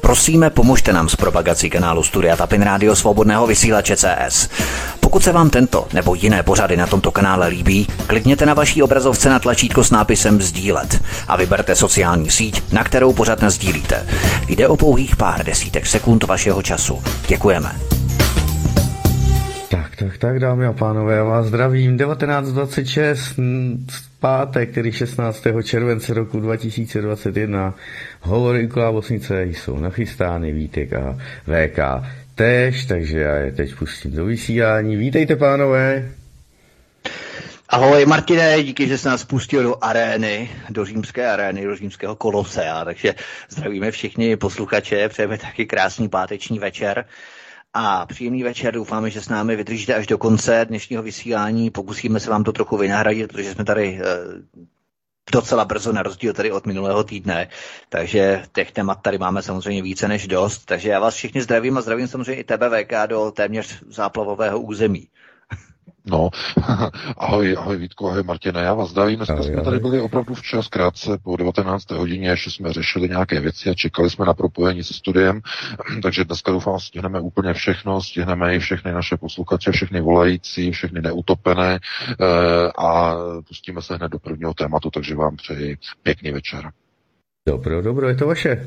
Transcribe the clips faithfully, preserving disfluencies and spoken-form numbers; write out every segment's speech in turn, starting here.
Prosíme, pomožte nám s propagací kanálu Studia Tapin Rádio Svobodného vysílače C S. Pokud se vám tento nebo jiné pořady na tomto kanále líbí, klikněte na vaší obrazovce na tlačítko s nápisem sdílet a vyberte sociální síť, na kterou pořad nasdílíte. Jde o pouhých pár desítek sekund vašeho času. Děkujeme. Tak, tak, tak, dámy a pánové, já vás zdravím. devatenáct dvacet šest, pátek, tedy šestnáctého července roku dva tisíce dvacet jedna. Hovory u klávesnice jsou nachystány, Vítek a V K též, takže já je teď pustím do vysílání. Vítejte, pánové. Ahoj, Martine, díky, že jsi nás pustil do arény, do římské arény, do římského kolosea, takže zdravíme všichni posluchače, přejeme taky krásný páteční večer. A příjemný večer, doufáme, že s námi vydržíte až do konce dnešního vysílání. Pokusíme se vám to trochu vynahradit, protože jsme tady e, docela brzo, na rozdíl tady od minulého týdne. Takže těch témat tady máme samozřejmě více než dost. Takže já vás všichni zdravím a zdravím samozřejmě i tebe, V K, do téměř záplavového území. No, ahoj, ahoj Vítku, ahoj Martine, já vás zdravím. Dneska ahoj, jsme ahoj. Tady byli opravdu včas krátce po devatenácté hodině, ještě jsme řešili nějaké věci a čekali jsme na propojení se studiem, takže dneska doufám stihneme úplně všechno, stihneme i všechny naše posluchače, všechny volající, všechny neutopené a pustíme se hned do prvního tématu, takže vám přeji pěkný večer. Dobro, dobro, je to vaše.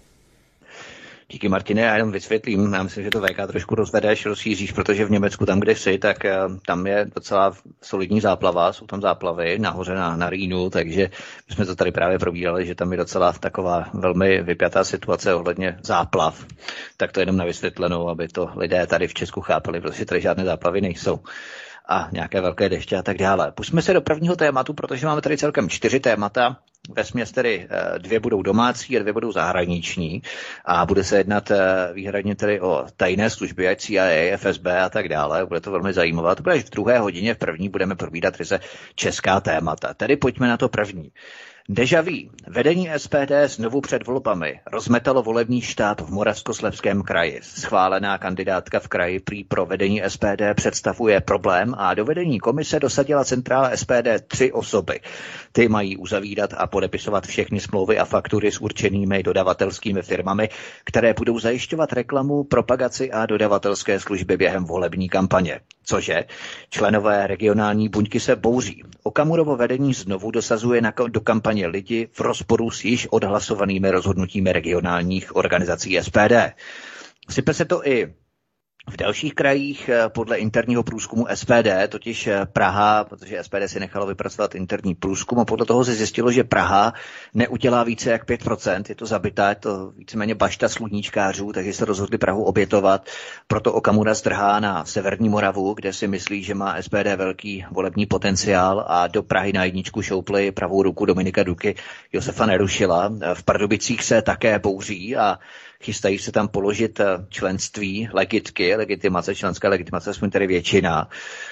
Díky, Martine, já jenom vysvětlím, já myslím, že to V K trošku rozvedeš, rozšíříš, protože v Německu, tam, kde jsi, tak tam je docela solidní záplava, jsou tam záplavy nahoře na, na Rýnu, takže my jsme to tady právě probírali, že tam je docela taková velmi vypjatá situace ohledně záplav. Tak to jenom na vysvětlenou, aby to lidé tady v Česku chápali, protože tady žádné záplavy nejsou. A nějaké velké deště a tak dále. Pusťme se do prvního tématu, protože máme tady celkem čtyři témata. Vesměs tedy dvě budou domácí a dvě budou zahraniční. A bude se jednat výhradně tedy o tajné služby, ať C I A, F S B a tak dále. Bude to velmi zajímavé. To bude až v druhé hodině, v první budeme probídat ryze česká témata. Tedy pojďme na to první. Deja vu. Vedení S P D znovu před volbami rozmetalo volební štáb v Moravskoslezském kraji. Schválená kandidátka v kraji prý pro vedení S P D představuje problém a do vedení komise dosadila centrála S P D tři osoby. Ty mají uzavírat a podepisovat všechny smlouvy a faktury s určenými dodavatelskými firmami, které budou zajišťovat reklamu, propagaci a dodavatelské služby během volební kampaně. Cože? Členové regionální buňky se bouří. Okamurovo vedení znovu dosazuje na, do kampaně lidi v rozporu s již odhlasovanými rozhodnutími regionálních organizací S P D. Sype se to i v dalších krajích. Podle interního průzkumu S P D, totiž Praha, protože S P D si nechalo vypracovat interní průzkum a podle toho se zjistilo, že Praha neudělá více jak pět procent, je to zabitá, je to víceméně bašta sluníčkářů, takže se rozhodli Prahu obětovat, proto Okamura zdrhá na severní Moravu, kde si myslí, že má S P D velký volební potenciál a do Prahy na jedničku šoupli pravou ruku Dominika Duky, Josefa Nerušila. V Pardubicích se také bouří a chystají se tam položit členství, legitky, legitimace, členská legitimace, aspoň tedy většina,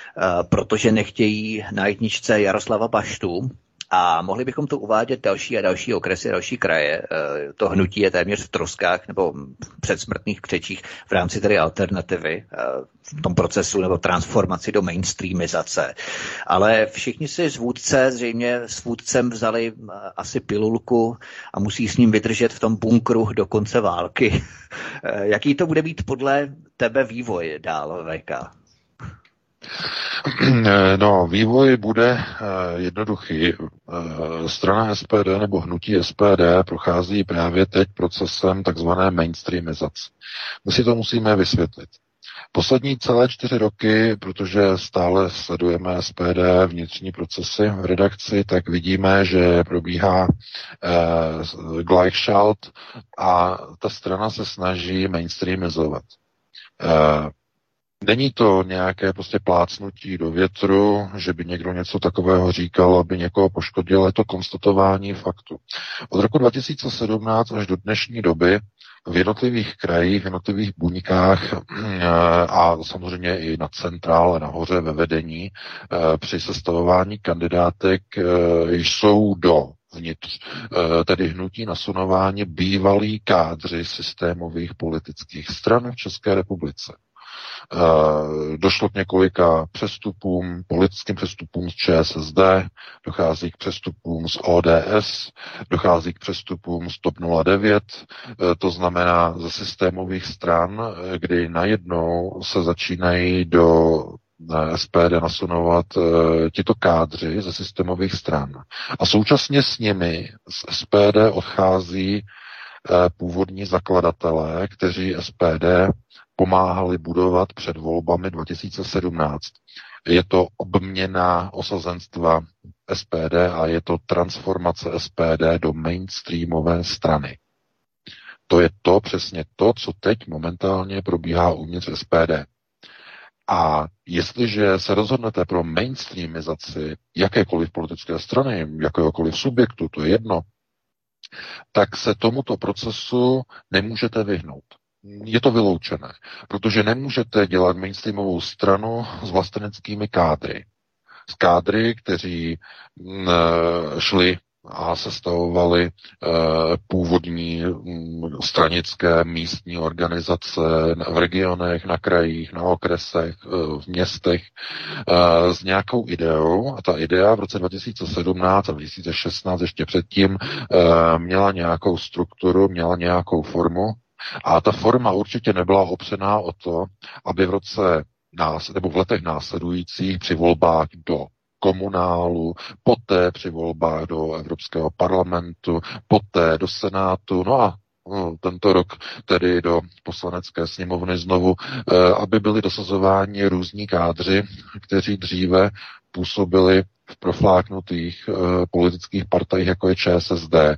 protože nechtějí na jedničce Jaroslava Baštu. A mohli bychom to uvádět další a další okresy, další kraje. To hnutí je téměř v troskách nebo předsmrtných křečích v rámci tedy alternativy v tom procesu nebo transformaci do mainstreamizace. Ale všichni si z vůdce, zřejmě s vůdcem vzali asi pilulku a musí s ním vydržet v tom bunkru do konce války. Jaký to bude být podle tebe vývoj dál, V K? No, vývoj bude jednoduchý. Strana S P D nebo hnutí S P D prochází právě teď procesem takzvané mainstreamizace. My si to musíme vysvětlit. Poslední celé čtyři roky, protože stále sledujeme S P D vnitřní procesy v redakci, tak vidíme, že probíhá eh, Gleichschalt a ta strana se snaží mainstreamizovat. Eh, Není to nějaké prostě plácnutí do větru, že by někdo něco takového říkal, aby někoho poškodil, je to konstatování faktu. Od roku dva tisíce sedmnáct až do dnešní doby v jednotlivých krajích, v jednotlivých buňkách a samozřejmě i na centrále, nahoře ve vedení při sestavování kandidátek jsou do vnitř, tedy hnutí nasunování bývalí kádři systémových politických stran v České republice. Došlo k několika přestupům, politickým přestupům z ČSSD, dochází k přestupům z O D S, dochází k přestupům z TOP nula devět, to znamená ze systémových stran, kdy najednou se začínají do S P D nasunovat tito kádři ze systémových stran. A současně s nimi z S P D odchází původní zakladatelé, kteří S P D pomáhali budovat před volbami dva tisíce sedmnáct. Je to obměna osazenstva S P D a je to transformace S P D do mainstreamové strany. To je to přesně to, co teď momentálně probíhá uvnitř S P D. A jestliže se rozhodnete pro mainstreamizaci jakékoliv politické strany, jakéhokoliv subjektu, to je jedno, tak se tomuto procesu nemůžete vyhnout. Je to vyloučené, protože nemůžete dělat mainstreamovou stranu s vlasteneckými kádry. S kádry, kteří šli a sestavovali původní stranické místní organizace v regionech, na krajích, na okresech, v městech s nějakou ideou. A ta idea v roce dva tisíce sedmnáct a dva tisíce šestnáct ještě předtím měla nějakou strukturu, měla nějakou formu. A ta forma určitě nebyla opřená o to, aby v roce nás, nebo v letech následujících při volbách do komunálu, poté při volbách do Evropského parlamentu, poté do Senátu, no a no, tento rok tedy do Poslanecké sněmovny znovu, eh, aby byli dosazováni různí kádři, kteří dříve působili v profláknutých eh, politických partajích, jako je ČSSD. Eh,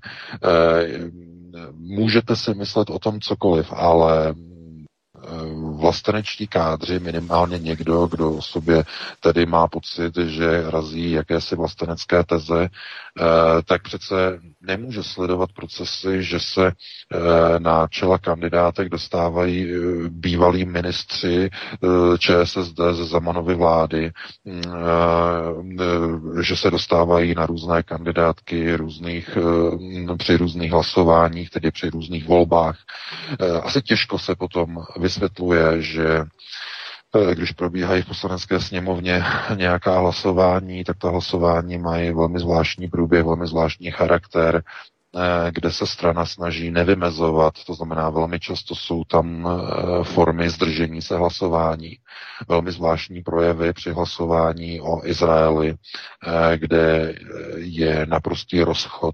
můžete si myslet o tom cokoliv, ale vlastenečtí kádři, minimálně někdo, kdo o sobě tedy má pocit, že razí jakési vlastenecké teze, tak přece nemůže sledovat procesy, že se na čela kandidátek dostávají bývalí ministři ČSSD ze Zemanovy vlády, že se dostávají na různé kandidátky různých, při různých hlasováních, tedy při různých volbách. Asi těžko se potom vysvětluje, že když probíhají v Poslanecké sněmovně nějaká hlasování, tak ta hlasování mají velmi zvláštní průběh, velmi zvláštní charakter, kde se strana snaží nevymezovat, to znamená velmi často jsou tam formy zdržení se hlasování, velmi zvláštní projevy při hlasování o Izraeli, kde je naprostý rozchod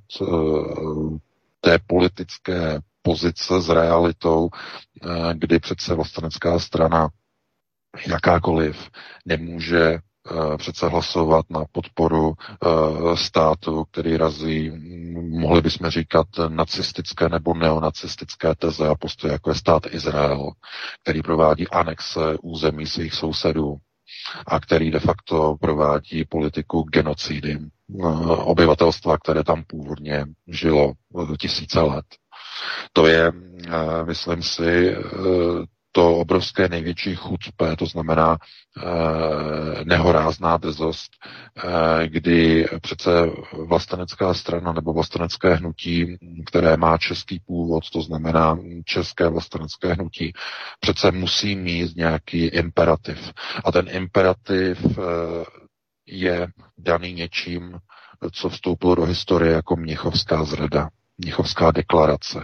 té politické pozice s realitou, kdy přece vlastenecká strana jakákoliv nemůže přece hlasovat na podporu státu, který razí, mohli bychom říkat, nacistické nebo neonacistické teze a postoje, jako je stát Izrael, který provádí anexe území svých sousedů a který de facto provádí politiku genocidy obyvatelstva, které tam původně žilo tisíce let. To je, myslím si, to obrovské největší chucpe, to znamená eh, nehorázná drzost, eh, kdy přece vlastenecká strana nebo vlastenecké hnutí, které má český původ, to znamená české vlastenecké hnutí, přece musí mít nějaký imperativ. A ten imperativ eh, je daný něčím, co vstoupilo do historie jako Mnichovská zrada, Mnichovská deklarace.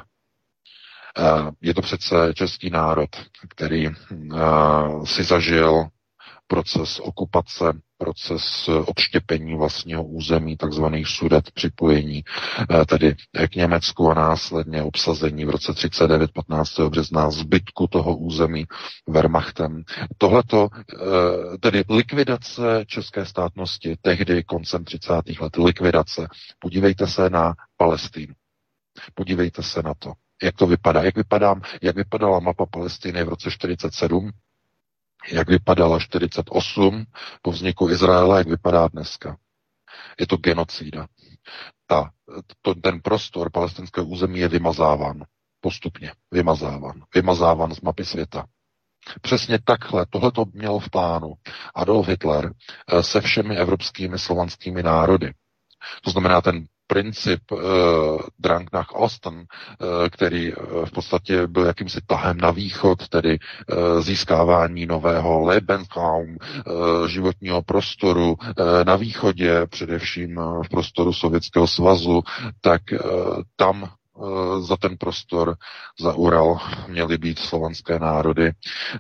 Je to přece český národ, který si zažil proces okupace, proces odštěpení vlastního území, takzvaných sudet připojení, tedy k Německu a následně obsazení v roce třicet devět patnáctého března zbytku toho území Wehrmachtem. Tohleto, tedy likvidace české státnosti, tehdy koncem třicátých let, likvidace. Podívejte se na Palestínu. Podívejte se na to. Jak to vypadá? Jak, vypadá, jak vypadala mapa Palestiny v roce čtyřicet sedm? Jak vypadala čtyřicet osm po vzniku Izraele? Jak vypadá dneska? Je to genocída. Ta, to, ten prostor palestinského území je vymazáván. Postupně vymazáván. Vymazáván z mapy světa. Přesně takhle, tohle to měl v plánu Adolf Hitler se všemi evropskými slovanskými národy. To znamená ten princip uh, Drang nach Osten, uh, který uh, v podstatě byl jakýmsi tahem na východ, tedy uh, získávání nového Lebensraum, uh, životního prostoru uh, na východě, především uh, v prostoru Sovětského svazu, tak uh, tam za ten prostor, za Ural, měly být slovanské národy.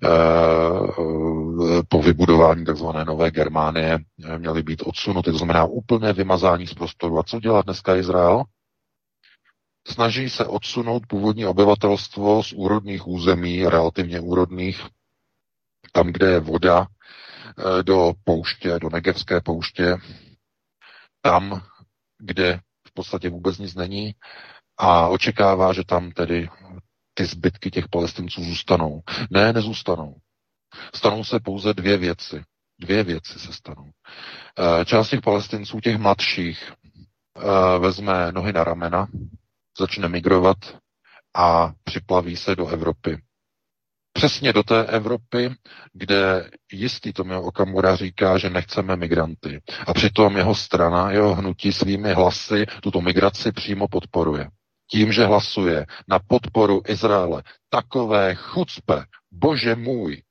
Po vybudování tzv. Nové Germánie měly být odsunuty, to znamená úplné vymazání z prostoru. A co dělá dneska Izrael? Snaží se odsunout původní obyvatelstvo z úrodných území, relativně úrodných, tam, kde je voda, do pouště, do Negevské pouště, tam, kde v podstatě vůbec nic není, a očekává, že tam tedy ty zbytky těch Palestinců zůstanou. Ne, nezůstanou. Stanou se pouze dvě věci. Dvě věci se stanou. Část těch Palestinců, těch mladších, vezme nohy na ramena, začne migrovat a připlaví se do Evropy. Přesně do té Evropy, kde jistý Tomio Okamura říká, že nechceme migranty. A přitom jeho strana, jeho hnutí svými hlasy tuto migraci přímo podporuje. Tím, že hlasuje na podporu Izraele. Takové chucpe, bože můj.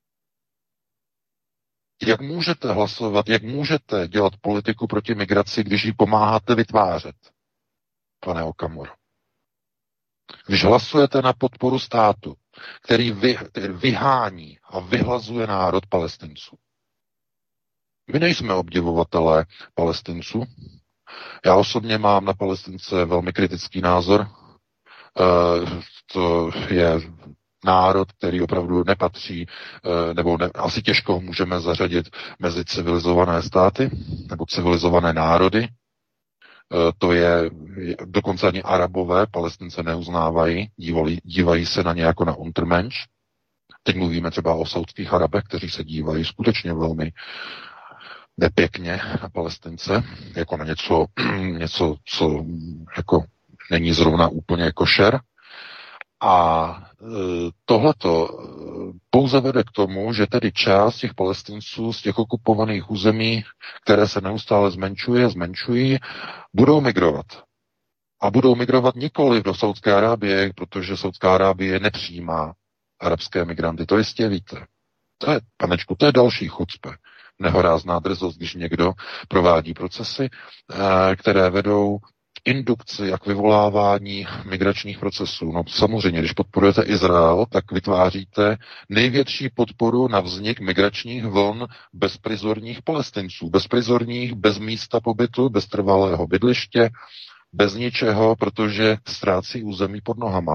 Jak můžete hlasovat, jak můžete dělat politiku proti migraci, když ji pomáháte vytvářet, pane Okamuro? Když hlasujete na podporu státu, který, vy, který vyhání a vyhlazuje národ Palestinců. My nejsme obdivovatelé Palestinců. Já osobně mám na Palestince velmi kritický názor. E, to je národ, který opravdu nepatří, e, nebo ne, asi těžko můžeme zařadit mezi civilizované státy nebo civilizované národy. E, to je, dokonce ani Arabové Palestince neuznávají, dívají, dívají se na ně jako na Untermensch. Teď mluvíme třeba o saudských Arabech, kteří se dívají skutečně velmi nepěkně na Palestince, jako na něco, něco, co jako není zrovna úplně košer. A e, tohleto pouze vede k tomu, že tedy část těch Palestinců z těch okupovaných území, které se neustále zmenšuje, zmenšují, budou migrovat. A budou migrovat nikoli do Saudské Arábie, protože Saudská Arábie nepřijímá arabské migranty. To jistě víte. To je, panečku, to je další chucpe. Nehorázná drzost, když někdo provádí procesy, které vedou k indukci a k vyvolávání migračních procesů. No samozřejmě, když podporujete Izrael, tak vytváříte největší podporu na vznik migračních vln bezprizorních Palestinců. Bezprizorních, bez místa pobytu, bez trvalého bydliště, bez ničeho, protože ztrácí území pod nohama.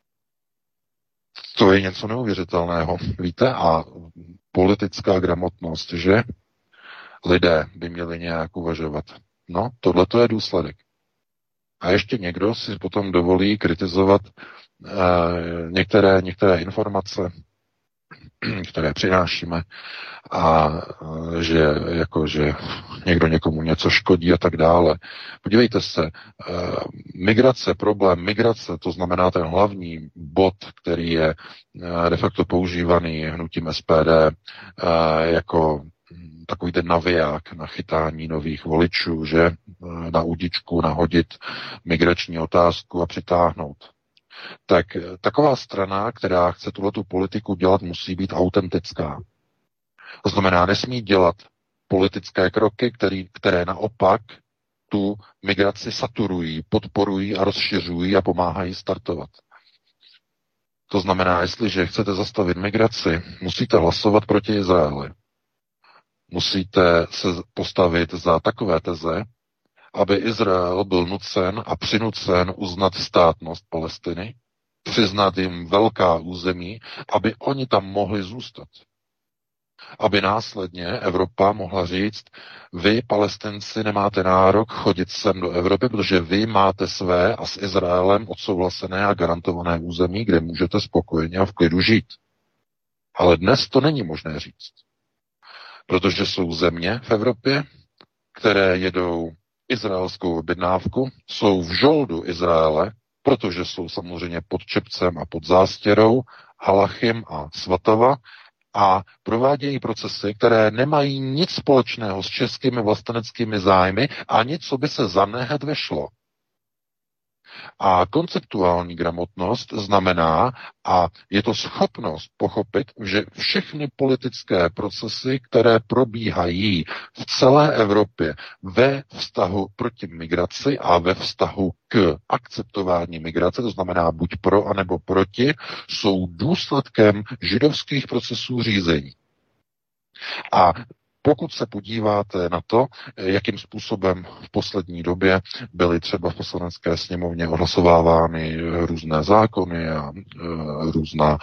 To je něco neuvěřitelného, víte? A politická gramotnost, že lidé by měli nějak uvažovat. No, tohle to je důsledek. A ještě někdo si potom dovolí kritizovat eh, některé, některé informace, které přinášíme, a eh, že, jako, že někdo někomu něco škodí a tak dále. Podívejte se, eh, migrace, problém migrace, to znamená ten hlavní bod, který je eh, de facto používaný hnutím S P D eh, jako takový ten naviják na chytání nových voličů, že na údičku nahodit migrační otázku a přitáhnout. Tak taková strana, která chce tuhletu politiku dělat, musí být autentická. To znamená, nesmí dělat politické kroky, který, které naopak tu migraci saturují, podporují a rozšiřují a pomáhají startovat. To znamená, jestliže chcete zastavit migraci, musíte hlasovat proti Izraeli. Musíte se postavit za takové teze, aby Izrael byl nucen a přinucen uznat státnost Palestiny, přiznat jim velká území, aby oni tam mohli zůstat. Aby následně Evropa mohla říct, vy, Palestinci, nemáte nárok chodit sem do Evropy, protože vy máte své a s Izraelem odsouhlasené a garantované území, kde můžete spokojeně a v klidu žít. Ale dnes to není možné říct. Protože jsou země v Evropě, které jedou izraelskou objednávku, jsou v žoldu Izraele, protože jsou samozřejmě pod čepcem a pod zástěrou Halachim a Svatova, a provádějí procesy, které nemají nic společného s českými vlasteneckými zájmy a nic, co by se za nehet vešlo. A konceptuální gramotnost znamená, a je to schopnost pochopit, že všechny politické procesy, které probíhají v celé Evropě ve vztahu proti migraci a ve vztahu k akceptování migrace, to znamená buď pro, anebo proti, jsou důsledkem židovských procesů řízení. A pokud se podíváte na to, jakým způsobem v poslední době byly třeba v poslanecké sněmovně odhlasovávány různé zákony a e, různá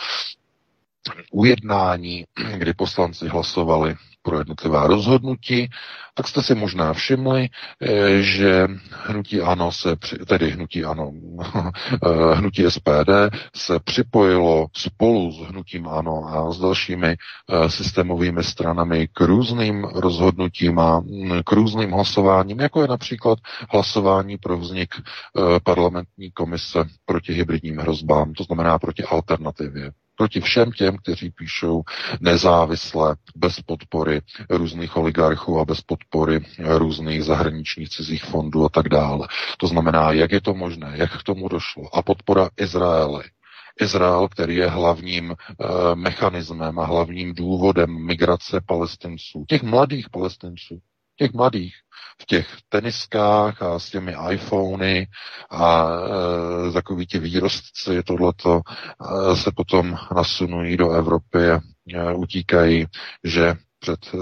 ujednání, kdy poslanci hlasovali pro jednotlivá rozhodnutí, tak jste si možná všimli, že hnutí ANO se, tedy hnutí ANO, hnutí S P D se připojilo spolu s hnutím ANO a s dalšími systémovými stranami k různým rozhodnutím a k různým hlasováním, jako je například hlasování pro vznik parlamentní komise proti hybridním hrozbám, to znamená proti alternativě. Proti všem těm, kteří píšou nezávisle, bez podpory různých oligarchů a bez podpory různých zahraničních cizích fondů a tak dále. To znamená, jak je to možné, jak k tomu došlo. A podpora Izraele. Izrael, který je hlavním e, mechanismem a hlavním důvodem migrace Palestinců, těch mladých Palestinců, těch mladých, v těch teniskách a s těmi iPhony a e, takový ti výrostci tohleto e, se potom nasunují do Evropy a e, utíkají, že před e,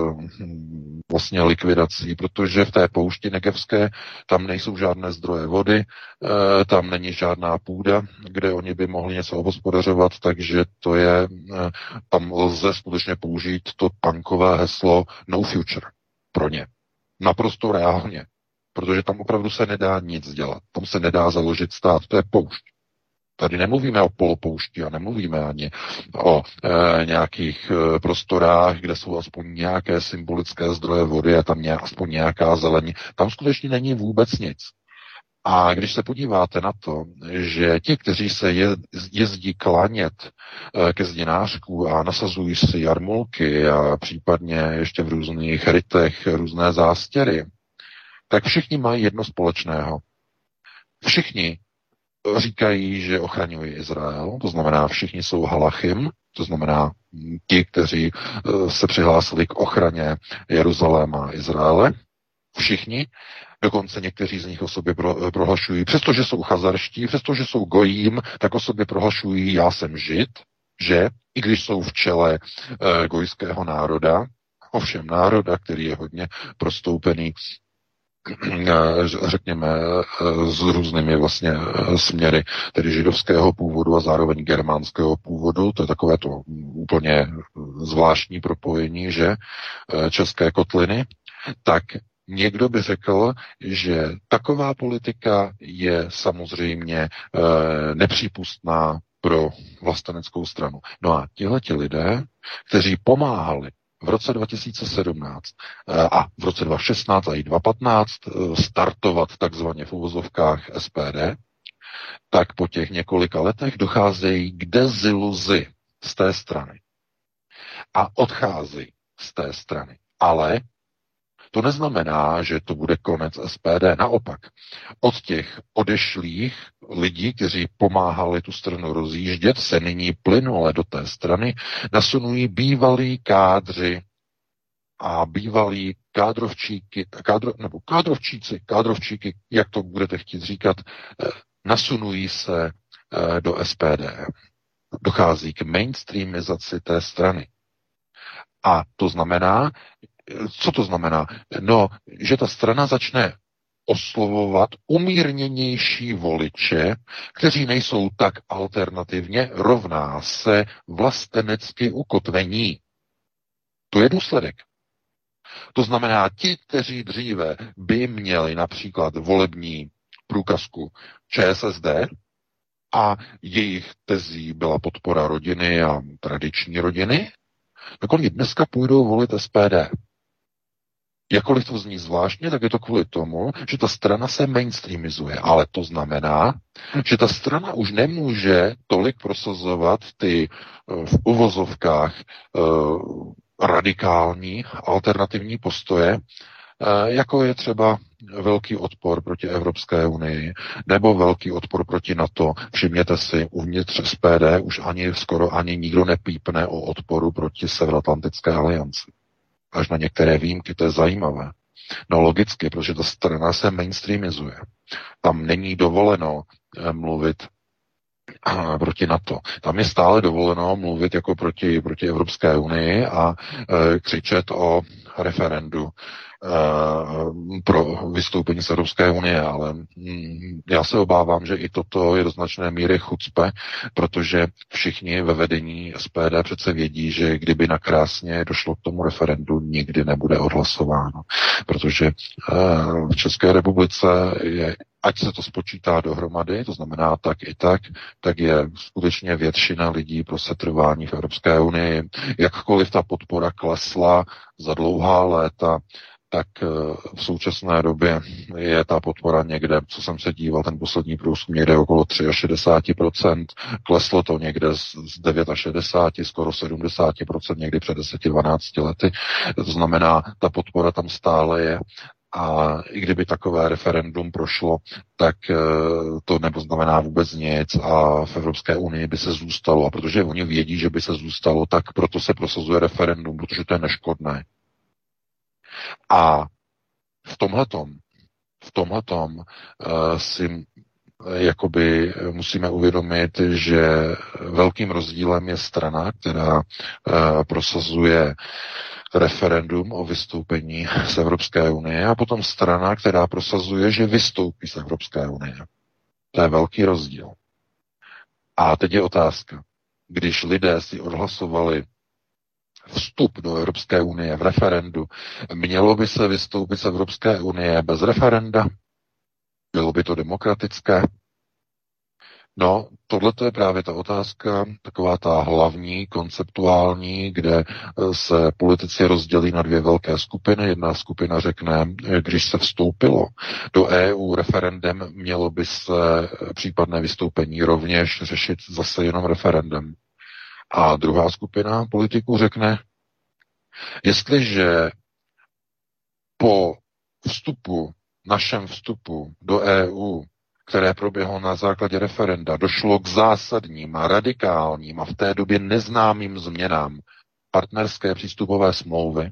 vlastně likvidací, protože v té poušti negevské tam nejsou žádné zdroje vody, e, tam není žádná půda, kde oni by mohli něco obospodařovat, takže to je, e, tam lze skutečně použít to punkové heslo no future pro ně. Naprosto reálně. Protože tam opravdu se nedá nic dělat. Tam se nedá založit stát. To je poušť. Tady nemluvíme o polopoušti a nemluvíme ani o e, nějakých e, prostorách, kde jsou aspoň nějaké symbolické zdroje vody a tam nějak, aspoň nějaká zelení. Tam skutečně není vůbec nic. A když se podíváte na to, že ti, kteří se je, jezdí klanět e, ke zdinářku a nasazují si jarmulky a případně ještě v různých rytech různé zástěry, tak všichni mají jedno společného. Všichni říkají, že ochraňují Izrael, to znamená všichni jsou halachim, to znamená ti, kteří se přihlásili k ochraně Jeruzaléma a Izraele, všichni, dokonce někteří z nich o sobě pro, prohlašují, přestože jsou chazarští, přestože jsou gojím, tak o sobě prohlašují, já jsem žid, že i když jsou v čele e, gojského národa, ovšem národa, který je hodně prostoupený řekněme, s různými vlastně směry, tedy židovského původu a zároveň germánského původu. To je takové to úplně zvláštní propojení, že české kotliny. Tak někdo by řekl, že taková politika je samozřejmě nepřípustná pro vlasteneckou stranu. No a tihleti lidé, kteří pomáhali v roce dva tisíce sedmnáct a v roce dva tisíce šestnáct a i dva tisíce patnáct startovat takzvaně v uvozovkách S P D, tak po těch několika letech docházejí k deziluzi z té strany. A odcházejí z té strany. Ale to neznamená, že to bude konec S P D. Naopak, od těch odešlých lidí, kteří pomáhali tu stranu rozjíždět, se nyní plynule do té strany nasunují bývalí kádři a bývalí kádrovčíky, kádro, nebo kádrovčíci, kádrovčíky, jak to budete chtít říkat, nasunují se do S P D. Dochází k mainstreamizaci té strany. A to znamená, co to znamená? No, že ta strana začne oslovovat umírněnější voliče, kteří nejsou tak alternativně, rovná se vlastenecky ukotvení. To je důsledek. To znamená, ti, kteří dříve by měli například volební průkazku Č S S D a jejich tezí byla podpora rodiny a tradiční rodiny, tak oni dneska půjdou volit S P D. Jakkoliv to zní zvláštně, tak je to kvůli tomu, že ta strana se mainstreamizuje. Ale to znamená, že ta strana už nemůže tolik prosazovat ty v uvozovkách radikální alternativní postoje, jako je třeba velký odpor proti Evropské unii nebo velký odpor proti NATO. Všimněte si, uvnitř S P D už ani skoro ani nikdo nepípne o odporu proti Severoatlantické alianci. Až na některé výjimky, to je zajímavé. No logicky, protože ta strana se mainstreamizuje. Tam není dovoleno mluvit proti NATO. Tam je stále dovoleno mluvit jako proti, proti Evropské unii a e, křičet o referendu e, pro vystoupení z Evropské unie, ale mm, já se obávám, že i toto je do značné míry chucpe, protože všichni ve vedení S P D přece vědí, že kdyby nakrásně došlo k tomu referendu, nikdy nebude odhlasováno, protože e, v České republice je, ať se to spočítá dohromady, to znamená tak i tak, tak je skutečně většina lidí pro setrvání v Evropské unii. Jakkoliv ta podpora klesla za dlouhá léta, tak v současné době je ta podpora někde, co jsem se díval, ten poslední průzkum, někde okolo šedesát tři procent, kleslo to někde z šedesát devět, skoro sedmdesát procent někdy před deseti dvanácti lety. To znamená, ta podpora tam stále je. A i kdyby takové referendum prošlo, tak to neznamená vůbec nic a v Evropské unii by se zůstalo. A protože oni vědí, že by se zůstalo, tak proto se prosazuje referendum, protože to je neškodné. A v tomhletom, v tomhletom uh, si jakoby musíme uvědomit, že velkým rozdílem je strana, která uh, prosazuje referendum o vystoupení z Evropské unie a potom strana, která prosazuje, že vystoupí z Evropské unie. To je velký rozdíl. A teď je otázka. Když lidé si odhlasovali vstup do Evropské unie v referendu, mělo by se vystoupit z Evropské unie bez referenda? Bylo by to demokratické? No, tohle je právě ta otázka, taková ta hlavní, konceptuální, kde se politici rozdělí na dvě velké skupiny. Jedna skupina řekne, když se vstoupilo do E U referendem, mělo by se případné vystoupení rovněž řešit zase jenom referendem. A druhá skupina politiků řekne, jestliže po vstupu, našem vstupu do E U, které proběhlo na základě referenda, došlo k zásadním a radikálním a v té době neznámým změnám partnerské přístupové smlouvy,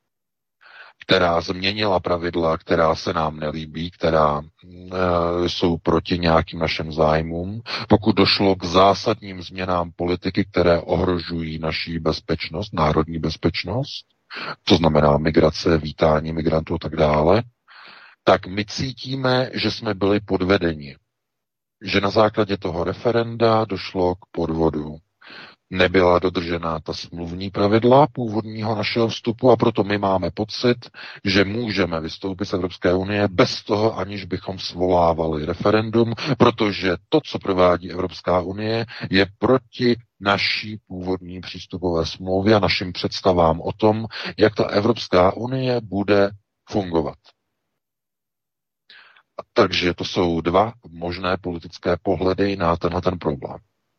která změnila pravidla, která se nám nelíbí, která e, jsou proti nějakým našim zájmům, pokud došlo k zásadním změnám politiky, které ohrožují naši bezpečnost, národní bezpečnost, to znamená migrace, vítání migrantů a tak dále, tak my cítíme, že jsme byli podvedeni. Že na základě toho referenda došlo k podvodu. Nebyla dodržena ta smluvní pravidla původního našeho vstupu a proto my máme pocit, že můžeme vystoupit z Evropské unie bez toho, aniž bychom svolávali referendum, protože to, co provádí Evropská unie, je proti naší původní přístupové smlouvě a našim představám o tom, jak ta Evropská unie bude fungovat. Takže to jsou dva možné politické pohledy na tenhle ten problém.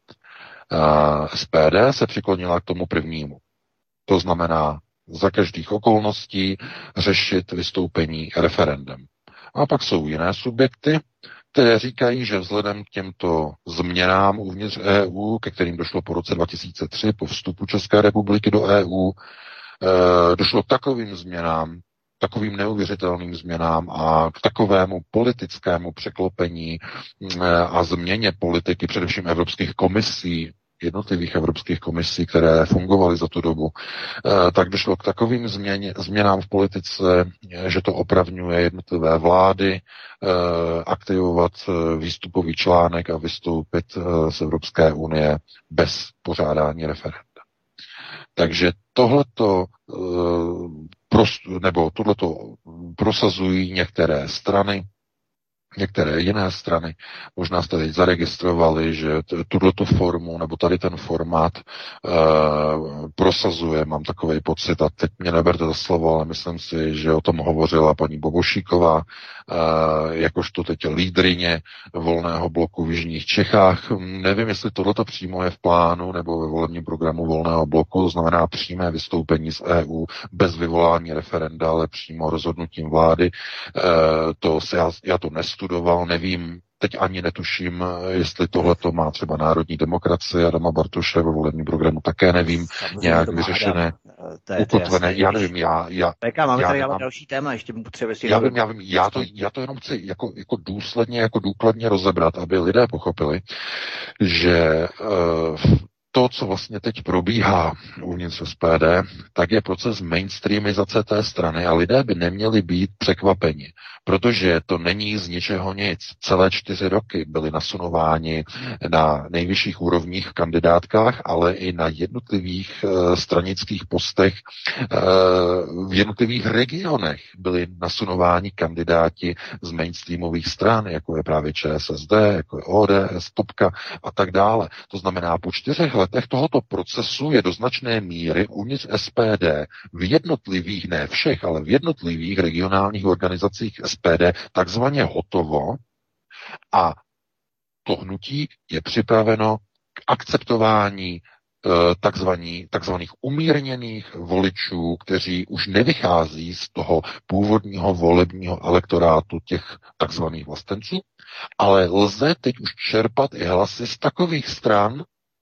S P D se přiklonila k tomu prvnímu. To znamená za každých okolností řešit vystoupení referendem. A pak jsou jiné subjekty, které říkají, že vzhledem k těmto změnám uvnitř E U, ke kterým došlo po roce dva tisíce tři, po vstupu České republiky do E U, došlo k takovým změnám, takovým neuvěřitelným změnám a k takovému politickému překlopení a změně politiky, především evropských komisí, jednotlivých evropských komisí, které fungovaly za tu dobu, tak došlo k takovým změně, změnám v politice, že to opravňuje jednotlivé vlády aktivovat výstupový článek a vystoupit z Evropské unie bez pořádání referenda. Takže tohleto nebo tohleto prosazují některé strany, některé jiné strany možná jste teď zaregistrovali, že tuto formu nebo tady ten formát e, prosazuje, mám takový pocit, a teď mě neberte za slovo, ale myslím si, že o tom hovořila paní Bobošíková, e, jakožto teď lídrině Volného bloku v jižních Čechách. Nevím, jestli tohleto přímo je v plánu nebo ve volebním programu Volného bloku, to znamená přímé vystoupení z E U bez vyvolání referenda, ale přímo rozhodnutím vlády. E, to se, já, já to nestudoval, nevím, teď ani netuším, jestli tohle to má třeba národní demokracie Adama Bartoše ve volebním programu, také nevím, samozřejmě nějak vyřešené, ukotvené, já nevím, já... já Peka, máme já tady nemám, ale další téma, ještě potřebuje si... Já vím, já vím, já to, já to jenom chci jako, jako důsledně, jako důkladně rozebrat, aby lidé pochopili, že uh, to, co vlastně teď probíhá uvnitř S P D, tak je proces mainstreamizace té strany a lidé by neměli být překvapeni, protože to není z ničeho nic. Celé čtyři roky byli nasunováni na nejvyšších úrovních v kandidátkách, ale i na jednotlivých uh, stranických postech uh, v jednotlivých regionech byli nasunováni kandidáti z mainstreamových stran, jako je právě ČSSD, jako je O D S, Topka a tak dále. To znamená, po čtyřech letech tohoto procesu je do značné míry uvnitř S P D v jednotlivých, ne všech, ale v jednotlivých regionálních organizacích S P D takzvaně hotovo a to hnutí je připraveno k akceptování takzvaný, takzvaných umírněných voličů, kteří už nevychází z toho původního volebního elektorátu těch takzvaných vlastenců, ale lze teď už čerpat i hlasy z takových stran,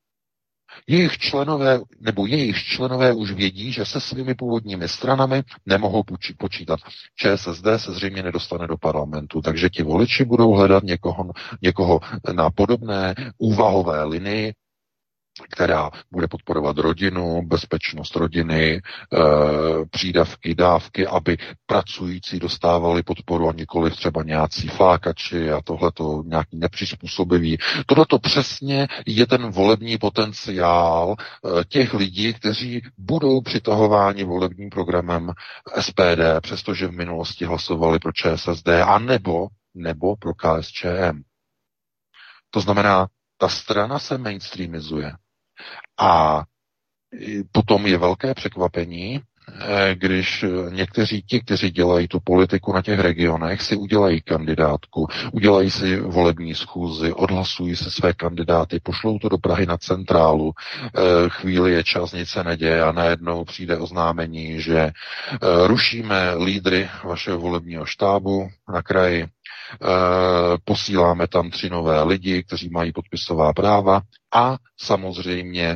jejich členové, nebo jejich členové už vědí, že se svými původními stranami nemohou počítat. ČSSD se zřejmě nedostane do parlamentu, takže ti voliči budou hledat někoho, někoho na podobné úvahové linii, která bude podporovat rodinu, bezpečnost rodiny, e, přídavky, dávky, aby pracující dostávali podporu a nikoli třeba nějací flákači a tohleto nějaký nepřizpůsobivý. Tohleto přesně je ten volební potenciál e, těch lidí, kteří budou přitahováni volebním programem S P D, přestože v minulosti hlasovali pro ČSSD a nebo, nebo pro K S Č M. To znamená, ta strana se mainstreamizuje. A potom je velké překvapení, když někteří ti, kteří dělají tu politiku na těch regionech, si udělají kandidátku, udělají si volební schůzi, odhlasují si své kandidáty, pošlou to do Prahy na centrálu, chvíli je čas, nic se neděje a najednou přijde oznámení, že rušíme lídry vašeho volebního štábu na kraji, posíláme tam tři nové lidi, kteří mají podpisová práva a samozřejmě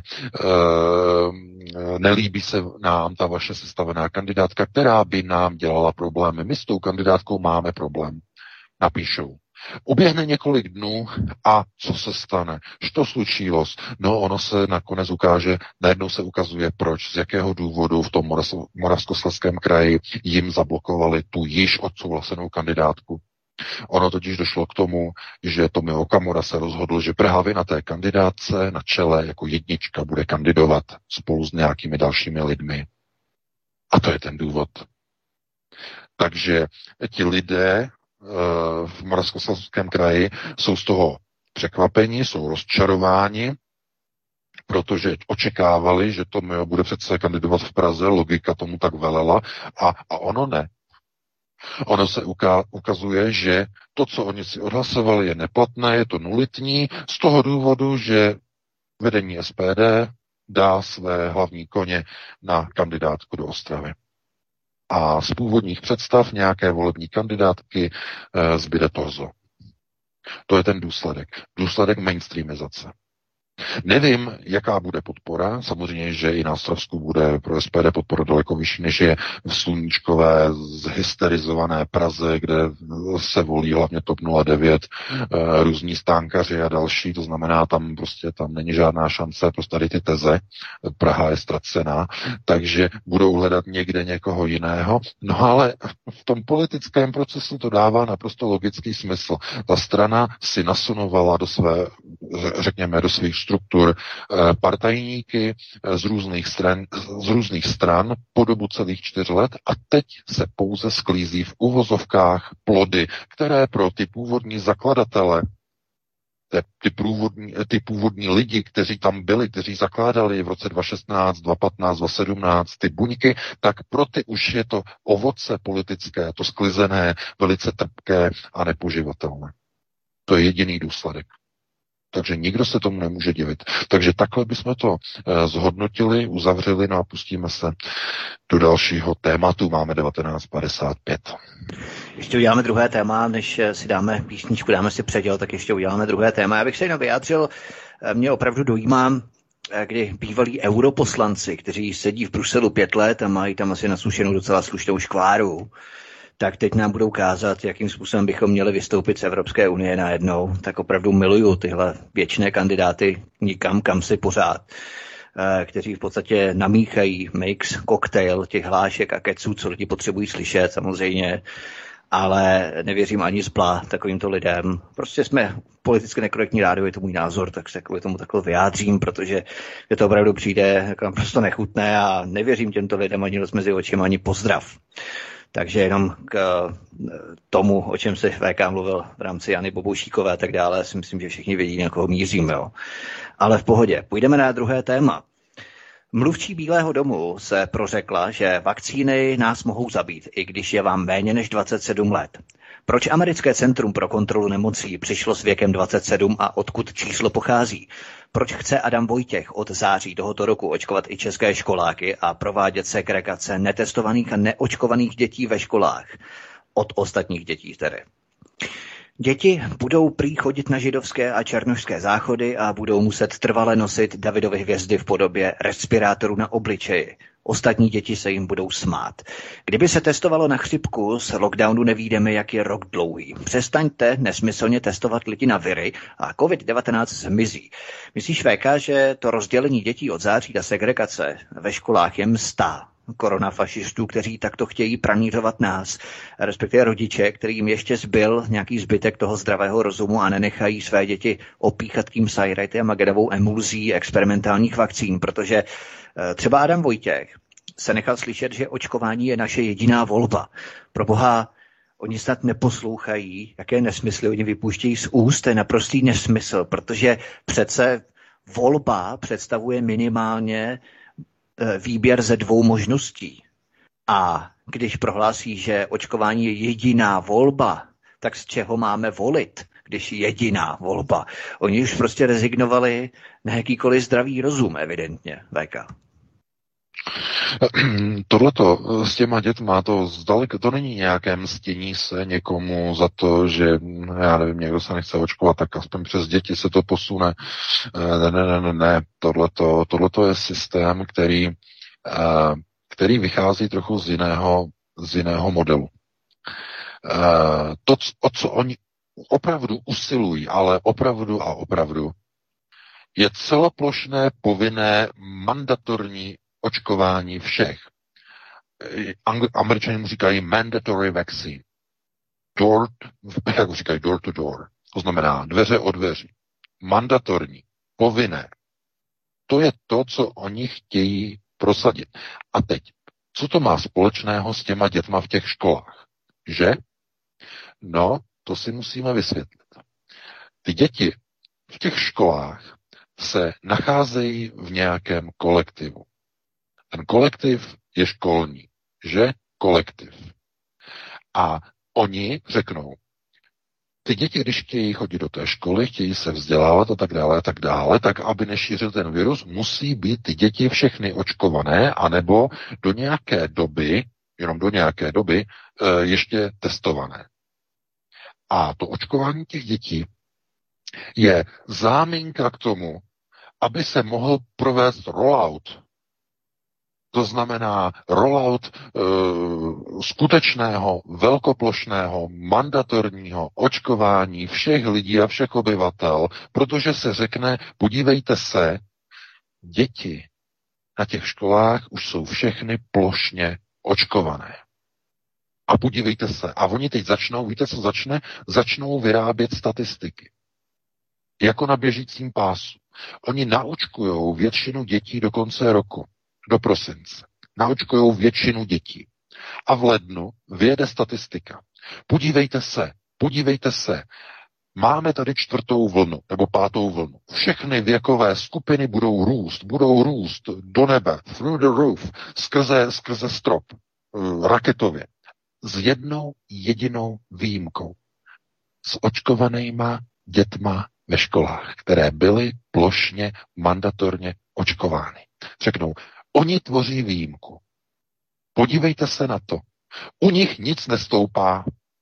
nelíbí se nám ta vaše sestavená kandidátka, která by nám dělala problémy. My s tou kandidátkou máme problém. Napíšou. Uběhne několik dnů a co se stane? Što slučilo? No, ono se nakonec ukáže, najednou se ukazuje proč, z jakého důvodu v tom Moravskoslezském kraji jim zablokovali tu již odsouhlasenou kandidátku. Ono totiž došlo k tomu, že Tomio Okamura se rozhodl, že právě na té kandidátce na čele jako jednička bude kandidovat spolu s nějakými dalšími lidmi. A to je ten důvod. Takže ti lidé v Moravskoslezském kraji jsou z toho překvapeni, jsou rozčarováni, protože očekávali, že Tomio bude přece kandidovat v Praze, logika tomu tak velela, a, a ono ne. Ono se ukazuje, že to, co oni si odhlasovali, je neplatné, je to nulitní, z toho důvodu, že vedení S P D dá své hlavní koně na kandidátku do Ostravy. A z původních představ nějaké volební kandidátky e, zbyde torzo. To je ten důsledek. Důsledek mainstreamizace. Nevím, jaká bude podpora. Samozřejmě, že i na Ostravsku bude pro S P D podpora daleko vyšší, než je v sluníčkové, zhysterizované Praze, kde se volí hlavně TOP nula devět, různí stánkaři a další. To znamená, tam prostě tam není žádná šance, prostě tady ty teze. Praha je ztracená, takže budou hledat někde někoho jiného. No ale v tom politickém procesu to dává naprosto logický smysl. Ta strana si nasunovala do své, řekněme, do svých struktur struktur, partajníky z různých stran, z různých stran po dobu celých čtyř let a teď se pouze sklízí v uvozovkách plody, které pro ty původní zakladatele, ty původní, ty původní lidi, kteří tam byli, kteří zakládali v roce dva tisíce šestnáct, dva tisíce patnáct, dva tisíce sedmnáct ty buňky, tak pro ty už je to ovoce politické, to sklizené, velice trpké a nepoživatelné. To je jediný důsledek. Takže nikdo se tomu nemůže divit. Takže takhle bychom to eh, zhodnotili, uzavřeli, no a pustíme se do dalšího tématu. Máme devatenáct padesát pět. Ještě uděláme druhé téma, než si dáme písničku, dáme si předěl, tak ještě uděláme druhé téma. Já bych se jenom vyjádřil, mě opravdu dojímá, kdy bývalí europoslanci, kteří sedí v Bruselu pět let a mají tam asi nasušenou docela slušnou škváru, tak teď nám budou kázat, jakým způsobem bychom měli vystoupit z Evropské unie najednou. Tak opravdu miluju tyhle věčné kandidáty nikam, kam si pořád, kteří v podstatě namíchají mix, koktejl těch hlášek a keců, co lidi potřebují slyšet samozřejmě, ale nevěřím ani zbla takovýmto lidem. Prostě jsme politicky nekorektní rádio, je to můj názor, tak se kvůli tomu takhle vyjádřím, protože to opravdu přijde jako naprosto nechutné a nevěřím těmto lidem ani mezi očima, ani pozdrav. Takže jenom k tomu, o čem se V K mluvil v rámci Jany Bobošíkové a tak dále, si myslím, že všichni vědí, na koho mířím. Jo. Ale v pohodě. Půjdeme na druhé téma. Mluvčí Bílého domu se prořekla, že vakcíny nás mohou zabít, i když je vám méně než dvacet sedm let. Proč americké centrum pro kontrolu nemocí přišlo s věkem dvacet sedm a odkud číslo pochází? Proč chce Adam Vojtěch od září tohoto roku očkovat i české školáky a provádět segregace netestovaných a neočkovaných dětí ve školách? Od ostatních dětí tedy. Děti budou prý chodit na židovské a černošské záchody a budou muset trvale nosit Davidovy hvězdy v podobě respirátorů na obličeji. Ostatní děti se jim budou smát. Kdyby se testovalo na chřipku, z lockdownu nevídeme, jak je rok dlouhý. Přestaňte nesmyslně testovat lidi na viry a covid devatenáct zmizí. Myslíš, V K, že to rozdělení dětí od září a segregace ve školách je msta koronafašistů, kteří takto chtějí pranířovat nás, respektive rodiče, kterým ještě zbyl nějaký zbytek toho zdravého rozumu a nenechají své děti opíchat tím Sajrajty a Magenovou emulzí experimentálních vakcín, protože třeba Adam Vojtěch se nechal slyšet, že očkování je naše jediná volba. Proboha, oni snad neposlouchají, jaké nesmysly oni vypouštějí z úst, to je naprostý nesmysl, protože přece volba představuje minimálně výběr ze dvou možností. A když prohlásí, že očkování je jediná volba, tak z čeho máme volit, když jediná volba? Oni už prostě rezignovali na jakýkoliv zdravý rozum, evidentně, V K. Tohleto s těma dětma, to zdaleka, to není nějaké mstění se někomu za to, že, já nevím, někdo se nechce očkovat, tak aspoň přes děti se to posune. Ne, ne, ne, ne, ne. Tohleto, tohleto je systém, který, který vychází trochu z jiného, z jiného modelu. To, o co oni opravdu usilují, ale opravdu a opravdu, je celoplošné, povinné, mandatorní očkování všech. Američané mu říkají mandatory vaccine. Door, jak říkají, door to door. To znamená dveře od dveří. Mandatorní, povinné. To je to, co oni chtějí prosadit. A teď, co to má společného s těma dětma v těch školách? Že? No, to si musíme vysvětlit. Ty děti v těch školách se nacházejí v nějakém kolektivu. Ten kolektiv je školní, že? Kolektiv. A oni řeknou, ty děti, když chtějí chodit do té školy, chtějí se vzdělávat a tak dále, a tak dále, tak aby nešířil ten virus, musí být ty děti všechny očkované, anebo do nějaké doby, jenom do nějaké doby, ještě testované. A to očkování těch dětí je záminka k tomu, aby se mohl provést rollout. To znamená rollout e, skutečného, velkoplošného, mandatorního očkování všech lidí a všech obyvatel, protože se řekne, podívejte se, děti na těch školách už jsou všechny plošně očkované. A podívejte se, a oni teď začnou, víte, co začne? Začnou vyrábět statistiky. Jako na běžícím pásu. Oni naočkujou většinu dětí do konce roku, do prosince. Naočkujou většinu dětí. A v lednu vyjede statistika. Podívejte se, podívejte se, máme tady čtvrtou vlnu, nebo pátou vlnu. Všechny věkové skupiny budou růst, budou růst do nebe, through the roof, skrze, skrze strop, raketově. S jednou jedinou výjimkou. S očkovanýma dětma ve školách, které byly plošně, mandatorně očkovány. Řeknou, oni tvoří výjimku. Podívejte se na to. U nich nic nestoupá.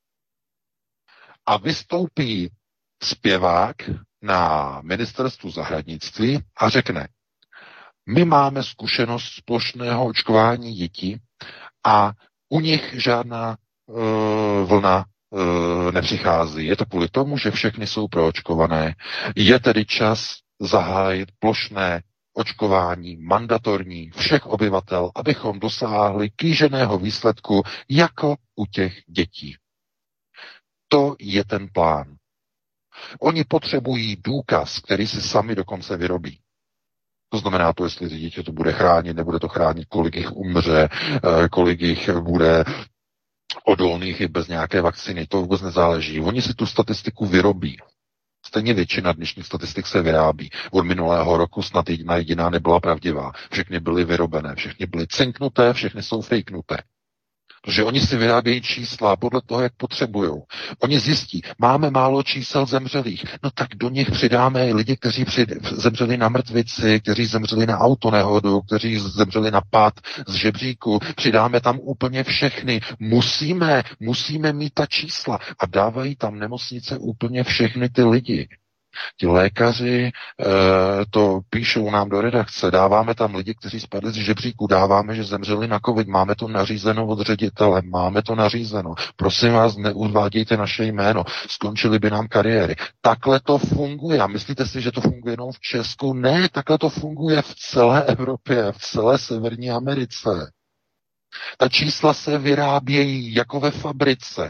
A vystoupí zpěvák na ministerstvu zahraničí a řekne, my máme zkušenost z plošného očkování dětí a u nich žádná uh, vlna uh, nepřichází. Je to kvůli tomu, že všechny jsou proočkované. Je tedy čas zahájit plošné očkování mandatorní všech obyvatel, abychom dosáhli kýženého výsledku jako u těch dětí. To je ten plán. Oni potřebují důkaz, který si sami dokonce vyrobí. To znamená to, jestli dítě to bude chránit, nebude to chránit, kolik jich umře, kolik jich bude odolných i bez nějaké vakcíny. To vůbec nezáleží. Oni si tu statistiku vyrobí. Stejně většina dnešních statistik se vyrábí. Od minulého roku snad jedna jediná nebyla pravdivá. Všechny byly vyrobené, všechny byly cinknuté, všechny jsou fejknuté. Protože oni si vyrábějí čísla podle toho, jak potřebujou. Oni zjistí, máme málo čísel zemřelých, no tak do nich přidáme lidi, kteří při, zemřeli na mrtvici, kteří zemřeli na autonehodu, kteří zemřeli na pád z žebříku, přidáme tam úplně všechny. Musíme, musíme mít ta čísla a dávají tam nemocnice úplně všechny ty lidi. Ti lékaři e, to píšou nám do redakce, dáváme tam lidi, kteří spadli z žebříku, dáváme, že zemřeli na covid, máme to nařízeno od ředitele, máme to nařízeno. Prosím vás, neuvádějte naše jméno, skončily by nám kariéry. Takhle to funguje. A myslíte si, že to funguje jenom v Česku? Ne, takhle to funguje v celé Evropě, v celé Severní Americe. Ta čísla se vyrábějí jako ve fabrice.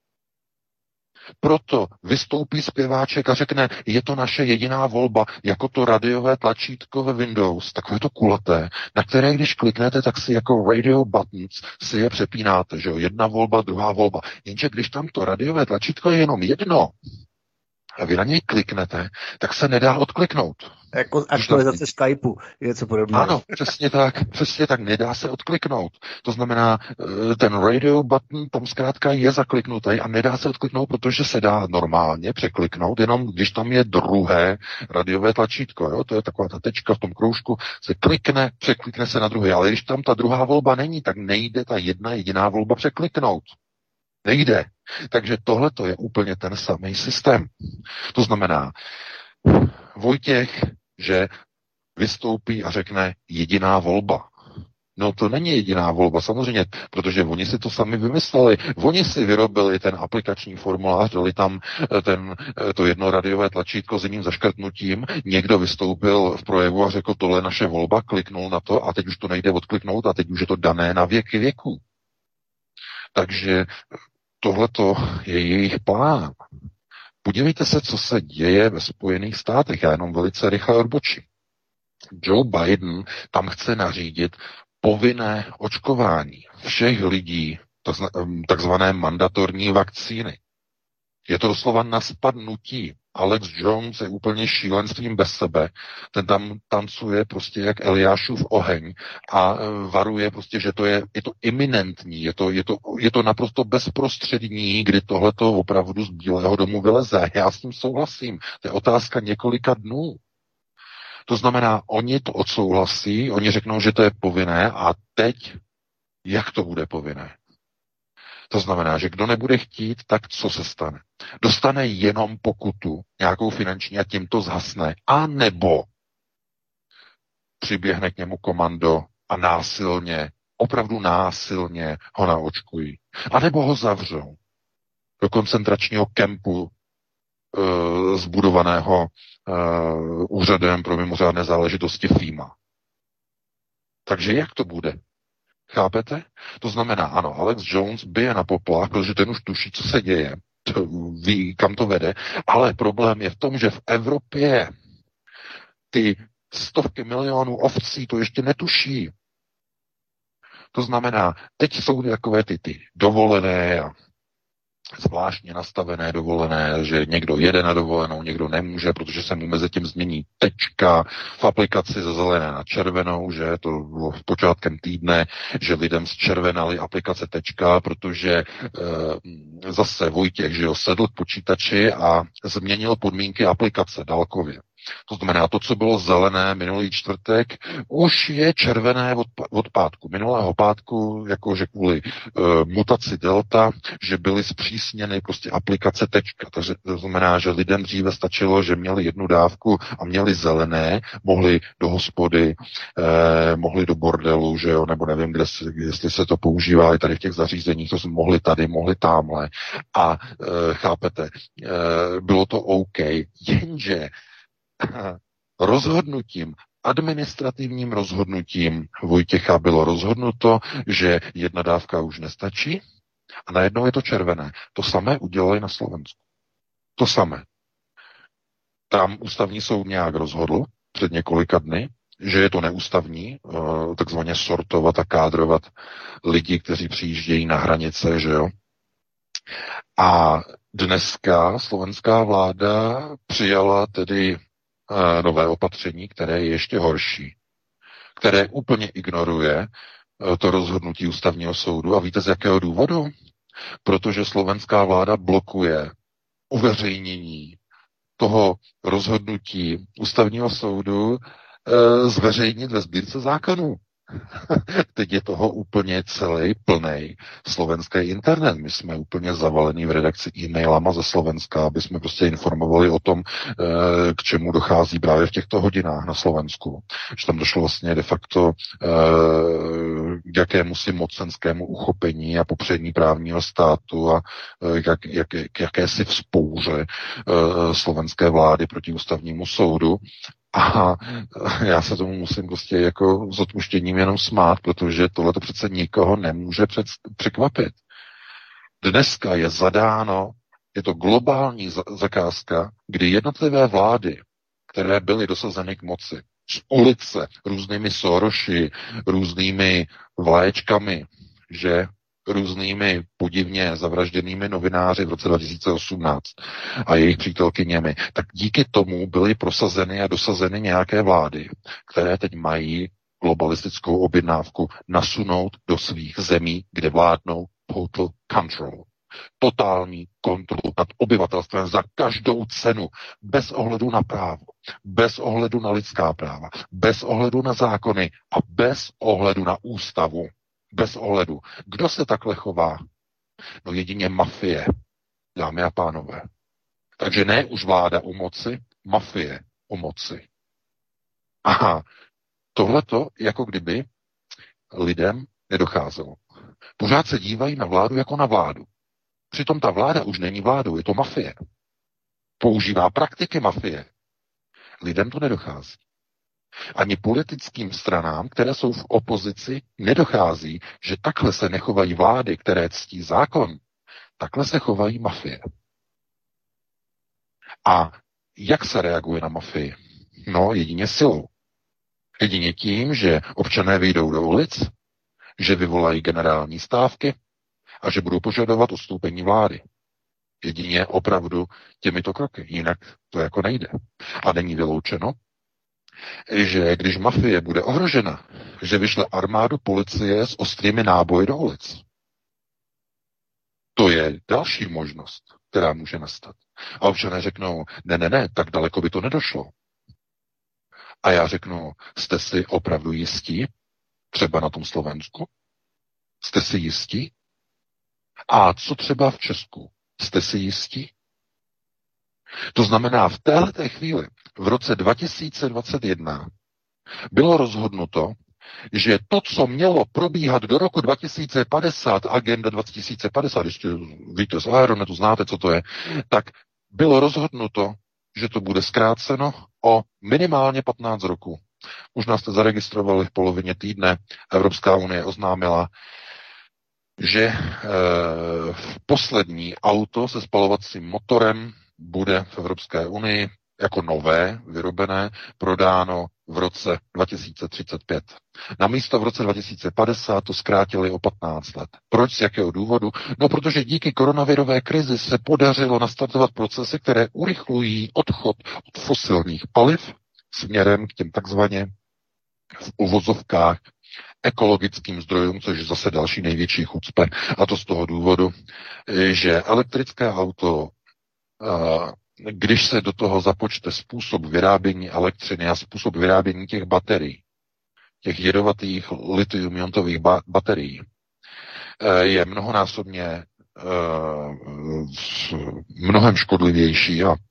Proto vystoupí zpěváček a řekne, je to naše jediná volba, jako to radiové tlačítko ve Windows, takové to kulaté, na které když kliknete, tak si jako radio buttons si je přepínáte, že jo, jedna volba, druhá volba. Jenže když tam to radiové tlačítko je jenom jedno a vy na něj kliknete, tak se nedá odkliknout. Jako aktualizace Skypeu, je něco podobného. Ano, přesně tak, přesně tak, nedá se odkliknout. To znamená, ten radio button tam zkrátka je zakliknutý a nedá se odkliknout, protože se dá normálně překliknout, jenom když tam je druhé radiové tlačítko, jo? To je taková ta tečka v tom kroužku, se klikne, překlikne se na druhé, ale když tam ta druhá volba není, tak nejde ta jedna jediná volba překliknout. Nejde. Takže tohle to je úplně ten samý systém. To znamená, Vojtěch, že vystoupí a řekne jediná volba. No to není jediná volba, samozřejmě, protože oni si to sami vymysleli. Oni si vyrobili ten aplikační formulář, dali tam ten, to jedno radiové tlačítko s jiným zaškrtnutím, někdo vystoupil v projevu a řekl, tohle je naše volba, kliknul na to a teď už to nejde odkliknout a teď už je to dané na věky věků. Takže tohleto je jejich plán. Podívejte se, co se děje ve Spojených státech. Já jenom velice rychle odbočím. Joe Biden tam chce nařídit povinné očkování všech lidí, takzvané mandatorní vakcíny. Je to doslova na spadnutí. Alex Jones je úplně šílenstvím bez sebe. Ten tam tancuje prostě jak Eliášův oheň a varuje prostě, že to je, je to iminentní, je to, je, to, je to naprosto bezprostřední, kdy tohleto opravdu z Bílého domu vyleze. Já s tím souhlasím. To je otázka několika dnů. To znamená, oni to odsouhlasí, oni řeknou, že to je povinné a teď, jak to bude povinné? To znamená, že kdo nebude chtít, tak co se stane? Dostane jenom pokutu, nějakou finanční a tím to zhasne. A nebo přiběhne k němu komando a násilně, opravdu násilně ho naočkují. A nebo ho zavřou do koncentračního kempu e, zbudovaného e, úřadem pro mimořádné záležitosti FEMA. Takže jak to bude? Chápete? To znamená, ano, Alex Jones bije na poplach, protože ten už tuší, co se děje, to ví, kam to vede, ale problém je v tom, že v Evropě ty stovky milionů ovcí to ještě netuší. To znamená, teď jsou takové ty, ty dovolené a zvláštně nastavené dovolené, že někdo jede na dovolenou, někdo nemůže, protože se mu mezi tím změní tečka v aplikaci ze zelené na červenou, že to bylo v počátkem týdne, že lidem zčervenaly aplikace tečka, protože e, zase Vojtěch, že jo, sedl k počítači a změnil podmínky aplikace dálkově. To znamená, to, co bylo zelené minulý čtvrtek, už je červené od, od pátku. Minulého pátku, jakože kvůli uh, mutaci delta, že byly zpřísněny prostě aplikace tečka. Takže to znamená, že lidem dříve stačilo, že měli jednu dávku a měli zelené, mohli do hospody, eh, mohli do bordelu, že jo, nebo nevím, kde se, jestli se to používá i tady v těch zařízeních, to jsme mohli tady, mohli tamhle. A eh, chápete, eh, bylo to OK, jenže rozhodnutím, administrativním rozhodnutím Vojtěcha bylo rozhodnuto, že jedna dávka už nestačí a najednou je to červené. To samé udělali na Slovensku. To samé. Tam ústavní soud nějak rozhodl před několika dny, že je to neústavní, takzvaně sortovat a kádrovat lidi, kteří přijíždějí na hranice, že jo. A dneska slovenská vláda přijala tedy nové opatření, které je ještě horší, které úplně ignoruje to rozhodnutí ústavního soudu. A víte z jakého důvodu? Protože slovenská vláda blokuje uveřejnění toho rozhodnutí ústavního soudu e, zveřejnit ve sbírce zákonů. Teď je toho úplně celý plnej slovenský internet. My jsme úplně zavalení v redakci e-mailama ze Slovenska, aby jsme prostě informovali o tom, k čemu dochází právě v těchto hodinách na Slovensku. Že tam došlo vlastně de facto k jakému si mocenskému uchopení a popřední právního státu a jak, jak, k jakési vzpouře slovenské vlády proti ústavnímu soudu. A já se tomu musím prostě jako s odpuštěním jenom smát, protože tohle to přece nikoho nemůže před, překvapit. Dneska je zadáno, je to globální zakázka, kdy jednotlivé vlády, které byly dosazeny k moci, z ulice, různými Soroši, různými vlaječkami, že různými podivně zavražděnými novináři v roce dva tisíce osmnáct a jejich přítelkyněmi, tak díky tomu byly prosazeny a dosazeny nějaké vlády, které teď mají globalistickou objednávku nasunout do svých zemí, kde vládnou total control. Totální kontrolu nad obyvatelstvem za každou cenu, bez ohledu na právo, bez ohledu na lidská práva, bez ohledu na zákony a bez ohledu na ústavu. Bez ohledu. Kdo se takhle chová? No jedině mafie, dámy a pánové. Takže ne už vláda u moci, mafie u moci. Aha, tohleto jako kdyby lidem nedocházelo. Pořád se dívají na vládu jako na vládu. Přitom ta vláda už není vládou, je to mafie. Používá praktiky mafie. Lidem to nedochází. Ani politickým stranám, které jsou v opozici, nedochází, že takhle se nechovají vlády, které ctí zákon. Takhle se chovají mafie. A jak se reaguje na mafii? No, jedině silou. Jedině tím, že občané vyjdou do ulic, že vyvolají generální stávky a že budou požadovat odstoupení vlády. Jedině opravdu těmito kroky. Jinak to jako nejde. A není vyloučeno, že když mafie bude ohrožena, že vyšle armádu policie s ostrými náboji do ulic. To je další možnost, která může nastat. A občané řeknou, ne, ne, ne, tak daleko by to nedošlo. A já řeknu, jste si opravdu jistí? Třeba na tom Slovensku? Jste si jistí? A co třeba v Česku? Jste si jistí? To znamená, v této chvíli, v roce dva tisíce dvacet jedna, bylo rozhodnuto, že to, co mělo probíhat do roku dva tisíce padesát, agenda dva tisíce padesát, ještě víte z Aeronetu, znáte, co to je, tak bylo rozhodnuto, že to bude zkráceno o minimálně patnáct roků. Možná jste zaregistrovali v polovině týdne, Evropská unie oznámila, že e, poslední auto se spalovacím motorem bude v Evropské unii jako nové, vyrobené, prodáno v roce dva tisíce třicet pět. Namísto v roce dva tisíce padesát to zkrátili o patnáct let. Proč? Z jakého důvodu? No, protože díky koronavirové krizi se podařilo nastartovat procesy, které urychlují odchod od fosilních paliv směrem k těm takzvaně v uvozovkách ekologickým zdrojům, což je zase další největší chucpe. A to z toho důvodu, že elektrické auto, když se do toho započte způsob vyrábění elektřiny a způsob vyrábění těch baterií, těch jedovatých litium-iontových ba- baterií, je mnohonásobně mnohem škodlivější a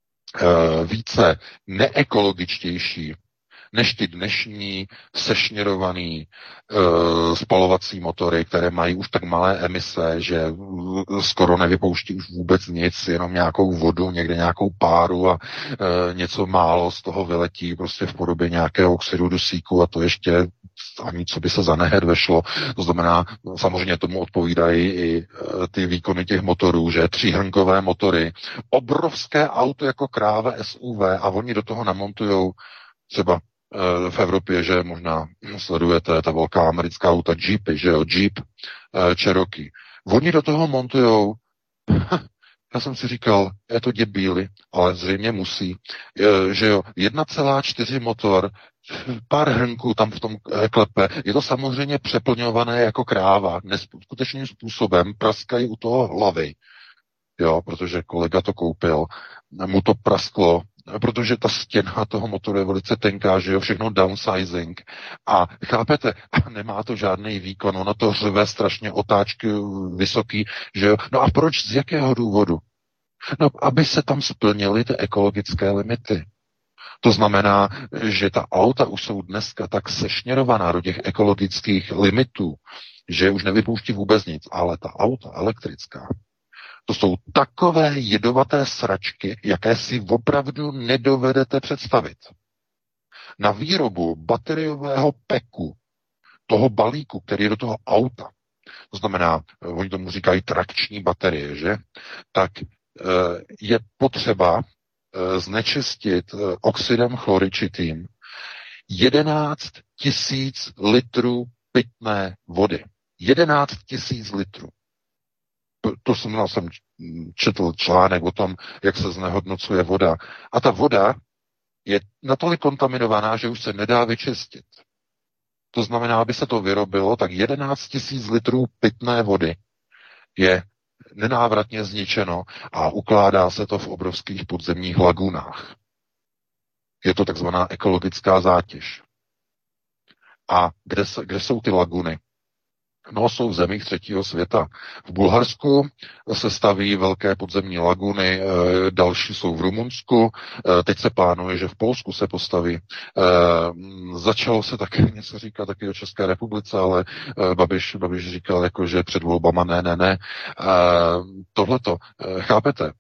více neekologičtější než ty dnešní sešněrovaný e, spalovací motory, které mají už tak malé emise, že skoro nevypouští už vůbec nic, jenom nějakou vodu, někde nějakou páru a e, něco málo z toho vyletí prostě v podobě nějakého oxidu dusíku a to ještě ani co by se za nehed vešlo. To znamená, samozřejmě tomu odpovídají i e, ty výkony těch motorů, že tříhrnkové motory, obrovské auto jako kráva S U V a oni do toho namontujou třeba v Evropě, že možná sledujete ta velká americká auta Jeepy, že jo, Jeep, Cherokee. Oni do toho montujou, já jsem si říkal, je to debíli, ale zřejmě musí, že jo, jedna celá čtyři motor, pár hrnků tam v tom klepe, je to samozřejmě přeplňované jako kráva, neskutečným způsobem praskají u toho hlavy, jo, protože kolega to koupil, mu to prasklo, protože ta stěna toho motoru je velice tenká, že jo, všechno downsizing. A chápete, a nemá to žádný výkon, ono to řve strašně, otáčky vysoký, že jo. No a proč, z jakého důvodu? No, aby se tam splnily ty ekologické limity. To znamená, že ta auta už jsou dneska tak sešněrovaná do těch ekologických limitů, že už nevypouští vůbec nic, ale ta auta elektrická, to jsou takové jedovaté sračky, jaké si opravdu nedovedete představit. Na výrobu bateriového peku, toho balíku, který je do toho auta, to znamená, oni tomu říkají trakční baterie, že? Tak je potřeba znečistit oxidem chloričitým jedenáct tisíc litrů pitné vody. jedenáct tisíc litrů. To jsem, jsem četl článek o tom, jak se znehodnocuje voda. A ta voda je natolik kontaminovaná, že už se nedá vyčistit. To znamená, aby se to vyrobilo, tak jedenáct tisíc litrů pitné vody je nenávratně zničeno a ukládá se to v obrovských podzemních lagunách. Je to takzvaná ekologická zátěž. A kde, se, kde jsou ty laguny? No, jsou v zemích třetího světa. V Bulharsku se staví velké podzemní laguny, další jsou v Rumunsku, teď se plánuje, že v Polsku se postaví. Začalo se také něco říkat taky o České republice, ale Babiš, Babiš říkal, jako, že před volbama ne, ne, ne. Tohleto, chápete?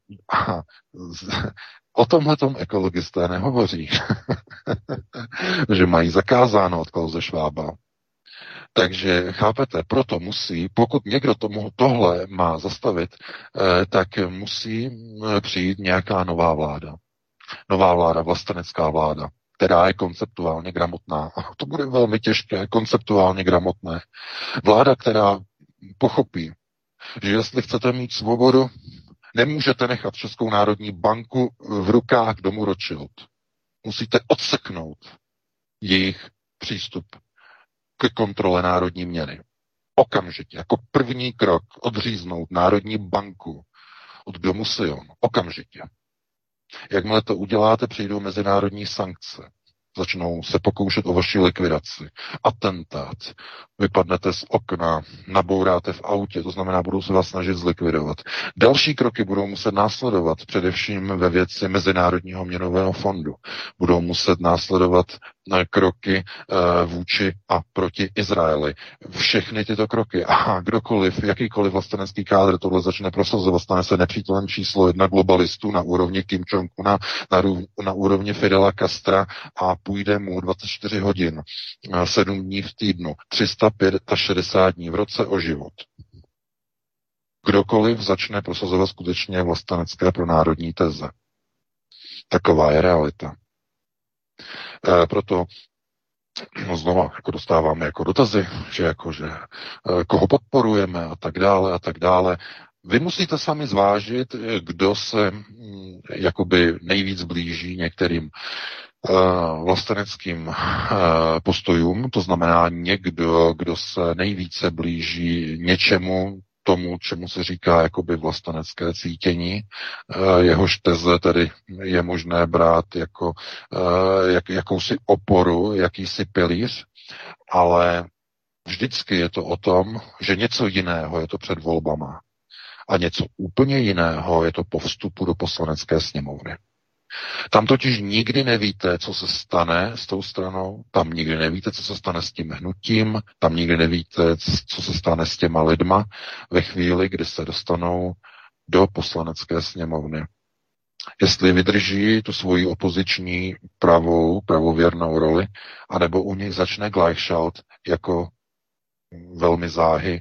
O tomhletom ekologisté nehovoří, že mají zakázáno od Klause Schwaba. Takže chápete, proto musí, pokud někdo tomu tohle má zastavit, eh, tak musí přijít nějaká nová vláda. Nová vláda, vlastenecká vláda, která je konceptuálně gramotná. To bude velmi těžké, konceptuálně gramotné. Vláda, která pochopí, že jestli chcete mít svobodu, nemůžete nechat Českou národní banku v rukách domu Rothschild. Musíte odseknout jejich přístup k kontrole národní měny. Okamžitě, jako první krok, odříznout Národní banku od domu Sion. Okamžitě. Jakmile to uděláte, přijdou mezinárodní sankce. Začnou se pokoušet o vaši likvidaci. Atentát. Vypadnete z okna, nabouráte v autě, to znamená, budou se vás snažit zlikvidovat. Další kroky budou muset následovat, především ve věci Mezinárodního měnového fondu. Budou muset následovat kroky uh, vůči a proti Izraeli. Všechny tyto kroky. A kdokoliv, jakýkoliv vlastenecký kádr tohle začne prosazovat, stane se nepřítelem číslo jedna globalistů na úrovni Kim Jong-una, na, na úrovni Fidela Castra a půjde mu dvacet čtyři hodin, sedm dní v týdnu, tři sta šedesát pět dní v roce o život. Kdokoliv začne prosazovat skutečně vlastenecké pronárodní teze. Taková je realita. E, proto no znova jako dostáváme jako dotazy, že jako, že e, koho podporujeme a tak dále a tak dále. Vy musíte sami zvážit, kdo se m, jakoby nejvíc blíží některým uh, vlasteneckým uh, postojům, to znamená někdo, kdo se nejvíce blíží něčemu, tomu, čemu se říká jakoby vlastenecké cítění. Uh, jehož teze tedy je možné brát jako uh, jak, jakousi oporu, jakýsi pilíř, ale vždycky je to o tom, že něco jiného je to před volbama. A něco úplně jiného je to po vstupu do poslanecké sněmovny. Tam totiž nikdy nevíte, co se stane s tou stranou, tam nikdy nevíte, co se stane s tím hnutím, tam nikdy nevíte, co se stane s těma lidma ve chvíli, kdy se dostanou do poslanecké sněmovny. Jestli vydrží tu svoji opoziční pravou, pravověrnou roli, anebo u nich začne Gleichschalt jako velmi záhy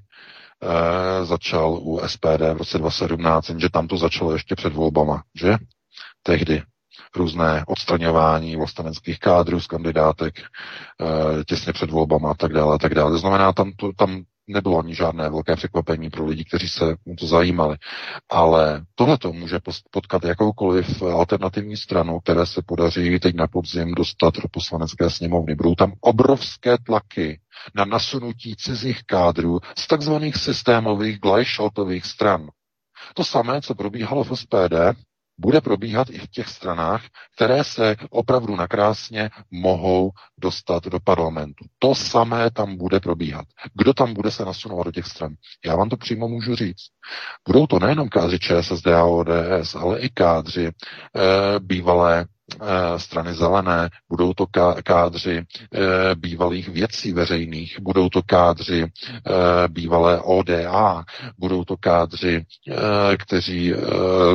E, začal u S P D v roce dva tisíce sedmnáct, jenže tam to začalo ještě před volbama, že? Tehdy různé odstraňování vlasteneckých kádrů z kandidátek e, těsně před volbama a tak dále a tak dále. To znamená, tam, to, tam nebylo ani žádné velké překvapení pro lidi, kteří se o to zajímali. Ale tohle to může potkat jakoukoliv alternativní stranu, které se podaří teď na podzim dostat do poslanecké sněmovny. Budou tam obrovské tlaky na nasunutí cizích kádrů z takzvaných systémových Gleichschaltových stran. To samé, co probíhalo v S P D, bude probíhat i v těch stranách, které se opravdu nakrásně mohou dostat do parlamentu. To samé tam bude probíhat. Kdo tam bude se nasunovat do těch stran? Já vám to přímo můžu říct. Budou to nejenom kádři ČSSD a O D S, ale i kádři e, bývalé e, strany zelené, budou to kádři e, bývalých věcí veřejných, budou to kádři e, bývalé O D A, budou to kádři, e, kteří e,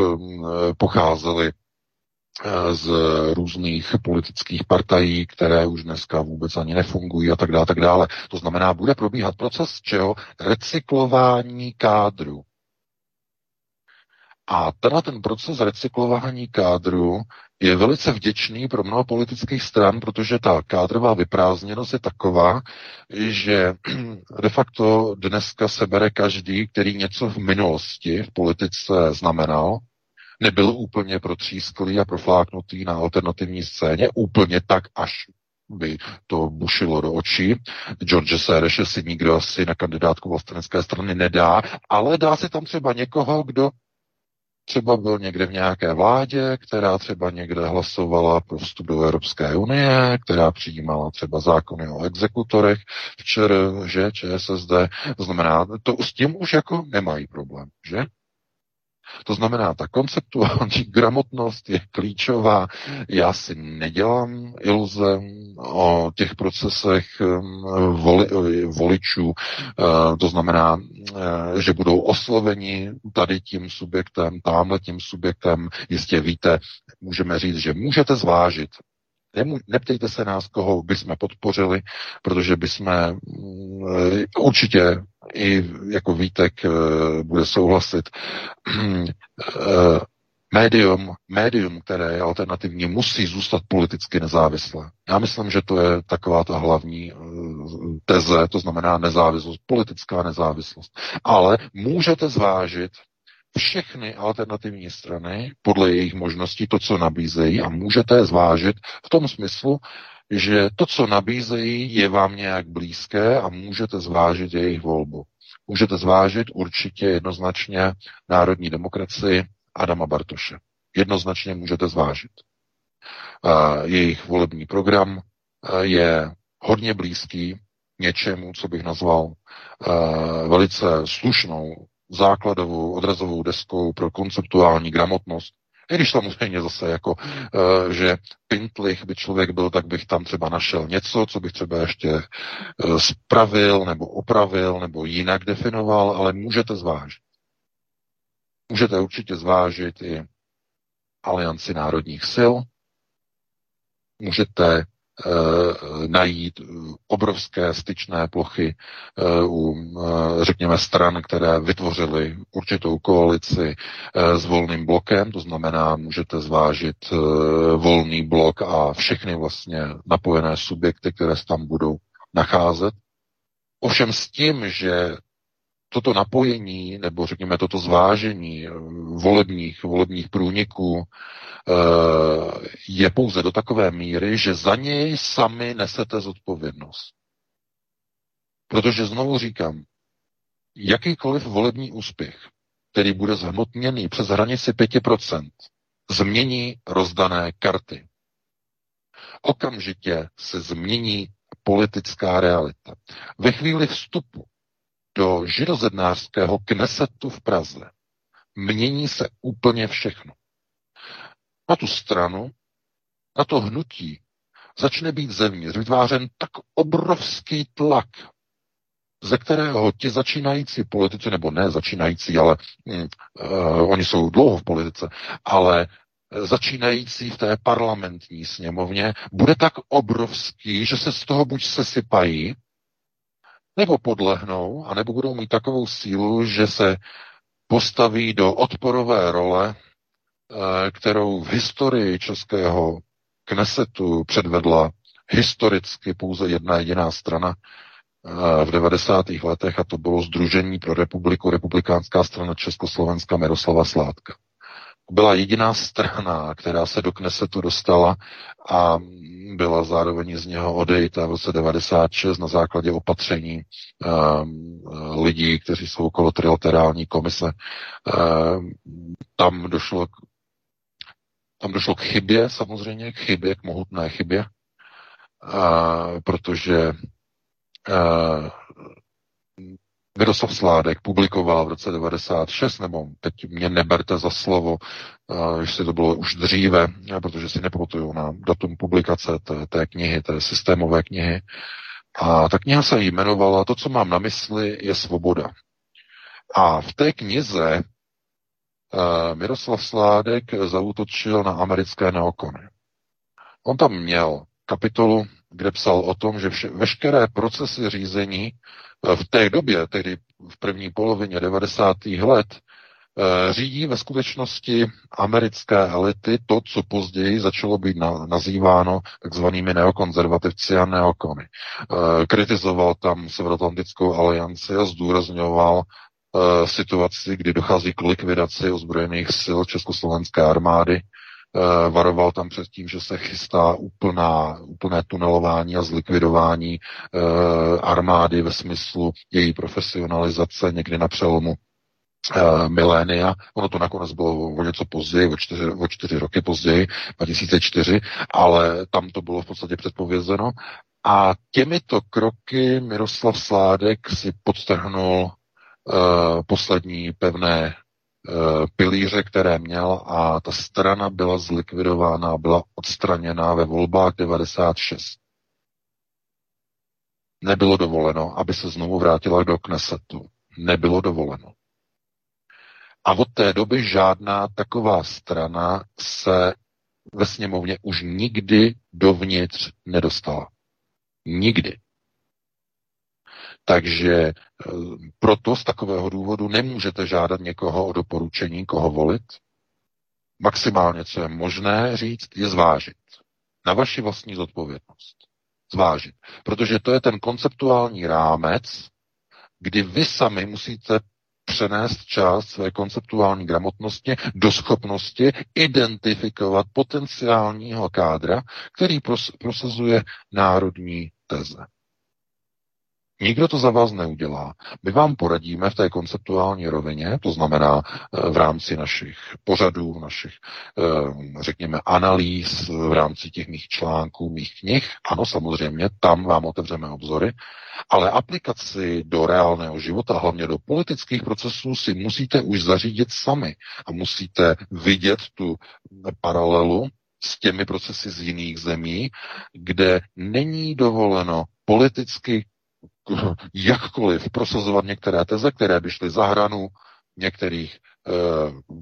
pocházeli z různých politických partají, které už dneska vůbec ani nefungují a tak dále, tak dále. To znamená, bude probíhat proces čeho? Recyklování kádru. A tenhle ten proces recyklování kádru je velice vděčný pro mnoho politických stran, protože ta kádrová vyprázdněnost je taková, že de facto dneska se bere každý, který něco v minulosti v politice znamenal, nebyl úplně protřísklý a profláknutý na alternativní scéně, úplně tak, až by to bušilo do očí. George Soreše si nikdo asi na kandidátku vlastenecké strany nedá, ale dá si tam třeba někoho, kdo třeba byl někde v nějaké vládě, která třeba někde hlasovala pro vstup do Evropské unie, která přijímala třeba zákony o exekutorech včera, že ČSSD, to znamená, to s tím už jako nemají problém, že? To znamená, ta konceptuální gramotnost je klíčová. Já si nedělám iluze o těch procesech voli, voličů. To znamená, že budou osloveni tady tím subjektem, tamhle tím subjektem. Jistě víte, můžeme říct, že můžete zvážit. Neptejte se nás, koho bychom podpořili, protože bychom určitě i jako Vítek bude souhlasit. Médium, médium, které je alternativní, musí zůstat politicky nezávislé. Já myslím, že to je taková ta hlavní teze, to znamená nezávislost, politická nezávislost. Ale můžete zvážit všechny alternativní strany podle jejich možností, to, co nabízejí, a můžete je zvážit v tom smyslu, že to, co nabízejí, je vám nějak blízké a můžete zvážit jejich volbu. Můžete zvážit určitě jednoznačně národní demokracii Adama Bartoše. Jednoznačně můžete zvážit. Jejich volební program je hodně blízký něčemu, co bych nazval velice slušnou základovou odrazovou deskou pro konceptuální gramotnost. I když samozřejmě zase jako, že pintlich by člověk byl, tak bych tam třeba našel něco, co bych třeba ještě spravil nebo opravil nebo jinak definoval, ale můžete zvážit. Můžete určitě zvážit i Alianci národních sil, můžete najít obrovské styčné plochy u, řekněme, stran, které vytvořily určitou koalici s volným blokem, to znamená, můžete zvážit volný blok a všechny vlastně napojené subjekty, které se tam budou nacházet. Ovšem s tím, že toto napojení, nebo řekněme toto zvážení volebních, volebních průniků je pouze do takové míry, že za něj sami nesete zodpovědnost. Protože znovu říkám, jakýkoliv volební úspěch, který bude zhmotněný přes hranici pět procent, změní rozdané karty. Okamžitě se změní politická realita. Ve chvíli vstupu do židozednářského knesetu v Praze mění se úplně všechno. Na tu stranu, na to hnutí začne být zevnitř vytvářen tak obrovský tlak, ze kterého ti začínající politici, nebo ne začínající, ale hm, uh, oni jsou dlouho v politice, ale začínající v té parlamentní sněmovně bude tak obrovský, že se z toho buď sesypají, nebo podlehnou, anebo budou mít takovou sílu, že se postaví do odporové role, kterou v historii českého knesetu předvedla historicky pouze jedna jediná strana v devadesátých letech, a to bylo Sdružení pro republiku, republikánská strana Československa Miroslava Sládka. Byla jediná strana, která se do knesetu dostala a byla zároveň z něho odejita v roce devadesát šest na základě opatření um, lidí, kteří jsou okolo trilaterální komise. Um, tam došlo k, tam došlo k chybě, samozřejmě, k chybě, k mohutné chybě, uh, protože uh, Miroslav Sládek publikoval v roce devadesát šest, nebo teď mě neberte za slovo, jestli to bylo už dříve, protože si nepamatuju na datum publikace té, té knihy, té systémové knihy. A ta kniha se jmenovala To, co mám na mysli, je svoboda. A v té knize Miroslav Sládek zaútočil na americké neokony. On tam měl kapitolu, kde psal o tom, že vše, veškeré procesy řízení v té době, tedy v první polovině devadesátých let, řídí ve skutečnosti americké elity to, co později začalo být na, nazýváno takzvanými neokonzervativci a neokony. Kritizoval tam Severoatlantickou alianci a zdůrazňoval situaci, kdy dochází k likvidaci ozbrojených sil československé armády. Varoval tam před tím, že se chystá úplná, úplné tunelování a zlikvidování armády ve smyslu její profesionalizace někdy na přelomu milénia. Ono to nakonec bylo o něco později, o čtyři, o čtyři roky později, dva tisíce čtyři, ale tam to bylo v podstatě předpovězeno. A těmito kroky Miroslav Sládek si podtrhnul uh, poslední pevné uh, pilíře, které měl, a ta strana byla zlikvidována, byla odstraněna ve volbách devadesát šest. Nebylo dovoleno, aby se znovu vrátila do Knesetu. Nebylo dovoleno. A od té doby žádná taková strana se ve sněmovně už nikdy dovnitř nedostala. Nikdy. Takže proto z takového důvodu nemůžete žádat někoho o doporučení, koho volit. Maximálně, co je možné říct, je zvážit. Na vaši vlastní zodpovědnost. Zvážit. Protože to je ten konceptuální rámec, kdy vy sami musíte přenést část své konceptuální gramotnosti do schopnosti identifikovat potenciálního kádra, který pros- prosazuje národní teze. Nikdo to za vás neudělá. My vám poradíme v té konceptuální rovině, to znamená v rámci našich pořadů, našich, řekněme, analýz, v rámci těch mých článků, mých knih. Ano, samozřejmě, tam vám otevřeme obzory, ale aplikaci do reálného života, hlavně do politických procesů, si musíte už zařídit sami a musíte vidět tu paralelu s těmi procesy z jiných zemí, kde není dovoleno politicky jakkoliv prosazovat některé teze, které by šly za hranu některých eh,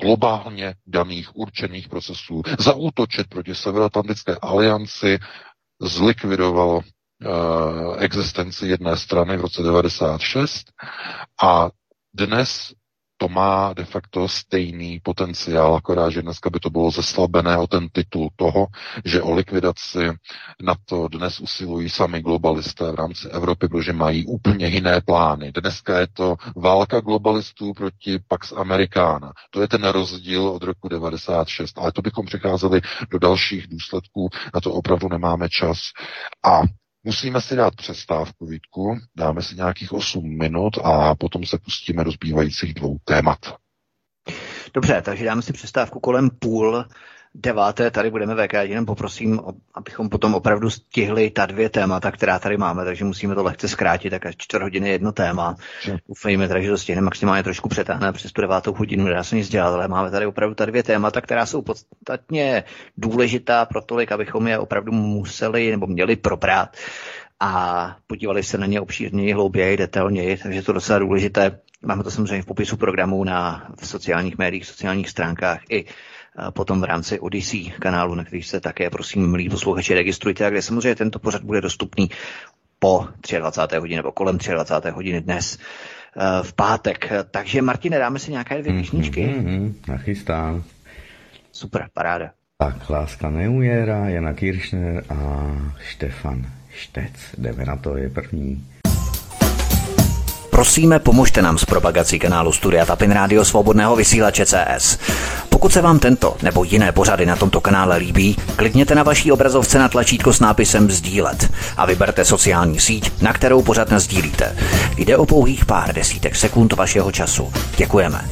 globálně daných určených procesů, zaútočit proti Severoatlantické alianci zlikvidovalo uh, existenci jedné strany v roce devadesát šest a dnes to má de facto stejný potenciál, akorát, že dneska by to bylo zeslabené o ten titul toho, že o likvidaci na to dnes usilují sami globalisté v rámci Evropy, protože mají úplně jiné plány. Dneska je to válka globalistů proti Pax Americana. To je ten rozdíl od roku devadesát šest, ale to bychom přecházeli do dalších důsledků, na to opravdu nemáme čas. A musíme si dát přestávku, Vítku, dáme si nějakých osm minut a potom se pustíme do zbývajících dvou témat. Dobře, takže dáme si přestávku kolem půl deváté, tady budeme V K, jenom poprosím, abychom potom opravdu stihli ta dvě témata, která tady máme, takže musíme to lehce zkrátit, tak až čtvrt hodiny jedno téma. Doufejme, takže to stihne maximálně trošku přetáhne přes tu devátou hodinu, nedá se nic dělat, ale máme tady opravdu ta dvě témata, která jsou podstatně důležitá pro tolik, abychom je opravdu museli nebo měli probrat a podívali se na ně obšírněji, hlouběji, detailněji, takže to je docela důležité. Máme to samozřejmě v popisu programu na v sociálních médiích, sociálních stránkách i potom v rámci Odyssey kanálu, na který se také, prosím, milí posluchači, registrujte, a kde samozřejmě tento pořad bude dostupný po dvacáté třetí hodině nebo kolem dvacáté třetí hodiny dnes v pátek. Takže, Martine, dáme si nějaké dvě písničky. Mm, mm, mm, nachystám. Super, paráda. Tak, Láska neumírá, Jana Kiršner a Štefan Štec. Jdeme na to, je první. Prosíme, pomožte nám s propagací kanálu Studia Tapin Rádio Svobodného vysílače C S. Pokud se vám tento nebo jiné pořady na tomto kanále líbí, klikněte na vaší obrazovce na tlačítko s nápisem sdílet a vyberte sociální síť, na kterou pořad nasdílíte. Jde o pouhých pár desítek sekund vašeho času. Děkujeme.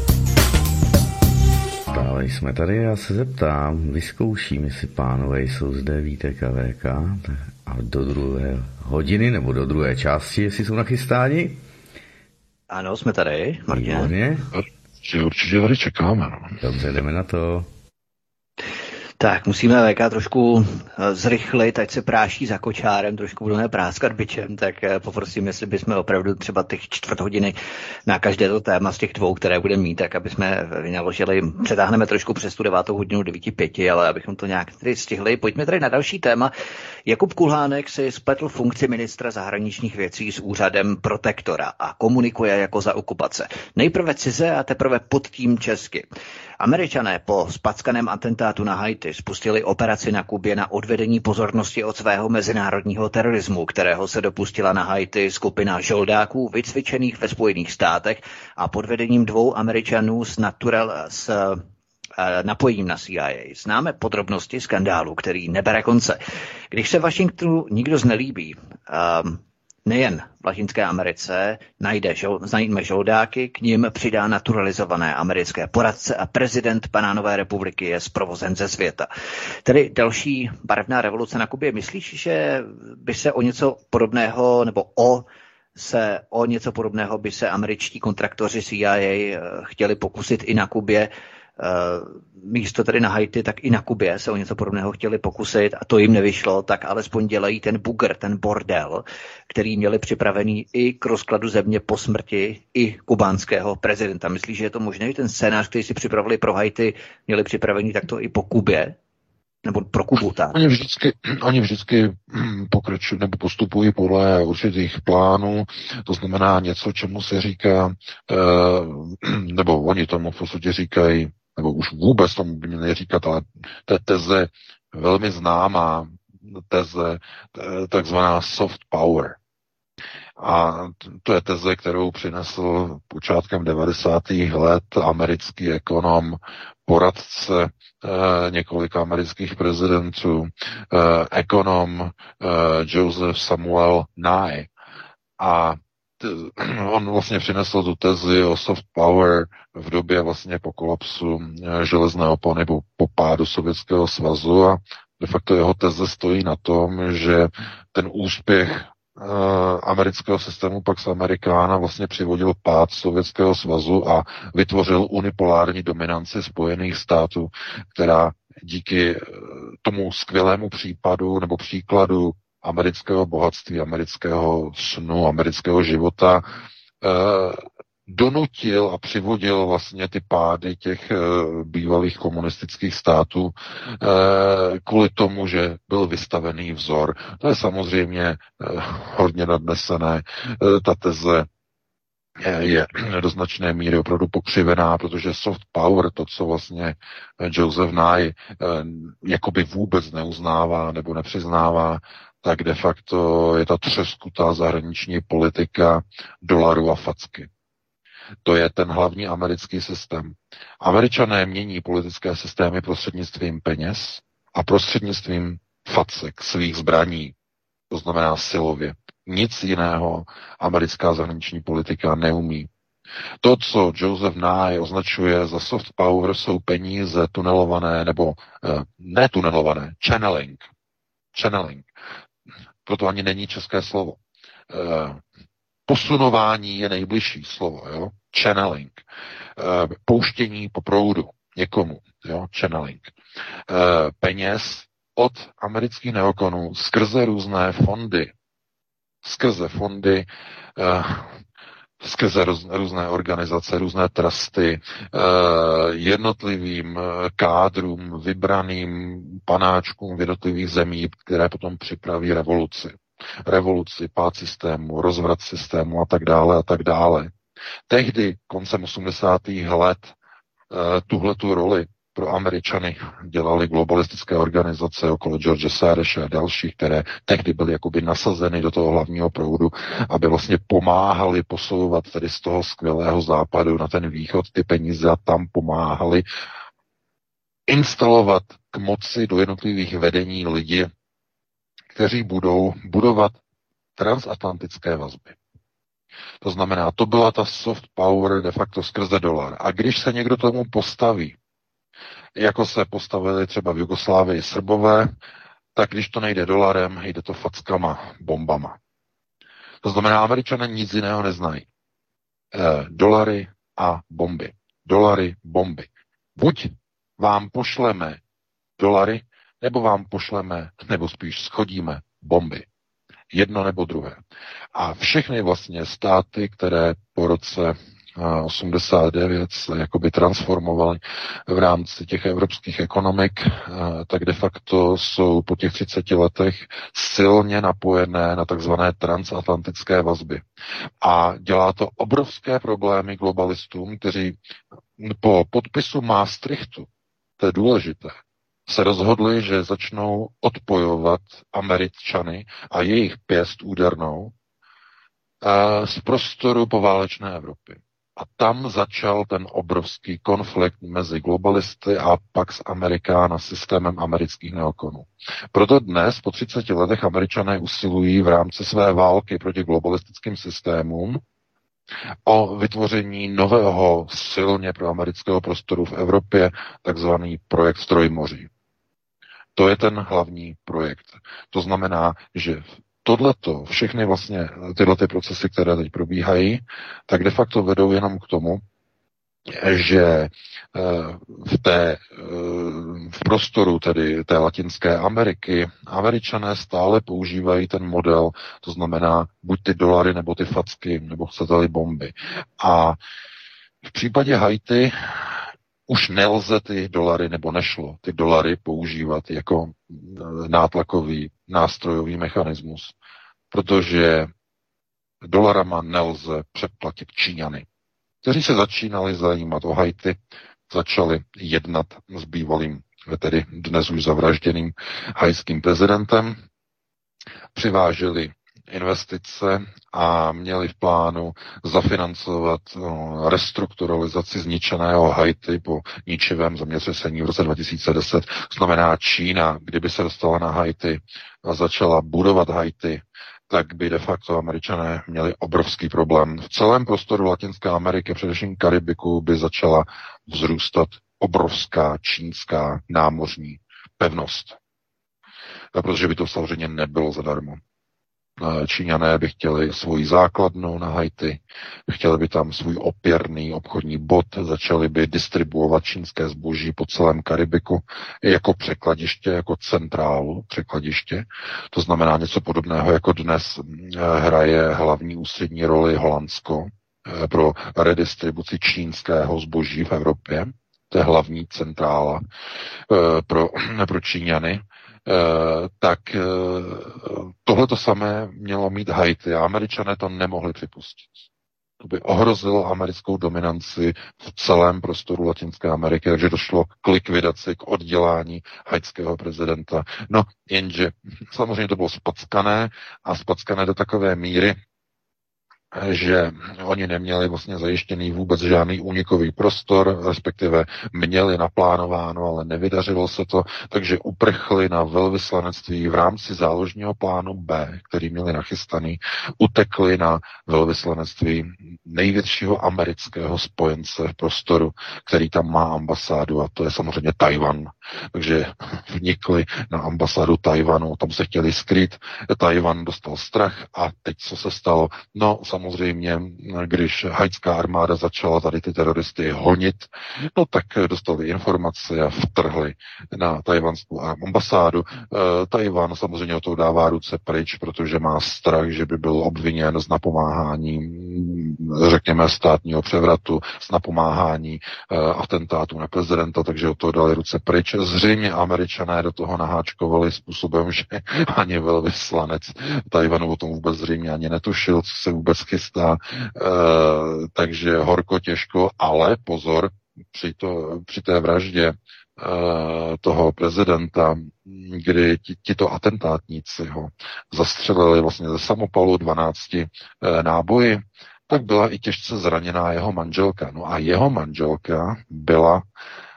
Dále jsme tady, já se zeptám, vyzkouším, jestli pánové jsou zde, Vítek a V K, a do druhé hodiny nebo do druhé části, jestli jsou nachystáni. Ano, jsme tady, Martine. Výborně. Že určitě tady čekáme. No. Dobře, jdeme na to. Tak, musíme V K trošku zrychlit, ať se práší za kočárem, trošku budeme práskat bičem, tak poprosím, jestli bychom opravdu třeba těch čtvrt hodiny na každé to téma z těch dvou, které budeme mít, tak aby jsme vynaložili, přetáhneme trošku přes tu devátou hodinu devět pět, ale abychom to nějak tady stihli. Pojďme tady na další téma. Jakub Kulhánek si spletl funkci ministra zahraničních věcí s úřadem protektora a komunikuje jako za okupace. Nejprve cize a teprve pod tím česky. Američané po spackaném atentátu na Haiti spustili operaci na Kubě na odvedení pozornosti od svého mezinárodního terorismu, kterého se dopustila na Haiti skupina žoldáků vycvičených ve Spojených státech a pod vedením dvou Američanů s Natural s napojím na C I A. Známe podrobnosti skandálu, který nebere konce. Když se Washingtonu nikdo znelíbí, um, nejen v Latinské Americe najde žol, najdeme žoldáky, k nim přidá naturalizované americké poradce a prezident Banánové republiky je zprovozen ze světa. Tedy další barevná revoluce na Kubě. Myslíš, že by se o něco podobného, nebo o se o něco podobného by se američtí kontraktoři C I A chtěli pokusit i na Kubě? Místo tady na Haiti, tak i na Kubě se o něco podobného chtěli pokusit a to jim nevyšlo, tak alespoň dělají ten bugr, ten bordel, který měli připravený i k rozkladu země po smrti i kubánského prezidenta. Myslíš, že je to možné, ten scénář, který si připravili pro Haiti, měli připravený takto i po Kubě? Nebo pro Kubu, tak? Oni vždycky, oni vždycky pokračují nebo postupují podle určitých plánů, to znamená něco, čemu se říká, nebo oni tomu v podstatě říkají, nebo už vůbec tomu by měli říkat, ale to je teze velmi známá teze, takzvaná soft power. A to je teze, kterou přinesl počátkem devadesátých let americký ekonom, poradce eh, několika amerických prezidentů, eh, ekonom eh, Joseph Samuel Nye. A t- on vlastně přinesl tu tezi o soft power v době vlastně po kolapsu eh, železné opony, po, po pádu Sovětského svazu a de facto jeho teze stojí na tom, že ten úspěch amerického systému Pax Americana vlastně přivodil pád Sovětského svazu a vytvořil unipolární dominanci Spojených států, která díky tomu skvělému případu nebo příkladu amerického bohatství, amerického snu, amerického života donutil a přivodil vlastně ty pády těch e, bývalých komunistických států e, kvůli tomu, že byl vystavený vzor. To je samozřejmě e, hodně nadnesené. E, ta teze je do značné míry opravdu pokřivená, protože soft power, to, co vlastně Joseph Nye jakoby vůbec neuznává nebo nepřiznává, tak de facto je ta třeskutá zahraniční politika dolaru a facky. To je ten hlavní americký systém. Američané mění politické systémy prostřednictvím peněz a prostřednictvím facek, svých zbraní, to znamená silově. Nic jiného americká zahraniční politika neumí. To, co Joseph Nye označuje za soft power, jsou peníze tunelované, nebo eh, netunelované, channeling. Channeling. Proto ani není české slovo. Eh, posunování je nejbližší slovo, jo? Channeling. Eh, pouštění po proudu někomu, jo? Channeling. Eh, peněz od amerických neokonů skrze různé fondy, skrze fondy, eh, skrze roz, různé organizace, různé trusty, eh, jednotlivým kádrům, vybraným panáčkům v jednotlivých zemí, které potom připraví revoluci. Revoluci, pád systému, rozvrat systému a tak dále a tak dále. Tehdy koncem osmdesátých let eh, tuhletu roli pro Američany dělali globalistické organizace okolo George Soreše a dalších, které tehdy byly jakoby nasazeny do toho hlavního proudu, aby vlastně pomáhali posouvat tedy z toho skvělého západu na ten východ ty peníze a tam pomáhali instalovat k moci do jednotlivých vedení lidi, kteří budou budovat transatlantické vazby. To znamená, to byla ta soft power de facto skrze dolar. A když se někdo tomu postaví, jako se postavili třeba v Jugoslávii Srbové, tak když to nejde dolarem, jde to fackama, bombama. To znamená, Američané nic jiného neznají. E, dolary a bomby. Dolary, bomby. Buď vám pošleme dolary, nebo vám pošleme, nebo spíš schodíme bomby. Jedno nebo druhé. A všechny vlastně státy, které po roce osmdesát devět se jakoby transformovaly v rámci těch evropských ekonomik, tak de facto jsou po těch třiceti letech silně napojené na takzvané transatlantické vazby. A dělá to obrovské problémy globalistům, kteří po podpisu Maastrichtu, to je důležité, se rozhodli, že začnou odpojovat Američany a jejich pěst údernou z prostoru poválečné Evropy. A tam začal ten obrovský konflikt mezi globalisty a Pax Americana, systémem amerických neokonů. Proto dnes, po třiceti letech, Američané usilují v rámci své války proti globalistickým systémům o vytvoření nového silně pro amerického prostoru v Evropě, takzvaný projekt Trojmoří. To je ten hlavní projekt. To znamená, že tohleto, všechny vlastně tyhle ty procesy, které teď probíhají, tak de facto vedou jenom k tomu, že v, té, v prostoru tedy té Latinské Ameriky Američané stále používají ten model, to znamená buď ty dolary, nebo ty facky, nebo chcete-li bomby. A v případě Haiti už nelze ty dolary, nebo nešlo ty dolary používat jako nátlakový nástrojový mechanismus, protože dolarama nelze přeplatit Číňany, kteří se začínali zajímat o Haiti, začali jednat s bývalým, tedy dnes už zavražděným haitským prezidentem, přiváželi investice a měli v plánu zafinancovat no, restrukturalizaci zničeného Haiti po ničivém zemětřesení v roce dva tisíce deset. To znamená, Čína, kdyby se dostala na Haiti a začala budovat Haiti, tak by de facto Američané měli obrovský problém. V celém prostoru Latinské Ameriky, především Karibiku, by začala vzrůstat obrovská čínská námořní pevnost. A protože by to samozřejmě nebylo zadarmo. Číňané by chtěli svoji základnu na Haiti, chtěli by tam svůj opěrný obchodní bod, začali by distribuovat čínské zboží po celém Karibiku jako překladiště, jako centrálu překladiště. To znamená něco podobného, jako dnes hraje hlavní ústřední roli Holandsko pro redistribuci čínského zboží v Evropě. To je hlavní centrála pro, pro Číňany. Tak tohle to samé mělo mít Haiti a Američané to nemohli připustit. To by ohrozilo americkou dominanci v celém prostoru Latinské Ameriky, takže došlo k likvidaci, k oddělání haitského prezidenta. No, jenže samozřejmě to bylo spackané a spackané do takové míry, že oni neměli vlastně zajištěný vůbec žádný únikový prostor, respektive měli naplánováno, ale nevydařilo se to, takže uprchli na velvyslanectví v rámci záložního plánu B, který měli nachystaný, utekli na velvyslanectví největšího amerického spojence v prostoru, který tam má ambasádu, a to je samozřejmě Tajvan. Takže vnikli na ambasádu Tajvanu, tam se chtěli skrýt, Tajvan dostal strach a teď co se stalo? No, samozřejmě, když haitská armáda začala tady ty teroristy honit, no tak dostali informace a vtrhli na tajvanskou ambasádu. E, Tajvan samozřejmě o to dává ruce pryč, protože má strach, že by byl obviněn z napomáhání, řekněme, státního převratu, z napomáhání e, atentátu na prezidenta, takže o to dali ruce pryč. Zřejmě Američané do toho naháčkovali způsobem, že ani velvyslanec Tajvanu o tom vůbec zřejmě ani netušil, co se vůbec chystá, e, takže horko těžko, ale pozor, při, to, při té vraždě e, toho prezidenta, kdy ti, tito atentátníci ho zastřelili vlastně ze samopalu dvanácti e, náboji, tak byla i těžce zraněná jeho manželka. No a jeho manželka byla e,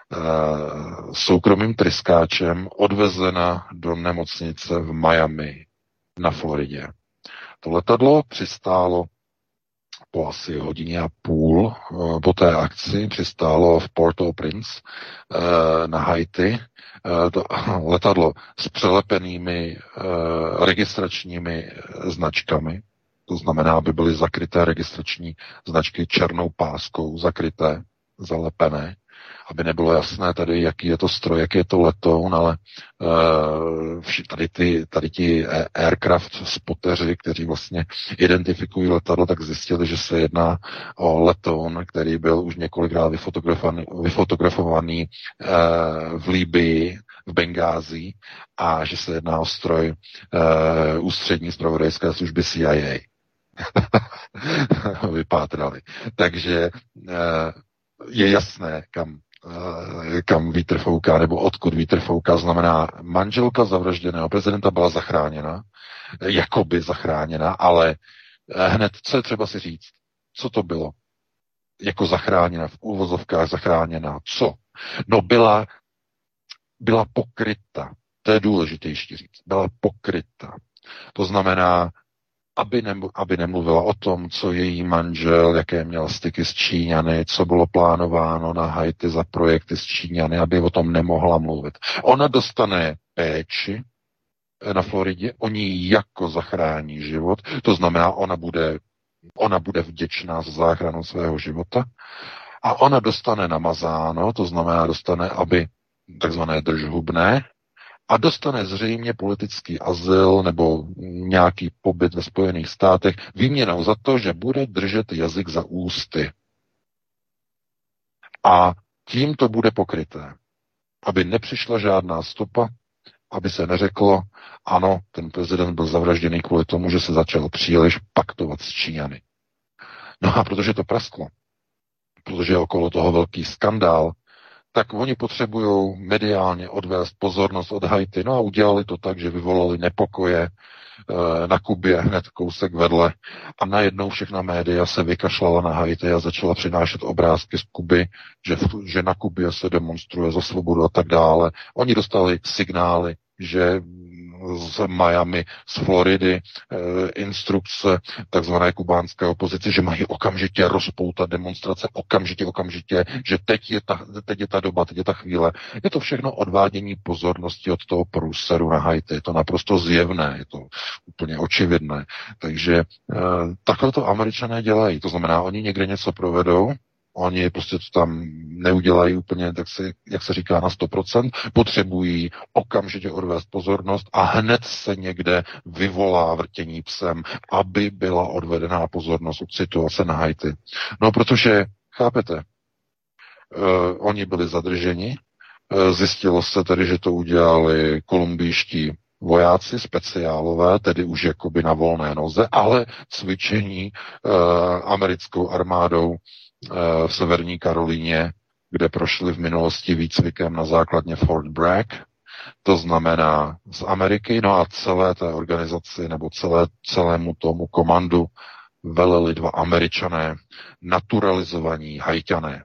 soukromým tryskáčem odvezena do nemocnice v Miami na Floridě. To letadlo přistálo po asi hodině a půl po té akci, přistálo v Port-au-Prince na Haiti. To letadlo s přelepenými registračními značkami, to znamená, aby byly zakryté registrační značky černou páskou, zakryté, zalepené, aby nebylo jasné tady, jaký je to stroj, jaký je to letoun, ale uh, tady, ty, tady ti aircraft spoteři, kteří vlastně identifikují letadlo, tak zjistili, že se jedná o letoun, který byl už několikrát vyfotografovaný, vyfotografovaný uh, v Libyi, v Bengází, a že se jedná o stroj uh, ústřední zpravodajské služby C I A. Vypátrali. Takže uh, je jasné, kam, kam vítr fouká, nebo odkud vítr fouká, znamená, manželka zavražděného prezidenta byla zachráněna, jakoby zachráněna, ale hned, co je třeba si říct, co to bylo? Jako zachráněna, v úvozovkách zachráněna, co? No byla, byla pokryta, to je důležitější říct, byla pokryta. To znamená, Aby, ne, aby nemluvila o tom, co její manžel, jaké měl styky s Číňany, co bylo plánováno na Haiti za projekty s Číňany, aby o tom nemohla mluvit. Ona dostane péči na Floridě, oni jí jako zachrání život, to znamená, ona bude, ona bude vděčná za záchranu svého života a ona dostane namazáno, to znamená, dostane, aby takzvané držhubné, a dostane zřejmě politický azyl nebo nějaký pobyt ve Spojených státech výměnou za to, že bude držet jazyk za ústy. A tím to bude pokryté. Aby nepřišla žádná stopa, aby se neřeklo, ano, ten prezident byl zavražděný kvůli tomu, že se začal příliš paktovat s Číňany. No a protože to prasklo, protože je okolo toho velký skandál, tak oni potřebují mediálně odvést pozornost od Haiti. No a udělali to tak, že vyvolali nepokoje e, na Kubě hned kousek vedle a najednou všechna média se vykašlala na Haiti a začala přinášet obrázky z Kuby, že, že na Kubě se demonstruje za svobodu a tak dále. Oni dostali signály, že z Miami, z Floridy, e, instrukce takzvané kubánské opozice, že mají okamžitě rozpoutat demonstrace, okamžitě, okamžitě, že teď je, ta, teď je ta doba, teď je ta chvíle. Je to všechno odvádění pozornosti od toho průseru na Haiti. Je to naprosto zjevné, je to úplně očividné. Takže e, takhle to Američané dělají. To znamená, oni někde něco provedou, Oni prostě to tam neudělají úplně, tak se, jak se říká, na sto procent. Potřebují okamžitě odvést pozornost a hned se někde vyvolá vrtění psem, aby byla odvedená pozornost od situace na Haiti. No, protože, chápete, uh, oni byli zadrženi, uh, zjistilo se tedy, že to udělali kolumbijští vojáci, speciálové, tedy už jakoby na volné noze, ale cvičení uh, americkou armádou v Severní Karolíně, kde prošli v minulosti výcvikem na základně Fort Bragg, to znamená z Ameriky, no a celé té organizaci nebo celé, celému tomu komandu veleli dva Američané, naturalizovaní Haitiané.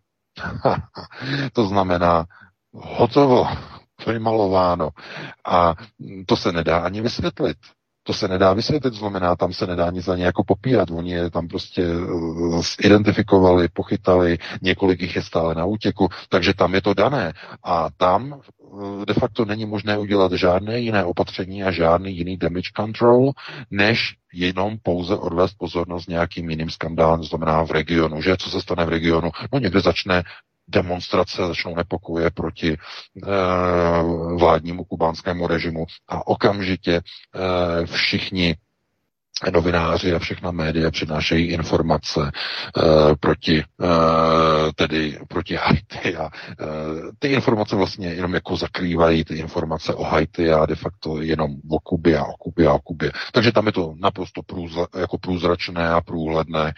To znamená hotovo, vymalováno. A to se nedá ani vysvětlit. To se nedá vysvětlit, znamená, tam se nedá nic ani jako popírat. Oni je tam prostě identifikovali, pochytali, několik jich je stále na útěku, takže tam je to dané. A tam de facto není možné udělat žádné jiné opatření a žádný jiný damage control, než jenom pouze odvést pozornost nějakým jiným skandálem, to znamená v regionu. Že co se stane v regionu? No někde začne demonstrace, začnou nepokoje proti e, vládnímu kubánskému režimu a okamžitě e, všichni novináři a všechna média přinášejí informace e, proti, e, tedy proti Haiti a e, ty informace vlastně jenom jako zakrývají ty informace o Haiti a de facto jenom o Kubě a o Kubě a o Kubě. Takže tam je to naprosto průzra, jako průzračné a průhledné. E,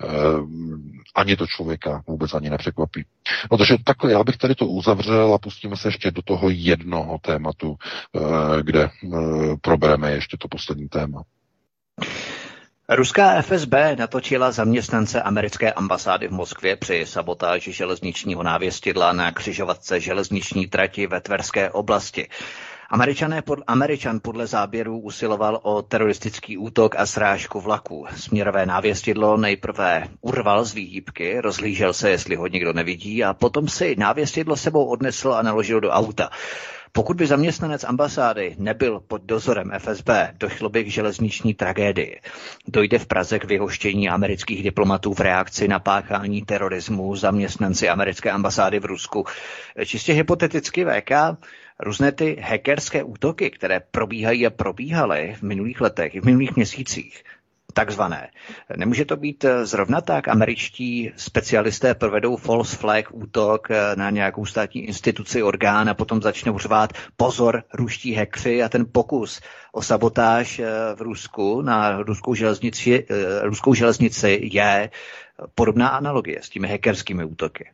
ani to člověka vůbec ani nepřekvapí. No takže takhle, já bych tady to uzavřel a pustíme se ještě do toho jednoho tématu, e, kde e, probereme ještě to poslední téma. Ruská F S B natočila zaměstnance americké ambasády v Moskvě při sabotáži železničního návěstidla na křižovatce železniční trati ve Tverské oblasti. Američané pod, Američan podle záběrů usiloval o teroristický útok a srážku vlaku. Směrové návěstidlo nejprve urval z výhýbky, rozhlížel se, jestli ho nikdo nevidí, a potom si návěstidlo sebou odnesl a naložil do auta. Pokud by zaměstnanec ambasády nebyl pod dozorem F S B, došlo by k železniční tragédii. Dojde v Praze k vyhoštění amerických diplomatů v reakci na páchání terorismu zaměstnanci americké ambasády v Rusku. Čistě hypoteticky V K, různé ty hackerské útoky, které probíhají a probíhaly v minulých letech, v minulých měsících, takzvané. Nemůže to být zrovna tak? Američtí specialisté provedou false flag útok na nějakou státní instituci, orgán a potom začnou řvát pozor, ruští hackři, a ten pokus o sabotáž v Rusku na ruskou železnici, ruskou železnici je podobná analogie s těmi hackerskými útoky.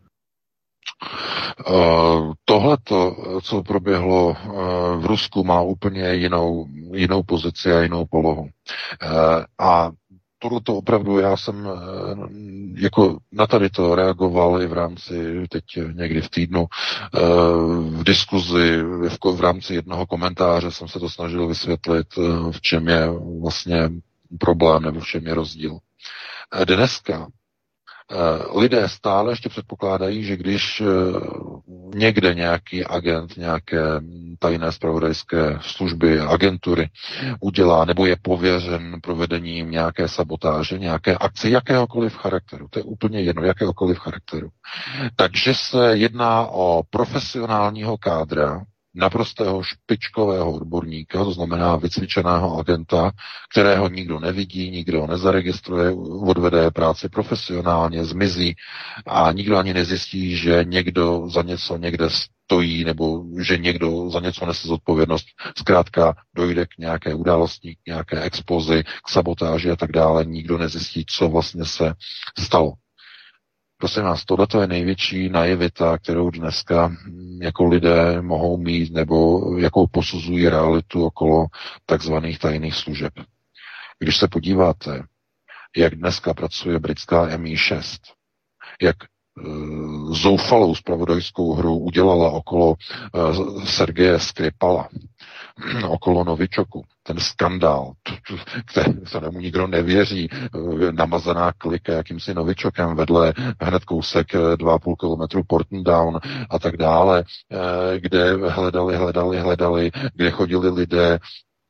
Uh, tohleto, co proběhlo uh, v Rusku, má úplně jinou, jinou pozici a jinou polohu. Uh, a tohleto opravdu já jsem uh, jako na tady to reagoval i v rámci teď někdy v týdnu uh, v diskuzi, v, v rámci jednoho komentáře jsem se to snažil vysvětlit, uh, v čem je vlastně problém nebo v čem je rozdíl. Uh, dneska lidé stále ještě předpokládají, že když někde nějaký agent, nějaké tajné zpravodajské služby, agentury udělá nebo je pověřen provedením nějaké sabotáže, nějaké akce jakéhokoliv charakteru, to je úplně jedno, jakéhokoliv charakteru, takže se jedná o profesionálního kádra, naprostého špičkového odborníka, to znamená vycvičeného agenta, kterého nikdo nevidí, nikdo ho nezaregistruje, odvede práci profesionálně, zmizí a nikdo ani nezjistí, že někdo za něco někde stojí nebo že někdo za něco nese zodpovědnost. Zkrátka dojde k nějaké události, k nějaké expozi, k sabotáži a tak dále. Nikdo nezjistí, co vlastně se stalo. Prosím vás, tohleto je největší naivita, kterou dneska jako lidé mohou mít nebo jakou posuzují realitu okolo takzvaných tajných služeb. Když se podíváte, jak dneska pracuje britská M I šest, jak e, zoufalou zpravodajskou hru udělala okolo e, Sergeje Skripala, okolo Novičoku, ten skandál, kterému nikdo nevěří, namazaná klika jakýmsi Novičokem vedle hned kousek dva a půl kilometru Porton Down a tak dále, kde hledali, hledali, hledali, kde chodili lidé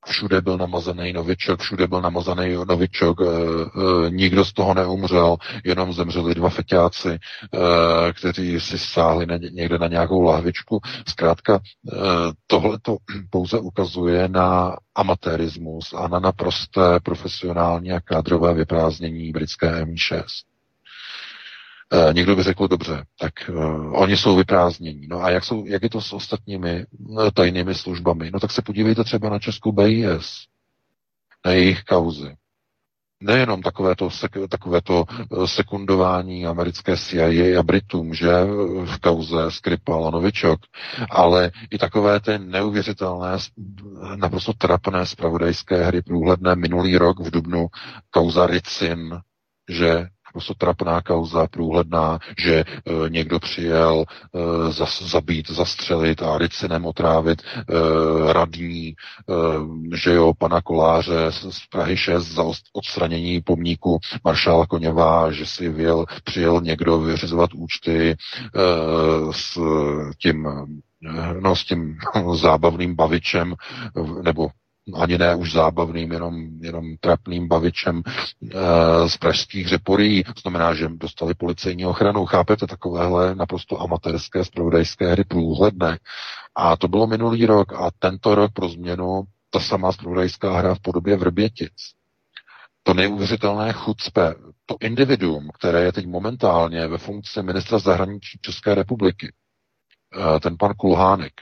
Všude byl namazaný novičok, všude byl namazaný novičok, e, e, nikdo z toho neumřel, jenom zemřeli dva feťáci, e, kteří si sáhli na, někde na nějakou lahvičku. Zkrátka, e, tohle to pouze ukazuje na amatérismus a na naprosté profesionální a kádrové vyprázdnění britské em í šest. E, někdo by řekl, dobře, tak e, oni jsou vyprázdnění. No a jak, jsou, jak je to s ostatními e, tajnými službami? No tak se podívejte třeba na českou bé í es, na jejich kauzy. Nejenom takovéto, sek, takovéto sekundování americké C I A a Britům, že v kauze Skripal a Novičok, ale i takové ty neuvěřitelné, naprosto trapné zpravodajské hry průhledné minulý rok v dubnu, kauza Ricin, že prostě trapná kauza, průhledná, že e, někdo přijel e, zas, zabít, zastřelit a Ricinem otrávit e, radní, e, že jo, pana Koláře z, z Prahy šest za odstranění pomníku maršála Koněva, že si vyjel, přijel někdo vyřizovat účty e, s tím no s tím zábavným bavičem, nebo ani ne už zábavným, jenom, jenom trapným bavičem e, z pražských Řeporí. To znamená, že dostali policejní ochranu. Chápete, takovéhle naprosto amatérské zpravodajské hry průhledné. A to bylo minulý rok a tento rok pro změnu ta samá zpravodajská hra v podobě Vrbětic. To neuvěřitelné chucpe, to individuum, které je teď momentálně ve funkci ministra zahraničí České republiky, e, ten pan Kulhánek,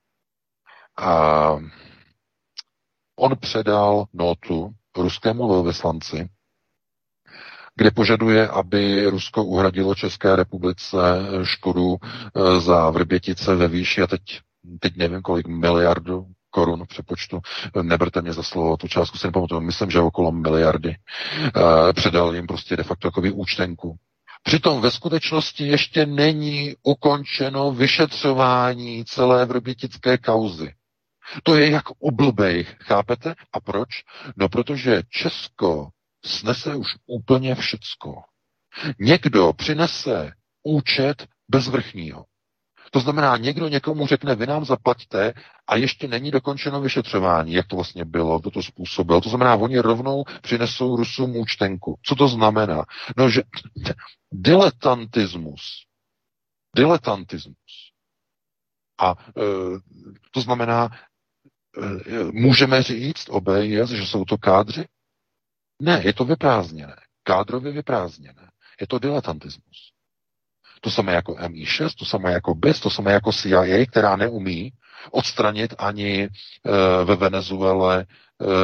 a on předal notu ruskému velvyslanci, kde požaduje, aby Rusko uhradilo České republice škodu za Vrbětice ve výši, a teď, teď nevím kolik, miliardu korun v přepočtu, neberte mě za slovo, tu částku si nepamatuju, myslím, že okolo miliardy. Předal jim prostě de facto takový účtenku. Přitom ve skutečnosti ještě není ukončeno vyšetřování celé vrbětické kauzy. To je jak u blbejch, chápete? A proč? No, protože Česko snese už úplně všecko. Někdo přinese účet bezvrchního. To znamená, někdo někomu řekne, vy nám zaplaťte a ještě není dokončeno vyšetřování, jak to vlastně bylo, kdo to způsobil. To znamená, oni rovnou přinesou Rusům účtenku. Co to znamená? No, že diletantismus. Diletantismus. A e, to znamená, e, můžeme říct o bé í es, že jsou to kádři? Ne, je to vyprázdněné. Kádrově vyprázdněné. Je to diletantismus. To samé jako em í šest, to samé jako bé í es, to samé jako C I A, která neumí odstranit ani e, ve Venezuele e,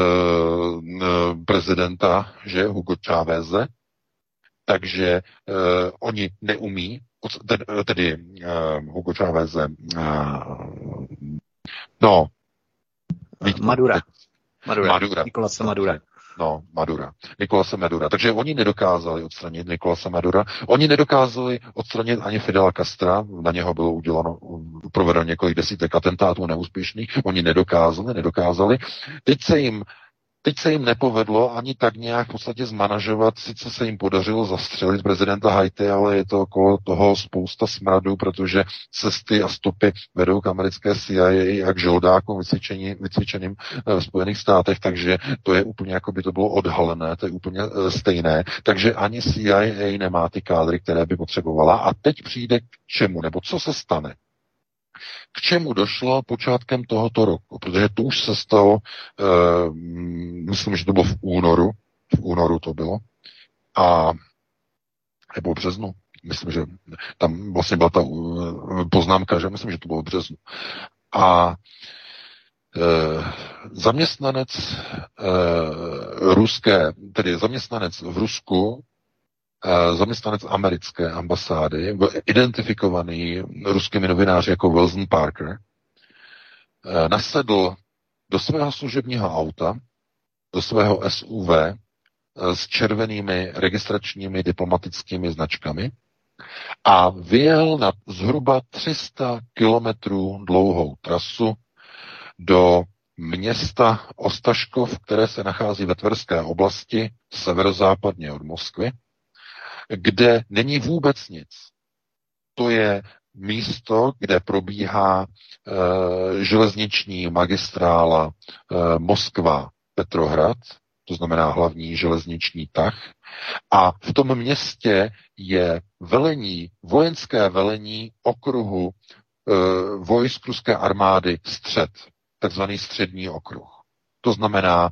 prezidenta, že Hugo Cháveze. Takže e, oni neumí, tedy, tedy e, Hugo Cháveze, e, no, Madura. Madura. Madura. Nicolase Madura. No, Madura. Nicolase Madura. Takže oni nedokázali odstranit Nicolase Madura. Oni nedokázali odstranit ani Fidela Castra. Na něho bylo uděláno, provedeno několik desítek atentátů neúspěšných. Oni nedokázali, nedokázali. Teď se jim Teď se jim nepovedlo ani tak nějak v podstatě zmanažovat, sice se jim podařilo zastřelit prezidenta Haiti, ale je to okolo toho spousta smradu, protože cesty a stopy vedou k americké C I A a k žoldákům vycvičení, vycvičeným v Spojených státech, takže to je úplně, jako by to bylo odhalené, to je úplně stejné. Takže ani C I A nemá ty kádry, které by potřebovala. A teď přijde k čemu, nebo co se stane? K čemu došlo počátkem tohoto roku? Protože to už se stalo, e, myslím, že to bylo v únoru, v únoru to bylo, a nebo v březnu, myslím, že tam vlastně byla ta poznámka, že myslím, že to bylo v březnu. A e, zaměstnanec e, ruské, tedy zaměstnanec v Rusku, zaměstnanec americké ambasády, byl identifikovaný ruskými novináři jako Wilson Parker, nasedl do svého služebního auta, do svého S U V s červenými registračními diplomatickými značkami a vyjel na zhruba tři sta kilometrů dlouhou trasu do města Ostaškov, které se nachází ve Tverské oblasti severozápadně od Moskvy, kde není vůbec nic. To je místo, kde probíhá e, železniční magistrála e, Moskva-Petrohrad, to znamená hlavní železniční tah, a v tom městě je velení, vojenské velení okruhu e, vojsk ruské armády střed, takzvaný střední okruh. To znamená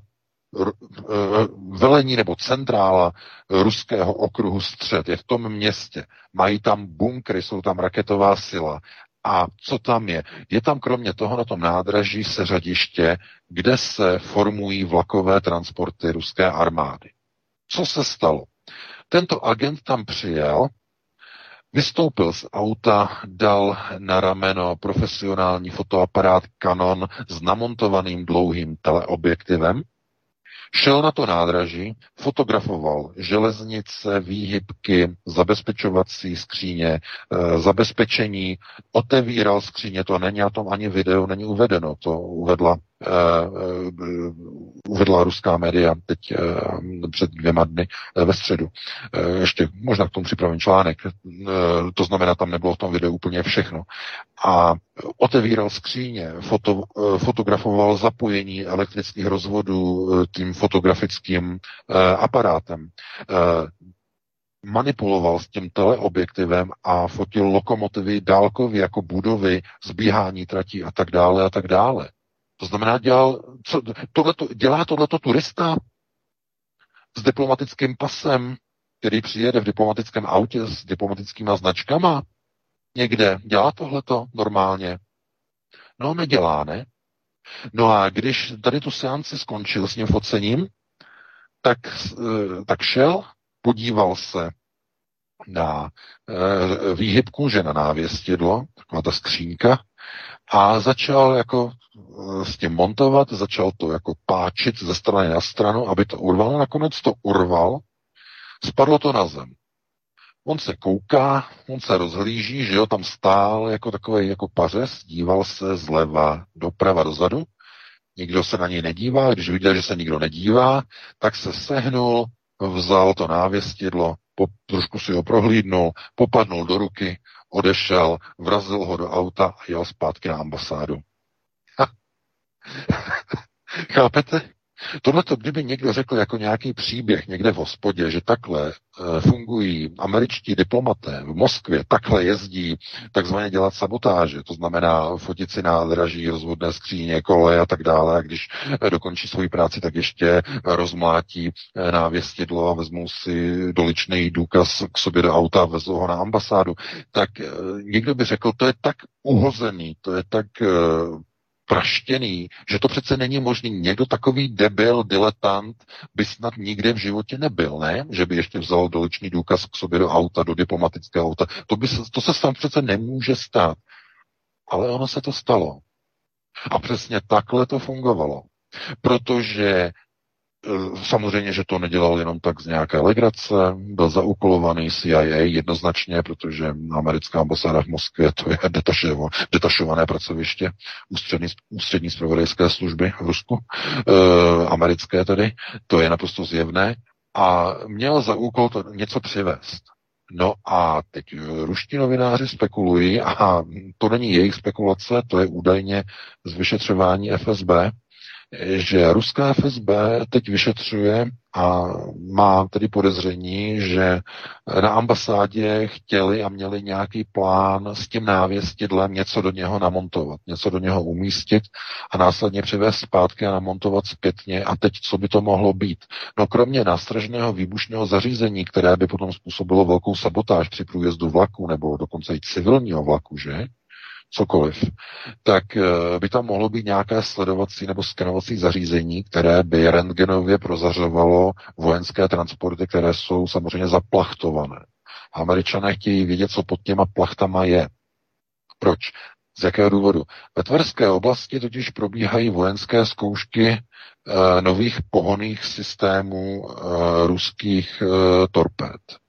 velení nebo centrála ruského okruhu střed je v tom městě. Mají tam bunkry, jsou tam raketová sila. A co tam je? Je tam kromě toho na tom nádraží seřadiště, kde se formují vlakové transporty ruské armády. Co se stalo? Tento agent tam přijel, vystoupil z auta, dal na rameno profesionální fotoaparát Canon s namontovaným dlouhým teleobjektivem, šel na to nádraží, fotografoval železnice, výhybky, zabezpečovací skříně, e, zabezpečení, otevíral skříně, to není na tom ani video, není uvedeno, to uvedla, e, e, uvedla ruská média teď e, před dvěma dny e, ve středu. E, ještě možná k tomu připravím článek, e, to znamená, tam nebylo v tom videu úplně všechno. A otevíral skříně, foto, e, fotografoval zapojení elektrických rozvodů e, tím fotografickým e, aparátem. E, manipuloval s tím teleobjektivem a fotil lokomotivy dálkově jako budovy, zbíhání tratí a tak dále a tak dále. To znamená, dělal, co, tohleto, dělá tohleto turista s diplomatickým pasem, který přijede v diplomatickém autě s diplomatickýma značkama někde. Dělá tohleto normálně? No, nedělá, ne? No a když tady tu seanci skončil s tím focením, tak, tak šel, podíval se na e, výhybku, že na návěstidlo, taková ta skřínka, a začal jako e, s tím montovat, začal to jako páčit ze strany na stranu, aby to urval. Nakonec to urval, spadlo to na zem. On se kouká, on se rozhlíží, že jo, tam stál jako takový jako pařez, díval se zleva, doprava, dozadu. Nikdo se na něj nedívá, když viděl, že se nikdo nedívá, tak se sehnul, vzal to návěstidlo, po, trošku si ho prohlídnul, popadnul do ruky, odešel, vrazil ho do auta a jel zpátky na ambasádu. Chápete? Tohleto, kdyby někdo řekl jako nějaký příběh někde v hospodě, že takhle e, fungují američtí diplomaté v Moskvě, takhle jezdí takzvaně dělat sabotáže, to znamená fotit si nádraží, rozvodné skříně, koleje a tak dále, a když e, dokončí svoji práci, tak ještě rozmlátí e, návěstidlo a vezmou si doličný důkaz k sobě do auta a vezou ho na ambasádu, tak e, někdo by řekl, to je tak uhozený, to je tak e, praštěný, že to přece není možný. Někdo takový debil, diletant by snad nikde v životě nebyl, ne? Že by ještě vzal doličný důkaz k sobě do auta, do diplomatického auta. To, by se, to se tam přece nemůže stát. Ale ono se to stalo. A přesně takhle to fungovalo. Protože samozřejmě, že to nedělal jenom tak z nějaké legrace, byl zaúkolovaný C I A jednoznačně, protože americká ambasáda v Moskvě to je detašovo, detašované pracoviště ústřední, ústřední zpravodajské služby v Rusku, e, americké tedy, to je naprosto zjevné, a měl za úkol to něco přivést. No a teď ruští novináři spekulují, a to není jejich spekulace, to je údajně z vyšetřování F S B, že ruská F S B teď vyšetřuje a má tedy podezření, že na ambasádě chtěli a měli nějaký plán s tím návěstidlem něco do něho namontovat, něco do něho umístit a následně přivést zpátky a namontovat zpětně. A teď, co by to mohlo být? No kromě nástražného výbušného zařízení, které by potom způsobilo velkou sabotáž při průjezdu vlaku nebo dokonce i civilního vlaku, že? Cokoliv, tak by tam mohlo být nějaké sledovací nebo skenovací zařízení, které by rentgenově prozařovalo vojenské transporty, které jsou samozřejmě zaplachtované. Američané chtějí vědět, co pod těma plachtama je. Proč? Z jakého důvodu? Ve Tverské oblasti totiž probíhají vojenské zkoušky e, nových pohonných systémů e, ruských e, torpéd. E,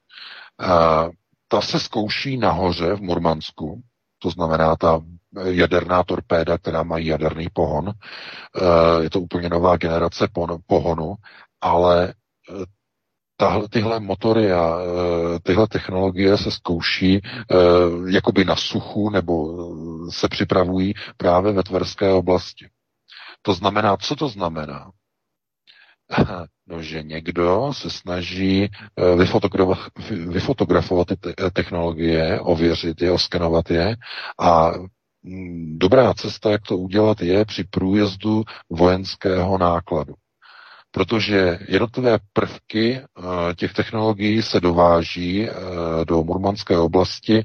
ta se zkouší nahoře v Murmansku, to znamená ta jaderná torpéda, která má jaderný pohon. Je to úplně nová generace pohonu, ale tahle, tyhle motory a tyhle technologie se zkouší jakoby na suchu nebo se připravují právě ve Tverské oblasti. To znamená, co to znamená? No, že někdo se snaží vyfotografovat, vyfotografovat ty technologie, ověřit je, oskenovat je a dobrá cesta, jak to udělat, je při průjezdu vojenského nákladu. Protože jednotlivé prvky těch technologií se dováží do Murmanské oblasti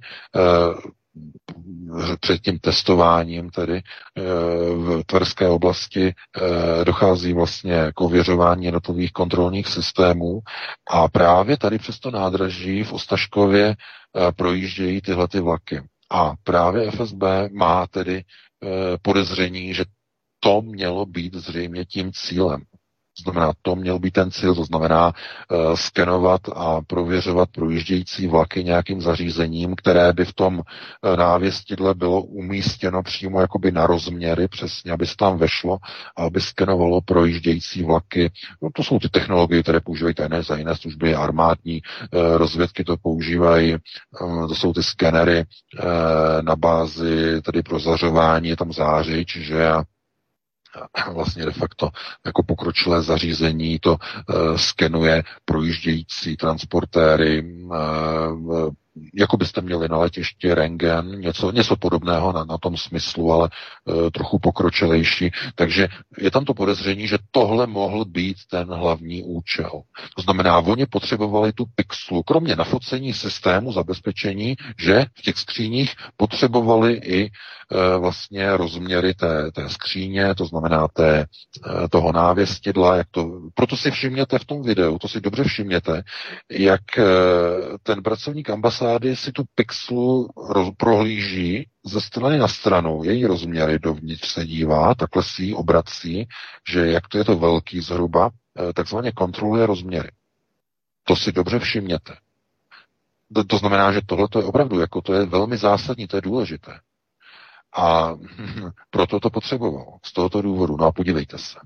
před tím testováním tedy v Tverské oblasti dochází vlastně k ověřování jednotlivých kontrolních systémů a právě tady přes to nádraží v Ostaszkově projíždějí tyhle ty vlaky. A právě F S B má tedy podezření, že to mělo být zřejmě tím cílem. To znamená, to měl být ten cíl, to znamená uh, skenovat a prověřovat projíždějící vlaky nějakým zařízením, které by v tom uh, návěstidle bylo umístěno přímo jakoby na rozměry, přesně, aby se tam vešlo a aby skenovalo projíždějící vlaky. No, to jsou ty technologie, které používají tajné za jiné služby, armádní uh, rozvědky to používají, uh, to jsou ty skenery uh, na bázi tedy pro zařování, je tam zářič, že vlastně de facto jako pokročilé zařízení to uh, skenuje projíždějící transportéry, uh, jako byste měli na letišti rentgen, něco, něco podobného na, na tom smyslu, ale uh, trochu pokročilejší. Takže je tam to podezření, že tohle mohl být ten hlavní účel. To znamená, oni potřebovali tu pixelu, kromě nafocení systému zabezpečení, že v těch skříních potřebovali i uh, vlastně rozměry té, té skříně, to znamená té, uh, toho návěstidla, jak to, proto si všimněte v tom videu, to si dobře všimněte, jak uh, ten pracovník ambasády si tu pixelu roz, prohlíží ze strany na stranu, její rozměry dovnitř se dívá, takhle si ji obrací, že jak to je to velký zhruba, takzvaně kontroluje rozměry. To si dobře všimněte. To, to znamená, že tohle je opravdu, jako to je velmi zásadní, to je důležité. A hm, proto to potřeboval, z tohoto důvodu. No a podívejte se.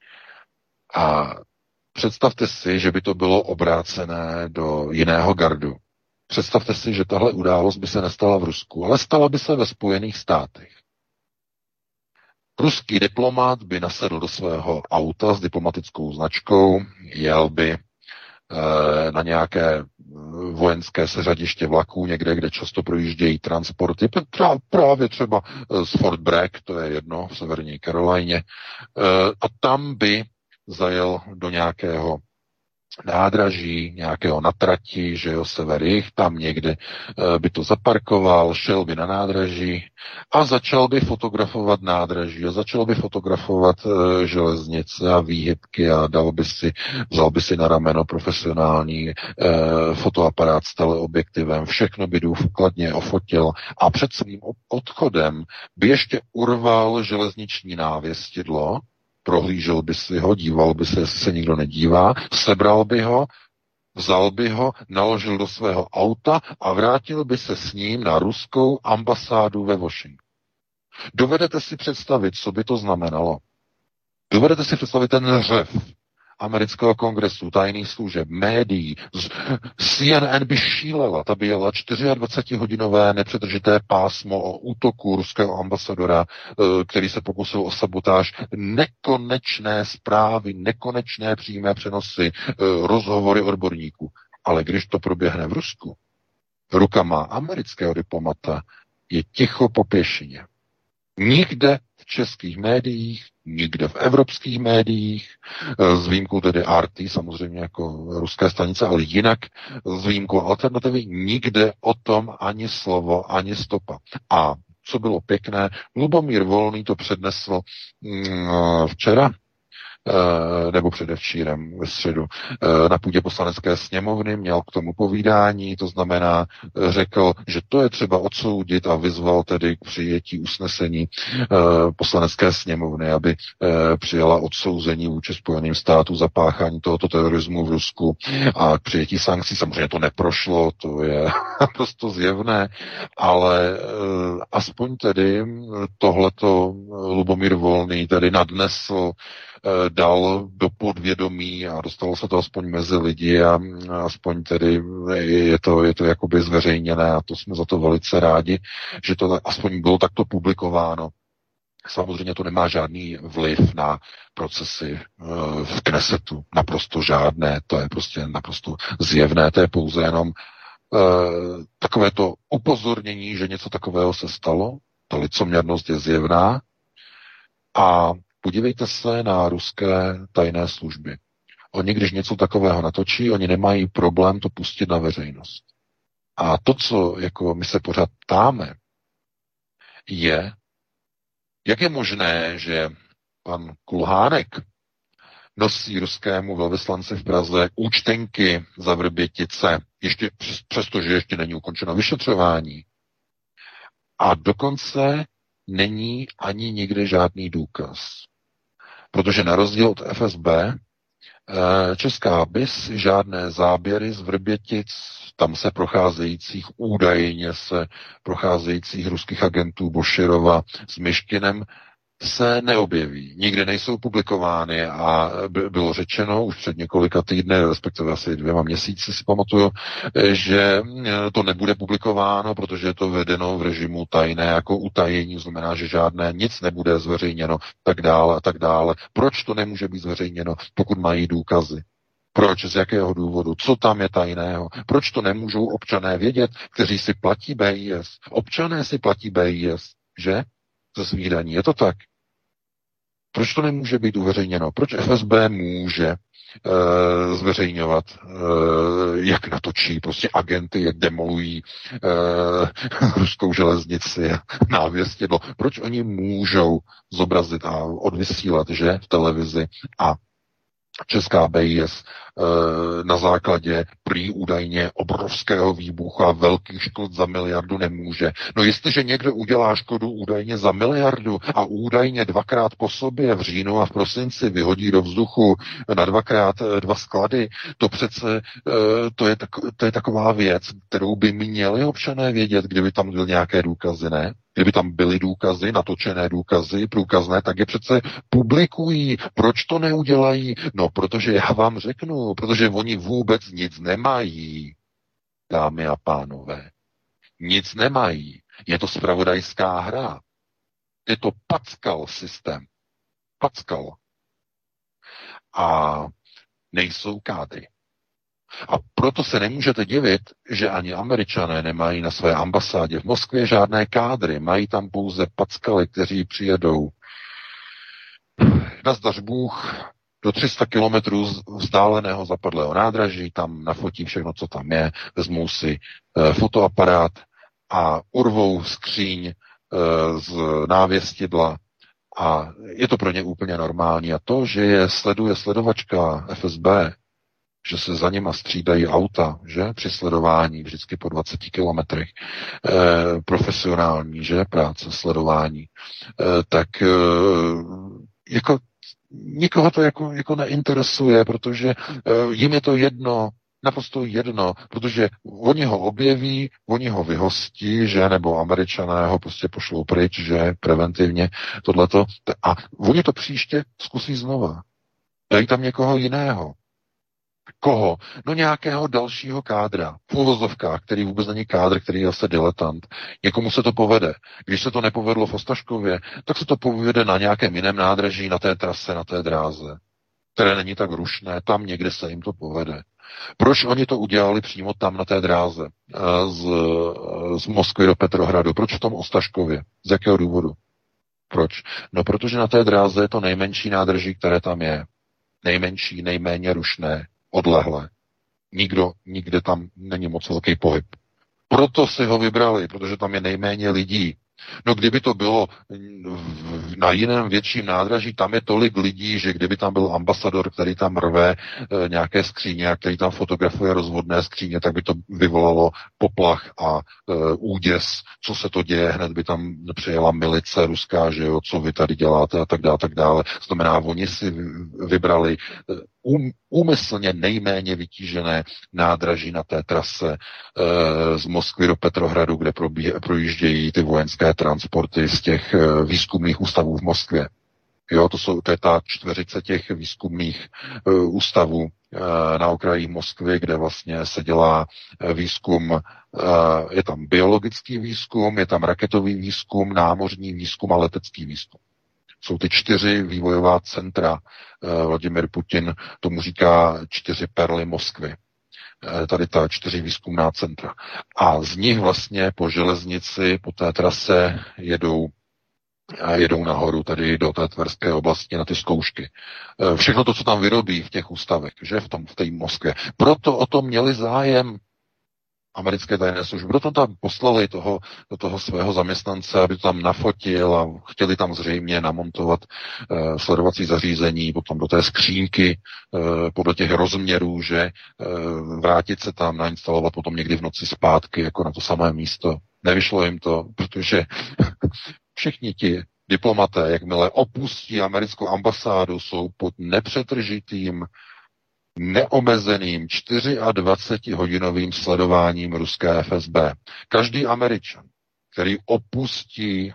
A představte si, že by to bylo obrácené do jiného gardu. Představte si, že tahle událost by se nestala v Rusku, ale stala by se ve Spojených státech. Ruský diplomat by nasedl do svého auta s diplomatickou značkou, jel by e, na nějaké vojenské seřadiště vlaků, někde, kde často projíždějí transporty, právě třeba z Fort Bragg, to je jedno, v severní Karolíně, e, a tam by zajel do nějakého nádraží, nějakého na trati, že jo, sever jih, tam někde e, by to zaparkoval, šel by na nádraží a začal by fotografovat nádraží a začal by fotografovat e, železnice a výhybky a dal by si, vzal by si na rameno profesionální e, fotoaparát s teleobjektivem, všechno by důkladně ofotil a před svým odchodem by ještě urval železniční návěstidlo, prohlížel by si ho, díval by se, jestli se nikdo nedívá, sebral by ho, vzal by ho, naložil do svého auta a vrátil by se s ním na ruskou ambasádu ve Washingtonu. Dovedete si představit, co by to znamenalo? Dovedete si představit ten řev amerického kongresu, tajných služeb, médií. C N N by šílela, ta by jela dvacetičtyřhodinové nepřetržité pásmo o útoku ruského ambasadora, který se pokusil o sabotáž, nekonečné zprávy, nekonečné přímé přenosy, rozhovory odborníků. Ale když to proběhne v Rusku, rukama amerického diplomata, je ticho po pěšině. Nikde v českých médiích, nikde v evropských médiích, s výjimkou tedy R T, samozřejmě jako ruské stanice, ale jinak s výjimkou alternativy, nikde o tom ani slovo, ani stopa. A co bylo pěkné, Lubomír Volný to přednesl mm, včera, nebo předevčírem ve středu na půdě poslanecké sněmovny, měl k tomu povídání, to znamená, řekl, že to je třeba odsoudit a vyzval tedy k přijetí usnesení poslanecké sněmovny, aby přijala odsouzení vůči Spojeným státům za páchání tohoto terorismu v Rusku a k přijetí sankcí. Samozřejmě to neprošlo, to je naprosto zjevné, ale aspoň tedy tohleto Lubomír Volný tedy nadnesl dal do podvědomí a dostalo se to aspoň mezi lidi a aspoň tedy je to, je to jakoby zveřejněné a to jsme za to velice rádi, že to aspoň bylo takto publikováno. Samozřejmě to nemá žádný vliv na procesy v Knesetu, naprosto žádné, to je prostě naprosto zjevné, to je pouze jenom takové to upozornění, že něco takového se stalo, ta licoměrnost je zjevná a podívejte se na ruské tajné služby. Oni, když něco takového natočí, oni nemají problém to pustit na veřejnost. A to, co jako my se pořád ptáme, je, jak je možné, že pan Kulhánek nosí ruskému velvyslanci v Praze účtenky za Vrbětice, ještě, přestože ještě není ukončeno vyšetřování. A dokonce není ani nikde žádný důkaz. Protože na rozdíl od F S B, Česká B I S žádné záběry z Vrbětic, tam se procházejících, údajně se procházejících ruských agentů Boširova s Myškinem se neobjeví. Nikde nejsou publikovány a bylo řečeno už před několika týdny, respektive asi dvěma měsíci si pamatuju, že to nebude publikováno, protože je to vedeno v režimu tajné jako utajení, znamená, že žádné nic nebude zveřejněno, tak dále a tak dále. Proč to nemůže být zveřejněno, pokud mají důkazy? Proč? Z jakého důvodu? Co tam je tajného? Proč to nemůžou občané vědět, kteří si platí B I S? Občané si platí B I S, že? Ze svých daní. Je to tak? Proč to nemůže být uveřejněno? Proč F S B může e, zveřejňovat, e, jak natočí prostě agenty, jak demolují e, ruskou železnici a návěstědlo? Proč oni můžou zobrazit a odvysílat, že v televizi a Česká B I S na základě prý údajně obrovského výbuchu a velkých škod za miliardu nemůže. No jestliže někdo udělá škodu údajně za miliardu a údajně dvakrát po sobě v říjnu a v prosinci vyhodí do vzduchu na dvakrát dva sklady, to přece to je, tak, to je taková věc, kterou by měli občané vědět, kdyby tam byly nějaké důkazy, ne? Kdyby tam byly důkazy, natočené důkazy, průkazné, tak je přece publikují. Proč to neudělají? No, protože já vám řeknu, protože oni vůbec nic nemají, dámy a pánové. Nic nemají. Je to zpravodajská hra. Je to packal systém. Packal. A nejsou kádry. A proto se nemůžete divit, že ani Američané nemají na své ambasádě v Moskvě žádné kádry. Mají tam pouze packaly, kteří přijedou nazdař Bůh do tři sta kilometrů vzdáleného zapadlého nádraží, tam nafotí všechno, co tam je, vezmou si e, fotoaparát a urvou skříň e, z návěstidla a je to pro ně úplně normální. A to, že je sleduje sledovačka F S B, že se za nima střídají auta, že, při sledování vždycky po dvaceti kilometrech, e, profesionální, že, práce, sledování, e, tak e, jako nikoho to jako, jako neinteresuje, protože e, jim je to jedno, naprosto jedno, protože oni ho objeví, oni ho vyhostí, že, nebo Američané ho prostě pošlou pryč, že, preventivně, tohleto, a oni to příště zkusí znova. Dají tam někoho jiného. Koho? No nějakého dalšího kádra. V uvozovkách, který vůbec není kádr, který je zase diletant. Někomu se to povede. Když se to nepovedlo v Ostaszkově, tak se to povede na nějakém jiném nádraží, na té trase, na té dráze, které není tak rušné. Tam někde se jim to povede. Proč oni to udělali přímo tam na té dráze z, z Moskvy do Petrohradu? Proč v tom Ostaszkově? Z jakého důvodu? Proč? No protože na té dráze je to nejmenší nádraží, které tam je. Nejmenší, nejméně rušné. Odlehlé. Nikdo, nikde tam není moc velký pohyb. Proto si ho vybrali, protože tam je nejméně lidí. No kdyby to bylo na jiném větším nádraží, tam je tolik lidí, že kdyby tam byl ambasador, který tam rve e, nějaké skříně a který tam fotografuje rozvodné skříně, tak by to vyvolalo poplach a e, úděs, co se to děje, hned by tam přijela milice ruská, že jo, co vy tady děláte a tak dále, tak dále. Znamená, oni si vybrali um, úmyslně nejméně vytížené nádraží na té trase e, z Moskvy do Petrohradu, kde probíh, projíždějí ty vojenské transporty z těch e, výzkumných ústavů v Moskvě. Jo, to, jsou, to je ta čtveřice těch výzkumných uh, ústavů uh, na okraji Moskvy, kde vlastně se dělá uh, výzkum, uh, je tam biologický výzkum, je tam raketový výzkum, námořní výzkum a letecký výzkum. Jsou ty čtyři vývojová centra. Uh, Vladimir Putin tomu říká čtyři perly Moskvy. Uh, tady ta čtyři výzkumná centra. A z nich vlastně po železnici, po té trase jedou a jedou nahoru tady do té Tverské oblasti na ty zkoušky. Všechno to, co tam vyrobí v těch ústavech, že v tom, v té Moskvě. Proto o tom měli zájem americké tajné služby. Proto tam poslali toho, do toho svého zaměstnance, aby to tam nafotil a chtěli tam zřejmě namontovat uh, sledovací zařízení, potom do té skřínky uh, podle těch rozměrů, že uh, vrátit se tam, nainstalovat potom někdy v noci zpátky, jako na to samé místo. Nevyšlo jim to, protože všichni ti diplomaté, jakmile opustí americkou ambasádu, jsou pod nepřetržitým, neomezeným dvacetičtyřhodinovým sledováním ruské F S B. Každý Američan, který opustí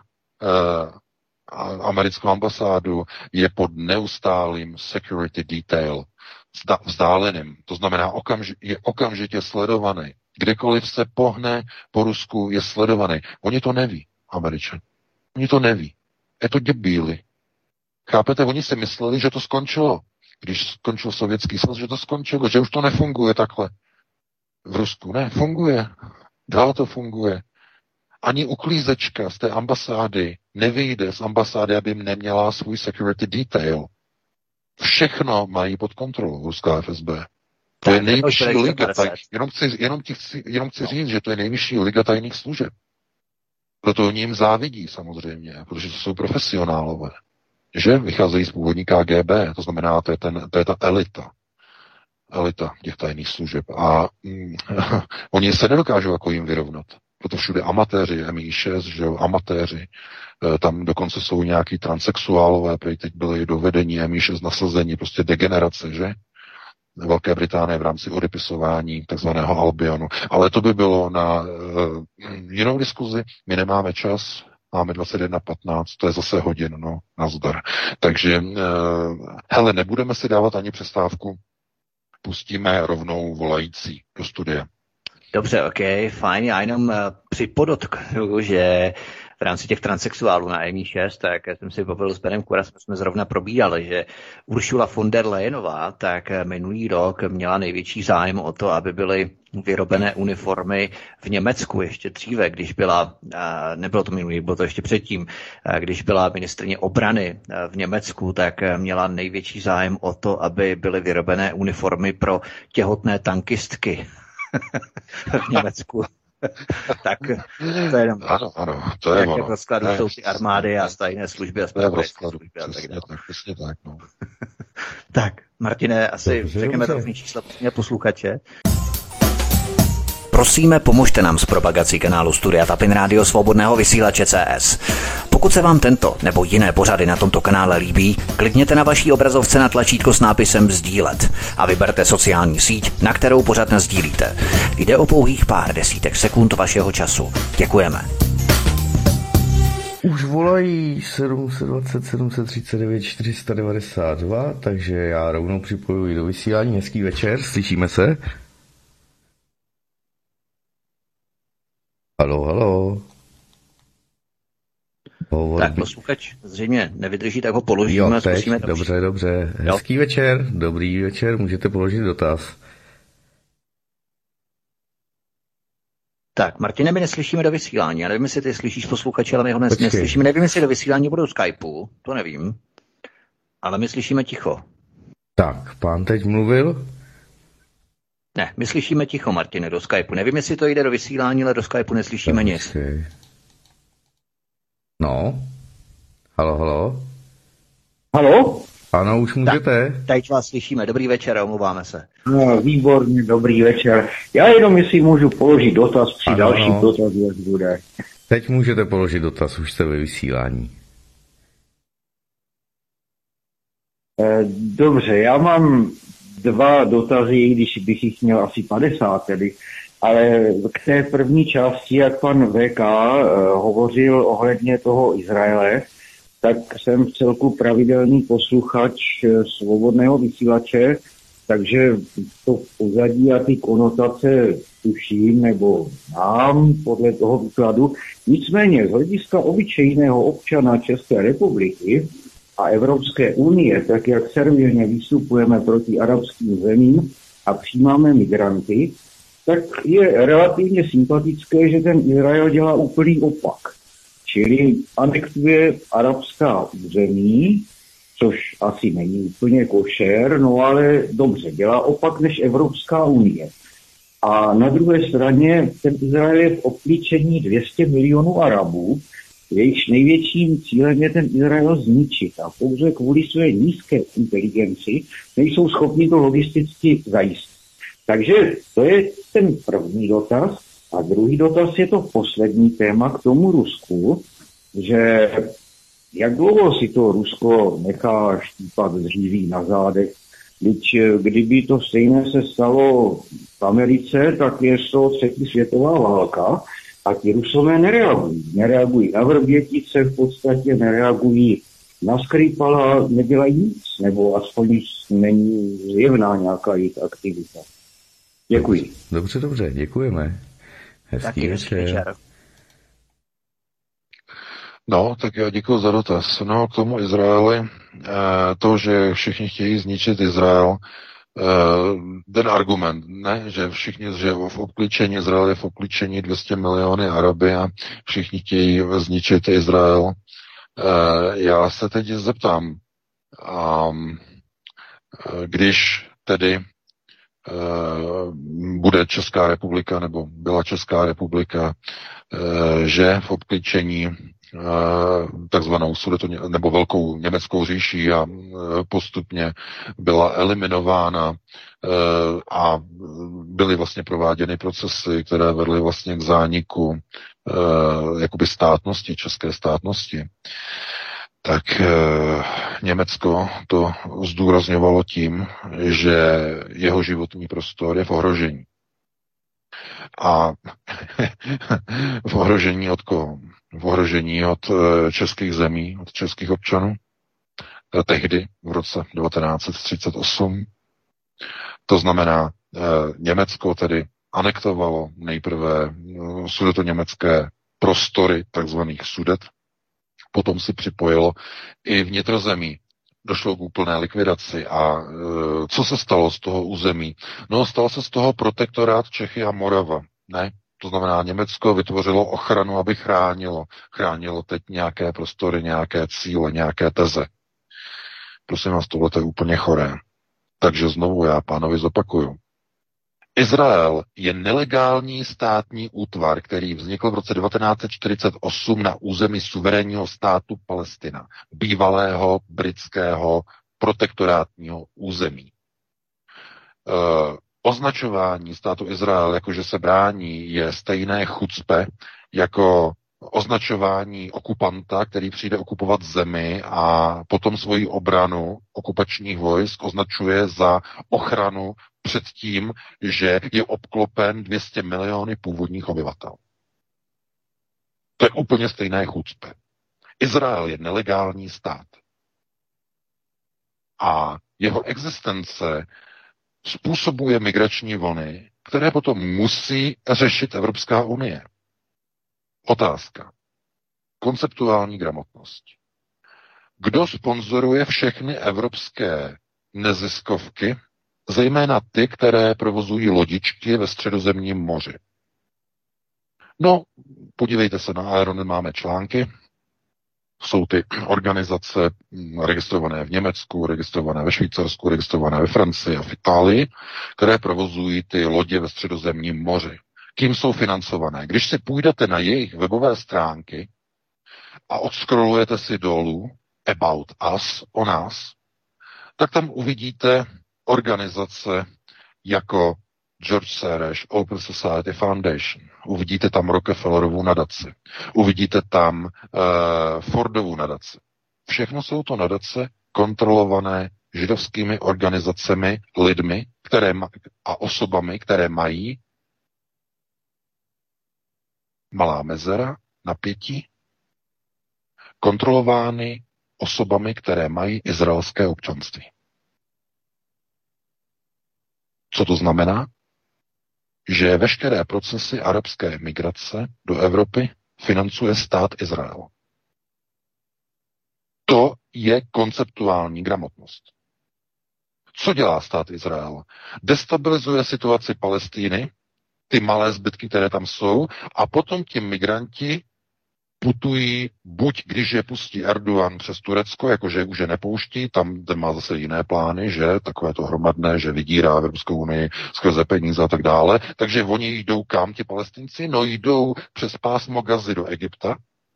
uh, americkou ambasádu, je pod neustálým security detail, vzdáleným. To znamená, okamži- je okamžitě sledovaný. Kdekoliv se pohne po Rusku, je sledovaný. Oni to neví, Američan. Oni to neví. Je to debíli. Chápete, oni si mysleli, že to skončilo. Když skončil Sovětský svaz, že to skončilo, že už to nefunguje takhle. V Rusku ne, funguje. Dál to funguje. Ani uklízečka z té ambasády nevyjde z ambasády, aby neměla svůj security detail. Všechno mají pod kontrolou ruská F S B. To je nejvyšší liga. Tak, jenom, chci, jenom, chci, jenom chci říct, že to je nejvyšší liga tajných služeb. Proto oni jim závidí samozřejmě, protože to jsou profesionálové. Že vycházejí z původní K G B, to znamená, to je, ten, to je ta elita. Elita těch tajných služeb. A mm, oni se nedokážou jako jim vyrovnat. Proto všude amatéři, M I šest, že jo, amatéři. E, tam dokonce jsou nějaký transsexuálové, prý teď byli do vedení M I šest nasazení, prostě degenerace, že? Velké Británie v rámci odepisování takzvaného Albionu. Ale to by bylo na uh, jinou diskuzi. My nemáme čas, máme dvacet jedna patnáct, to je zase hodin, no, nazdar. Takže, uh, hele, nebudeme si dávat ani přestávku, pustíme rovnou volající do studia. Dobře, ok, fajn. Já jenom uh, připodotknu, že v rámci těch transsexuálů na M I šest, tak jsem si bavil s Benem Kurasem, jsme zrovna probíhali, že Ursula von der Leyenová tak minulý rok měla největší zájem o to, aby byly vyrobené uniformy v Německu ještě dříve, když byla, nebylo to minulý, bylo to ještě předtím, když byla ministryně obrany v Německu, tak měla největší zájem o to, aby byly vyrobené uniformy pro těhotné tankistky v Německu. Tak to je jenom, ano, ano, to je jak ono. v rozkladu jsou ty armády a tajné služby a zpravodajské služby a tak dále. Přesně tak, no. Tak, Martine, asi Dobře, řekneme dobře. to čísla pro posluchače. Prosíme, pomožte nám s propagací kanálu Studia Tapin Rádio Svobodného vysílače C S. Pokud se vám tento nebo jiné pořady na tomto kanále líbí, klikněte na vaší obrazovce na tlačítko s nápisem sdílet a vyberte sociální síť, na kterou pořad nasdílíte. Jde o pouhých pár desítek sekund vašeho času. Děkujeme. Už volají sedm set dvacet, sedm set třicet devět, čtyři sta devadesát dva, takže já rovnou připojuji do vysílání. Hezký večer, slyšíme se? Haló, haló. Hovor Tak by- posluchač zřejmě nevydrží, tak ho položíme. Jo, a teď, zkusíme dobře, dobře. Hezký večer, dobrý večer, můžete položit dotaz. Tak, Martine, my neslyšíme do vysílání. Já nevím, jestli ty slyšíš posluchače, ale my ho nes- Počkej. neslyšíme. Nevím, jestli do vysílání budou Skypeu, to nevím. Ale my slyšíme ticho. Tak, pán teď mluvil? Ne, my slyšíme ticho, Martine, do Skypeu. Nevím, jestli to jde do vysílání, ale do Skypeu neslyšíme nic. Počkej. No. Halo, halo. Haló? Ano, už můžete. Teď vás slyšíme. Dobrý večer, omlouváme se. No, výborně, dobrý večer. Já jenom, jestli můžu položit dotaz při Ano, dalším ano. dotazu, jak bude. Teď můžete položit dotaz, už jste ve vysílání. Eh, Dobře, já mám dva dotazy, i když bych jich měl asi padesát tedy. Ale k té první části, jak pan V K eh, hovořil ohledně toho Izraele, tak jsem v celku pravidelný posluchač Svobodného vysílače, takže to pozadí a ty konotace tuším nebo mám podle toho výkladu. Nicméně z hlediska obyčejného občana České republiky a Evropské unie, tak jak servilně vystupujeme proti arabským zemím a přijímáme migranty, tak je relativně sympatické, že ten Izrael dělá úplný opak. Čili anektuje arabská území, což asi není úplně košer, no ale dobře, dělá opak než Evropská unie. A na druhé straně ten Izrael je v obklíčení dvě stě milionů Arabů, jejichž největším cílem je ten Izrael zničit a pouze kvůli své nízké inteligenci nejsou schopni to logisticky zajistit. Takže to je ten první dotaz. A druhý dotaz je to poslední téma k tomu Rusku, že jak dlouho si to Rusko nechá štípat zříví na zádech. Když kdyby to stejné se stalo v Americe, tak je to třetí světová válka a ti Rusové nereagují. Nereagují na Vrbětice, v podstatě nereagují na Skripala, nedělají nic, nebo aspoň není zjevná nějaká jejich aktivita. Děkuji. Dobře, dobře, děkujeme. Hezký Taky hezký večer. večer. No, tak já děkuji za dotaz. No, k tomu Izraeli, to, že všichni chtějí zničit Izrael, ten argument, ne, že všichni, že v obklíčení Izrael je v obklíčení dvě stě miliony Araby a všichni chtějí zničit Izrael. Já se teď zeptám, když tedy bude Česká republika, nebo byla Česká republika, že v obklíčení takzvanou sudeto, nebo velkou německou říší a postupně byla eliminována a byly vlastně prováděny procesy, které vedly vlastně k zániku jakoby státnosti, české státnosti, tak e, Německo to zdůrazňovalo tím, že jeho životní prostor je v ohrožení. A v ohrožení od koho? V ohrožení od e, českých zemí, od českých občanů. E, tehdy, v roce devatenáct set třicet osm. To znamená, e, Německo tedy anektovalo nejprve e, sudetoněmecké prostory, takzvaných Sudet. Potom si připojilo i vnitrozemí. Došlo k úplné likvidaci. A e, co se stalo z toho území? No, stalo se z toho protektorát Čechy a Morava. Ne? To znamená, Německo vytvořilo ochranu, aby chránilo. Chránilo teď nějaké prostory, nějaké cíle, nějaké teze. Prosím vás, tohle je úplně choré. Takže znovu já pánovi zopakuju. Izrael je nelegální státní útvar, který vznikl v roce devatenáct set čtyřicet osm na území suverénního státu Palestina, bývalého britského protektorátního území. E, označování státu Izrael, jakože se brání, je stejné chucpe jako označování okupanta, který přijde okupovat zemi a potom svoji obranu okupačních vojsk označuje za ochranu před tím, že je obklopen dvě stě miliony původních obyvatel. To je úplně stejné chucpe. Izrael je nelegální stát. A jeho existence způsobuje migrační vlny, které potom musí řešit Evropská unie. Otázka. Konceptuální gramotnost. Kdo sponzoruje všechny evropské neziskovky, zejména ty, které provozují lodičky ve Středozemním moři? No, podívejte se, na Aeronet máme články. Jsou ty organizace registrované v Německu, registrované ve Švýcarsku, registrované ve Francii a v Itálii, které provozují ty lodě ve Středozemním moři. Kým jsou financované? Když si půjdete na jejich webové stránky a odskrolujete si dolů About Us, o nás, tak tam uvidíte organizace jako George Soros Open Society Foundation. Uvidíte tam Rockefellerovu nadaci. Uvidíte tam uh, Fordovu nadaci. Všechno jsou to nadace kontrolované židovskými organizacemi, lidmi které ma- a osobami, které mají malá mezera, napětí, kontrolovány osobami, které mají izraelské občanství. Co to znamená? Že veškeré procesy arabské migrace do Evropy financuje stát Izrael. To je konceptuální gramotnost. Co dělá stát Izrael? Destabilizuje situaci Palestíny, ty malé zbytky, které tam jsou, a potom ti migranti putují, buď když je pustí Erdogan přes Turecko, jakože už je nepouští, tam ten má zase jiné plány, že takové to hromadné, že vydírá Evropskou unii skrze peníze a tak dále, takže oni jdou kam, ti Palestinci? No jdou přes pásmo Gazy do Egypta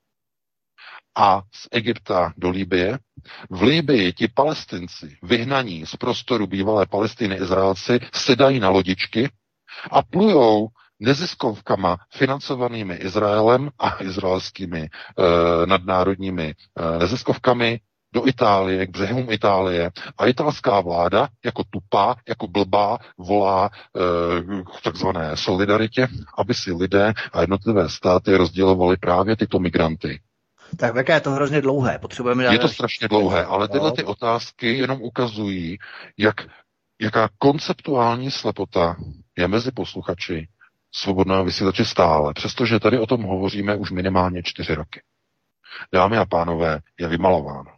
a z Egypta do Libye. V Libii ti Palestinci, vyhnaní z prostoru bývalé Palestiny Izraelci, sedají na lodičky a plujou neziskovkama financovanými Izraelem a izraelskými e, nadnárodními e, neziskovkami do Itálie, k břehům Itálie. A italská vláda jako tupá, jako blbá volá e, k takzvané solidaritě, aby si lidé a jednotlivé státy rozdělovali právě tyto migranty. Tak jaké je to hrozně dlouhé. Potřebujeme Je to strašně dlouhé, ale tyhle ty otázky jenom ukazují, jak, jaká konceptuální slepota je mezi posluchači Svobodného vysílače stále, přestože tady o tom hovoříme už minimálně čtyři roky. Dámy a pánové, je vymalováno.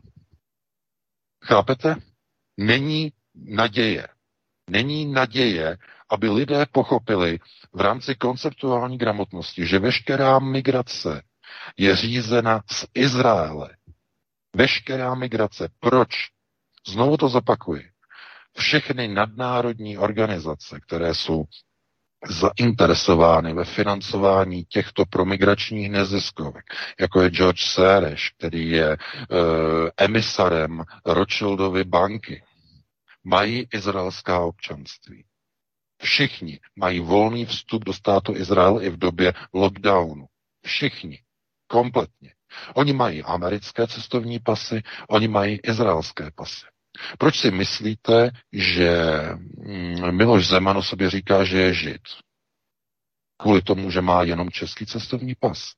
Chápete? Není naděje. Není naděje, aby lidé pochopili v rámci konceptuální gramotnosti, že veškerá migrace je řízena z Izraele. Veškerá migrace. Proč? Znovu to zopakuji. Všechny nadnárodní organizace, které jsou zainteresovány ve financování těchto promigračních neziskovek, jako je George Soros, který je e, emisarem Rothschildovy banky, mají izraelská občanství. Všichni mají volný vstup do státu Izrael i v době lockdownu. Všichni. Kompletně. Oni mají americké cestovní pasy, oni mají izraelské pasy. Proč si myslíte, že Miloš Zeman o sobě říká, že je Žid? Kvůli tomu, že má jenom český cestovní pas.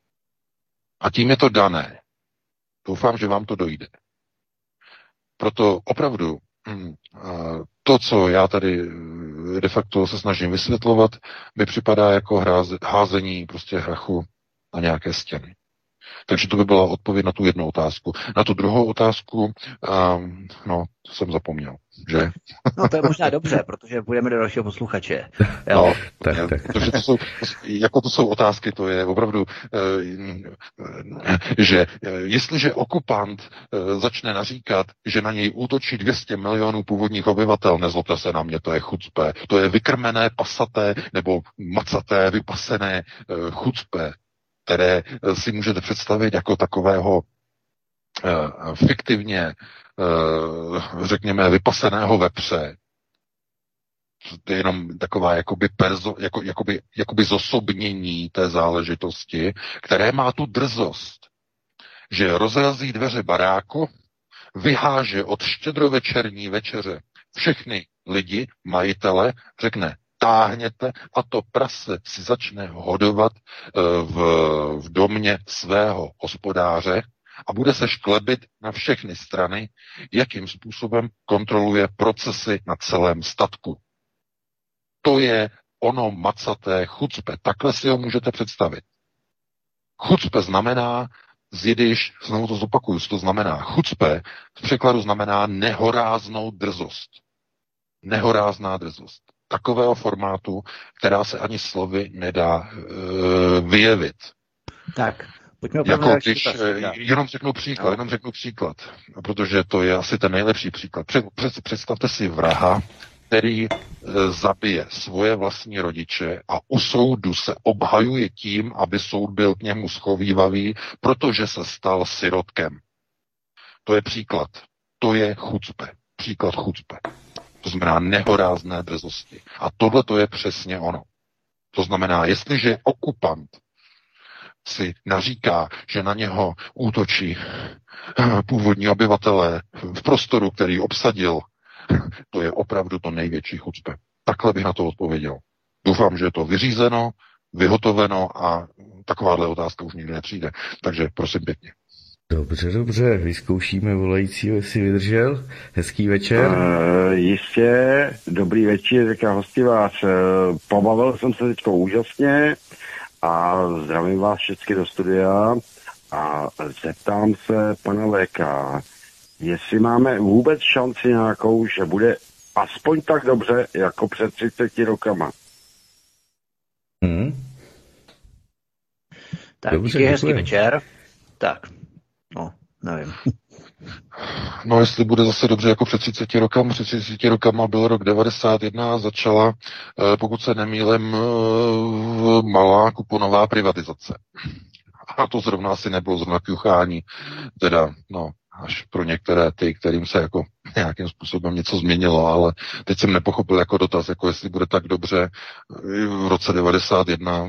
A tím je to dané. Doufám, že vám to dojde. Proto opravdu to, co já tady de facto se snažím vysvětlovat, mi připadá jako házení prostě hrachu na nějaké stěny. Takže to by byla odpověď na tu jednu otázku. Na tu druhou otázku, um, no, to jsem zapomněl, že? No to je možná dobře, protože půjdeme do dalšího posluchače. Jo. No, tak, tak. Protože to jsou, jako to jsou otázky, to je opravdu, že jestliže okupant začne naříkat, že na něj útočí dvě stě milionů původních obyvatel, nezlobte se na mě, to je chucpe, to je vykrmené, pasaté nebo macaté, vypasené chucpe, které si můžete představit jako takového uh, fiktivně, uh, řekněme, vypaseného vepře. To je jenom taková jakoby, perzo, jako, jakoby, jakoby zosobnění té záležitosti, které má tu drzost, že rozrazí dveře baráku, vyháže od štědrovečerní večeře všechny lidi, majitele, řekne, táhněte a to prase si začne hodovat v, v domě svého hospodáře a bude se šklebit na všechny strany, jakým způsobem kontroluje procesy na celém statku. To je ono macaté chucpe. Takhle si ho můžete představit. Chucpe znamená, z jidiš, znovu to zopakuju, to znamená chucpe, v překladu znamená nehoráznou drzost. Nehorázná drzost. Takového formátu, která se ani slovy nedá uh, vyjevit. Tak, pojďme jako když, jenom řeknu příklad, jenom řeknu příklad, protože to je asi ten nejlepší příklad. Před, před, představte si vraha, který uh, zabije svoje vlastní rodiče a u soudu se obhajuje tím, aby soud byl k němu schovívavý, protože se stal sirotkem. To je příklad. To je chucpe. Příklad chucpe. To znamená nehorázné drzosti. A tohle to je přesně ono. To znamená, jestliže okupant si naříká, že na něho útočí původní obyvatelé v prostoru, který obsadil, to je opravdu to největší chucpe. Takhle bych na to odpověděl. Doufám, že je to vyřízeno, vyhotoveno a takováhle otázka už nikdy nepřijde. Takže prosím pěkně. Dobře, dobře, vyzkoušíme volajícího, jestli vydržel. Hezký večer. Uh, jistě, dobrý večer, říká hosti vás. Uh, pobavil jsem se teďko úžasně a zdravím vás všechny do studia a zeptám se pana Léka, jestli máme vůbec šanci nějakou, že bude aspoň tak dobře, jako před třiceti rokama. Hmm. Tak, Dobře, díky, hezký děkuji. večer. Tak, no, nevím. No, jestli bude zase dobře jako před třiceti rokama, před třiceti rokama byl rok devadesát jedna a začala, pokud se nemýlím, malá kuponová privatizace. A to zrovna asi nebylo zrovna kjuchání, teda, no, až pro některé ty, kterým se jako nějakým způsobem něco změnilo, ale teď jsem nepochopil jako dotaz, jako jestli bude tak dobře v roce devadesát jedna.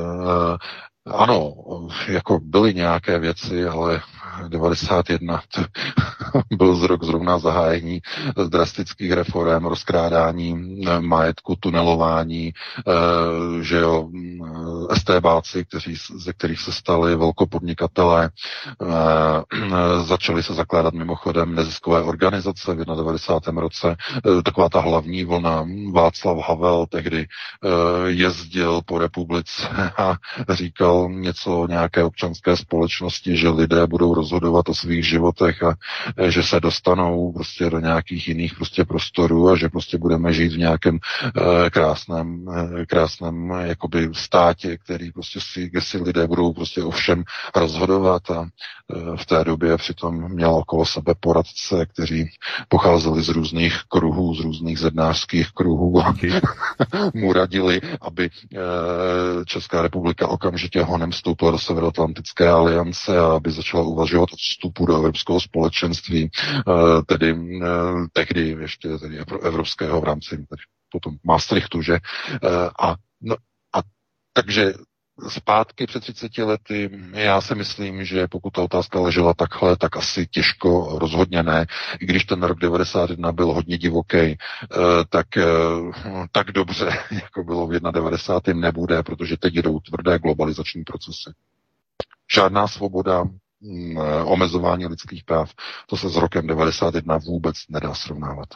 Ano, jako byly nějaké věci, ale devadesát jedna to byl z rok zrovna zahájení drastických reform, rozkrádání majetku, tunelování, že jo, estébáci, kteří, ze kterých se stali velkopodnikatelé, začaly se zakládat mimochodem neziskové organizace v devadesátém prvním roce. Taková ta hlavní vlna, Václav Havel tehdy jezdil po republice a říkal něco o nějaké občanské společnosti, že lidé budou rozhodovat o svých životech a že se dostanou prostě do nějakých jiných prostě prostorů a že prostě budeme žít v nějakém eh, krásném, eh, krásném jakoby státě, který prostě si, kde si lidé budou prostě o všem rozhodovat a eh, v té době přitom měl okolo sebe poradce, kteří pocházeli z různých kruhů, z různých zednářských kruhů a mu radili, aby eh, Česká republika okamžitě honem vstoupila do Severoatlantické aliance a aby začala uvažovat o vstupu do Evropského společenství, tedy tehdy ještě tedy evropského v rámci tedy potom Maastrichtu, že? A, no, a takže zpátky před třiceti lety, já si myslím, že pokud ta otázka ležela takhle, tak asi těžko, rozhodně ne. I když ten rok devadesát jedna byl hodně divoký, tak, tak dobře, jako bylo v devadesátém prvním nebude, protože teď jdou tvrdé globalizační procesy. Žádná svoboda, omezování lidských práv, to se s rokem devadesát jedna vůbec nedá srovnávat.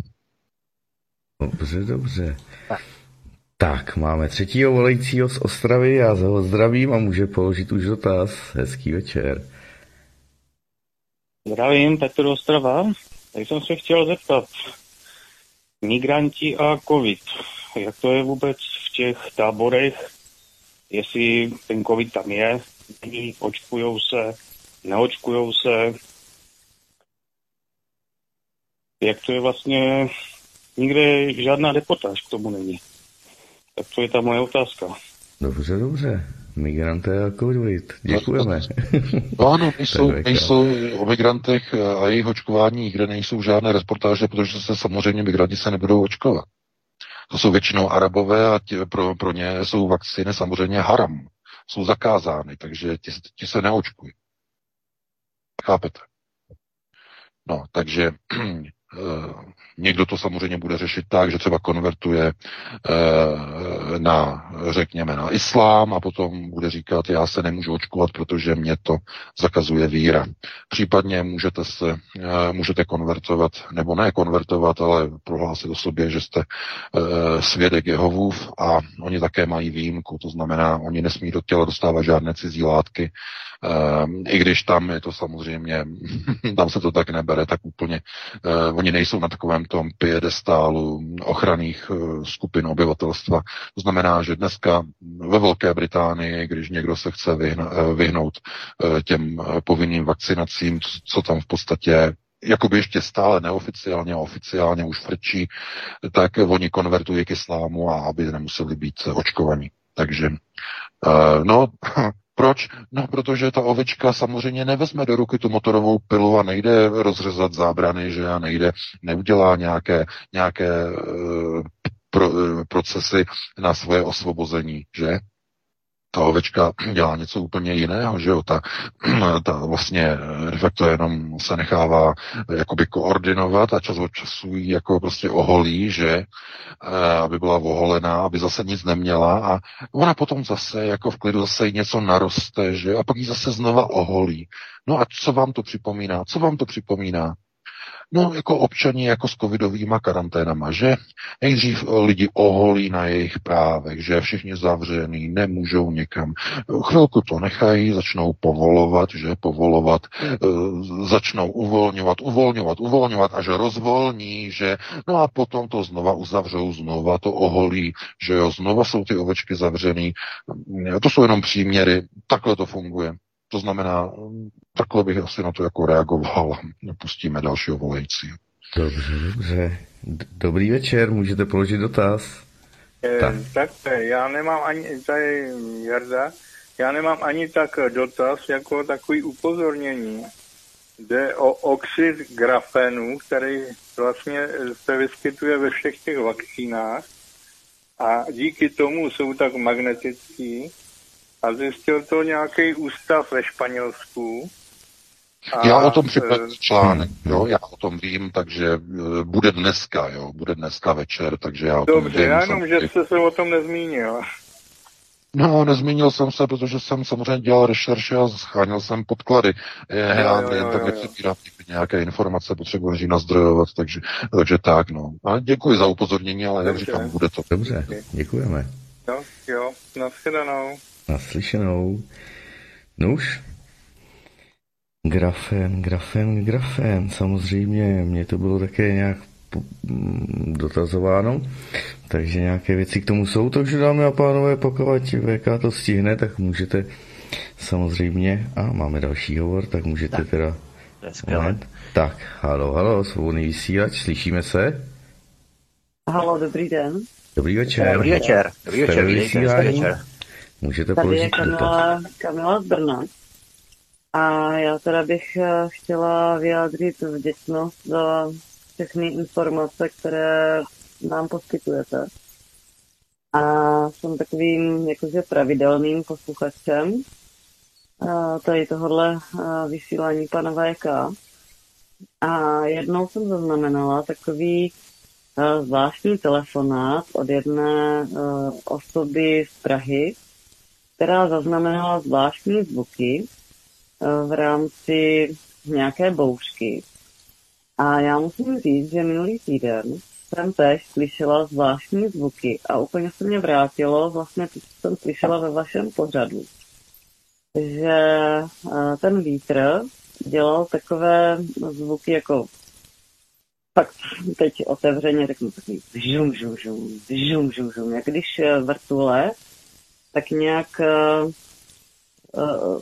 Dobře, dobře. Tak, máme třetího volajícího z Ostravy, já ho zdravím a může položit už dotaz. Hezký večer. Zdravím, Petr Ostrava. Tak jsem se chtěl zeptat. Migranti a covid. Jak to je vůbec v těch táborech? Jestli ten covid tam je, není, očkujou se, neočkujou se. Jak to je vlastně, nikde žádná reportáž k tomu není. Tak to je ta moje otázka. Dobře, dobře. Migranté a covid. Děkujeme. No ano, nejsou, nejsou o migrantech a jejich očkování, kde nejsou žádné reportáže, protože se samozřejmě migranti se nebudou očkovat. To jsou většinou Arabové a tě, pro, pro ně jsou vakcíny samozřejmě haram. Jsou zakázány, takže ti, ti se neočkují. Chápete? No, takže někdo to samozřejmě bude řešit tak, že třeba konvertuje na, řekněme, na islám a potom bude říkat, já se nemůžu očkovat, protože mě to zakazuje víra. Případně můžete se, můžete konvertovat, nebo ne konvertovat, ale prohlásit o sobě, že jste svědek Jehovův a oni také mají výjimku, to znamená, oni nesmí do těla dostávat žádné cizí látky, i když tam je to samozřejmě, tam se to tak nebere, tak úplně, oni nejsou na takovém tom piedestálu ochranných skupin obyvatelstva. To znamená, že dneska ve Velké Británii, když někdo se chce vyhnout těm povinným vakcinacím, co tam v podstatě jakoby ještě stále neoficiálně a oficiálně už frčí, tak oni konvertují k islámu a aby nemuseli být očkovaní. Takže, no, proč? No, protože ta ovečka samozřejmě nevezme do ruky tu motorovou pilu a nejde rozřezat zábrany, že a nejde, neudělá nějaké, nějaké uh, pro, uh, procesy na svoje osvobození, že? ta ovečka dělá něco úplně jiného, že jo, ta, ta vlastně de facto jenom se nechává jakoby koordinovat a čas od času jí jako prostě oholí, že, aby byla oholená, aby zase nic neměla a ona potom zase jako v klidu zase jí něco naroste, že, a pak jí zase znova oholí. No a co vám to připomíná? Co vám to připomíná? No, jako občani, jako s covidovýma karanténama, že nejdřív lidi oholí na jejich právech, že všichni zavřený, nemůžou někam. Chvilku to nechají, začnou povolovat, že povolovat, e, začnou uvolňovat, uvolňovat, uvolňovat, až rozvolní, že no a potom to znova uzavřou, znova to oholí, že jo, znova jsou ty ovečky zavřený. To jsou jenom příměry, takhle to funguje. To znamená, takhle bych asi na to jako reagoval. Pustíme dalšího volajícího. Dobře, dobře. Dobrý večer, můžete položit dotaz. Eh, tak. tak já nemám ani, tady Jarda, já nemám ani tak dotaz, jako takový upozornění. Jde o oxid grafenu, který vlastně se vyskytuje ve všech těch vakcínách a díky tomu jsou tak magnetický. A zjistil to nějaký ústav ve Španělsku. A já o tom připravím článek, jo, já o tom vím, takže bude dneska, jo, bude dneska večer, takže já o tom Dobře, vím. já jenom, že jste se o tom nezmínil. No, nezmínil jsem se, protože jsem samozřejmě dělal rešerše a scháněl jsem podklady. Já jen tak nepřebírám nějaké informace, potřebuji nejdřív nazdrojovat, takže, takže tak, no. A děkuji za upozornění, ale jak říkám, bude to. Dobře, děkujeme. Jo, jo, nashledanou. Naslyšenou. Nuž. Grafen, grafen, grafen. Samozřejmě, mně to bylo také nějak dotazováno, takže nějaké věci k tomu jsou, takže dámy a pánové, pokud V K to stihne, tak můžete samozřejmě, a máme další hovor, tak můžete tak. teda... Moment. Tak, halo, halo, svobodný vysílač, slyšíme se? Halo, dobrý den. Dobrý večer. Dobrý večer. Dobrý večer, večer. Můžete Tady položit je Kamila, Kamila z Brna. A já teda bych chtěla vyjádřit vděčnost za všechny informace, které nám poskytujete. A jsem takovým jakože pravidelným posluchačem tady tohohle vysílání pana V K. A jednou jsem zaznamenala takový zvláštní telefonát od jedné osoby z Prahy, která zaznamenala zvláštní zvuky v rámci nějaké bouřky. A já musím říct, že minulý týden jsem též slyšela zvláštní zvuky a úplně se mě vrátilo vlastně to, co jsem slyšela ve vašem pořadu. Že ten vítr dělal takové zvuky jako fakt teď otevřeně řeknu takový žum, žum, žum, žum, žum, žum. Jak když vrtule tak nějak uh, uh,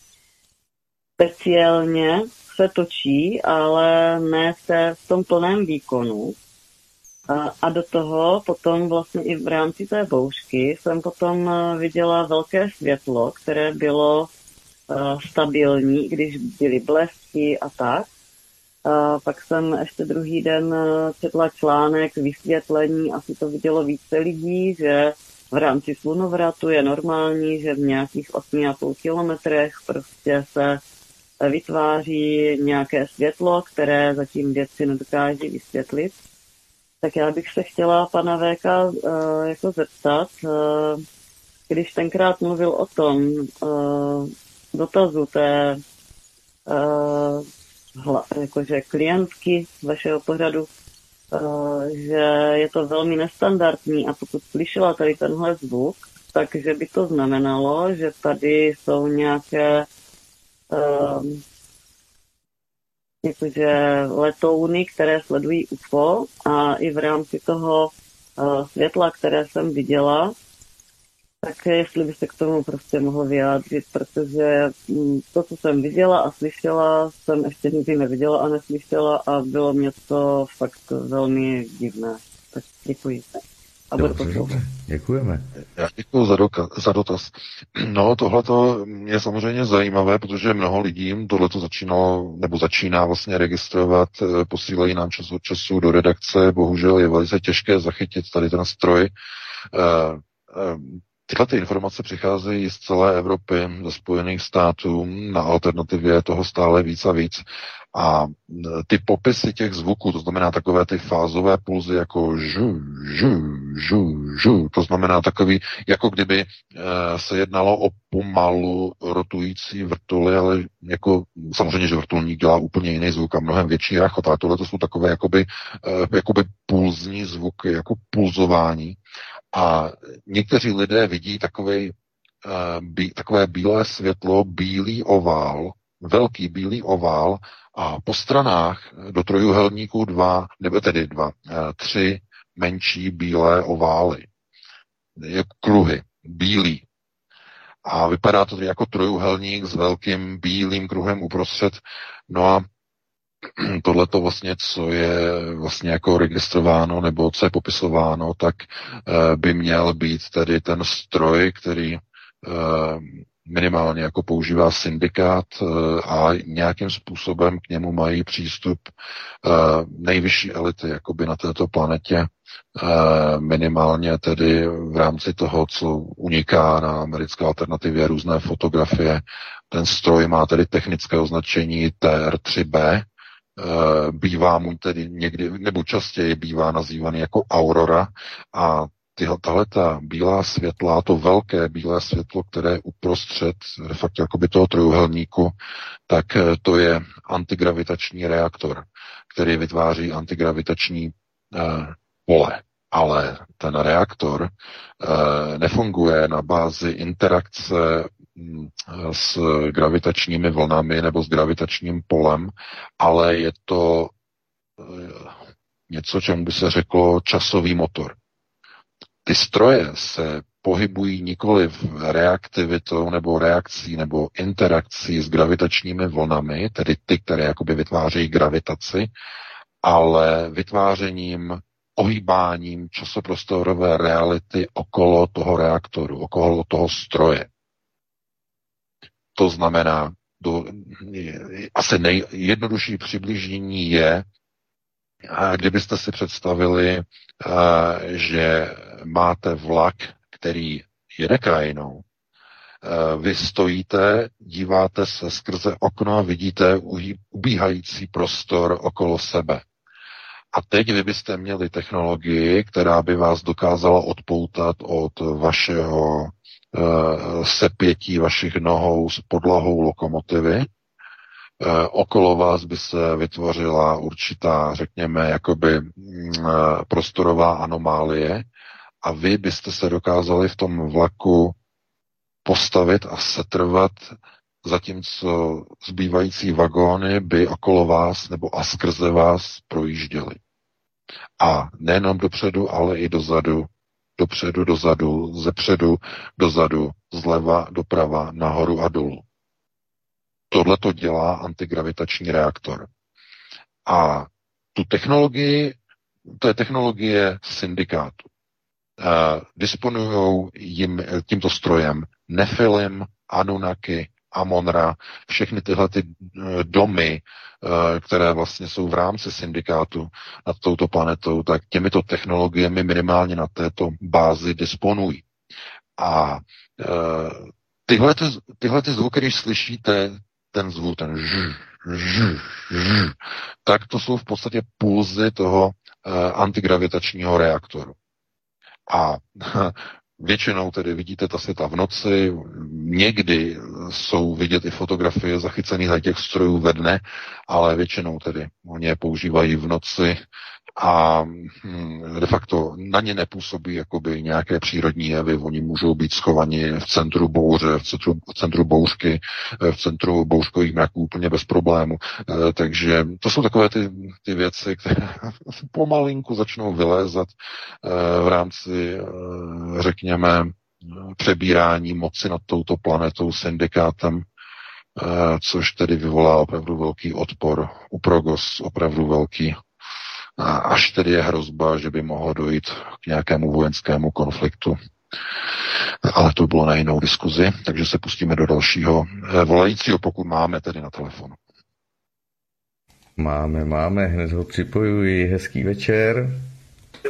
speciálně se točí, ale ne se v tom plném výkonu. A, a do toho potom vlastně i v rámci té bouřky jsem potom viděla velké světlo, které bylo uh, stabilní, když byly blesky a tak. Uh, pak jsem ještě druhý den četla článek vysvětlení, asi to vidělo více lidí, že v rámci slunovratu je normální, že v nějakých osmi a půl kilometrech prostě se vytváří nějaké světlo, které zatím vědci nedokáží vysvětlit. Tak já bych se chtěla pana V K uh, jako zeptat, uh, když tenkrát mluvil o tom uh, dotazu té uh, hla, jakože klientky vašeho pořadu, uh, že je to velmi nestandardní a pokud slyšela tady tenhle zvuk, takže by to znamenalo, že tady jsou nějaké uh, jakože letouny, které sledují U F O a i v rámci toho uh, světla, které jsem viděla, tak jestli by se k tomu prostě mohl vyjádřit, protože to, co jsem viděla a slyšela, jsem ještě nikdy neviděla a neslyšela a bylo mě to fakt velmi divné. Tak děkuji. A budu poslouchat. Děkujeme. Já děkuji za, doka- za dotaz. No, tohleto je samozřejmě zajímavé, protože mnoho lidí tohleto začínalo, nebo začíná vlastně registrovat, posílají nám čas od času do redakce, bohužel je velice těžké zachytit tady ten stroj. Tyhle ty informace přicházejí z celé Evropy, ze Spojených států, na alternativě toho stále víc a víc. A ty popisy těch zvuků, to znamená takové ty fázové pulzy jako žu, žu, žu, žu, to znamená takový, jako kdyby se jednalo o pomalu rotující vrtuly, ale jako samozřejmě, že vrtulník dělá úplně jiný zvuk a mnohem větší rachota. Tohle to jsou takové jakoby, jakoby pulzní zvuky, jako pulzování. A někteří lidé vidí takovej, bí, takové bílé světlo, bílý ovál, velký bílý ovál a po stranách do trojuhelníku dva, nebo tedy dva, tři menší bílé ovály. Jako kruhy, bílý. A vypadá to jako trojuhelník s velkým bílým kruhem uprostřed. No a tohle to vlastně, co je vlastně jako registrováno nebo co je popisováno, tak by měl být tedy ten stroj, který minimálně jako používá syndikát a nějakým způsobem k němu mají přístup nejvyšší elity jakoby na této planetě, minimálně tedy v rámci toho, co uniká na americké alternativě různé fotografie. Ten stroj má tedy technické označení T R tři B, bývá mu tedy někdy, nebo častěji bývá nazývaný jako Aurora a tyhle, tahleta bílá světla, to velké bílé světlo, které je uprostřed de facto jakoby toho trojuhelníku, tak to je antigravitační reaktor, který vytváří antigravitační eh, pole. Ale ten reaktor eh, nefunguje na bázi interakce s gravitačními vlnami nebo s gravitačním polem, ale je to něco, čemu by se řeklo časový motor. Ty stroje se pohybují nikoli v reaktivitou nebo reakcí nebo interakcí s gravitačními vlnami, tedy ty, které jakoby vytvářejí gravitaci, ale vytvářením, ohýbáním časoprostorové reality okolo toho reaktoru, okolo toho stroje. To znamená, do, asi nejjednodušší přiblížení je, kdybyste si představili, že máte vlak, který jede krajinou, vy stojíte, díváte se skrze okno a vidíte ubíhající prostor okolo sebe. A teď vy byste měli technologii, která by vás dokázala odpoutat od vašeho sepětí vašich nohou s podlahou lokomotivy. Okolo vás by se vytvořila určitá, řekněme, jakoby prostorová anomálie a vy byste se dokázali v tom vlaku postavit a setrvat, zatímco zbývající vagóny by okolo vás nebo a skrze vás projížděly. A nejenom dopředu, ale i dozadu, dopředu, dozadu, zepředu, dozadu, zleva, doprava, nahoru a dolů. Tohle to dělá antigravitační reaktor. A tu technologii, to je technologie syndikátu. Uh, disponují jim tímto strojem Nefilim, Anunnaki, Amonra, všechny tyhle ty domy, které vlastně jsou v rámci syndikátu nad touto planetou, tak těmito technologiemi minimálně na této bázi disponují. A tyhle, tyhle ty zvuky, když slyšíte ten zvuk, ten ž, ž, ž, tak to jsou v podstatě pulzy toho antigravitačního reaktoru. A většinou tedy vidíte ta světla v noci, někdy jsou vidět i fotografie zachycených těch strojů ve dne, ale většinou tedy oni je používají v noci a de facto na ně nepůsobí jakoby nějaké přírodní jevy. Oni můžou být schovaní v centru bouře, v centru, v centru bouřky, v centru bouřkových mraků úplně bez problému. Takže to jsou takové ty, ty věci, které pomalinku začnou vylézat v rámci, řekněme, přebírání moci nad touto planetou syndikátem, což tedy vyvolá opravdu velký odpor, uprogos opravdu velký. Až tedy je hrozba, že by mohlo dojít k nějakému vojenskému konfliktu. Ale to bylo na jinou diskuzi, takže se pustíme do dalšího volajícího, pokud máme tedy na telefonu. Máme, máme, hned ho připojuji. Hezký večer. Hezký večer.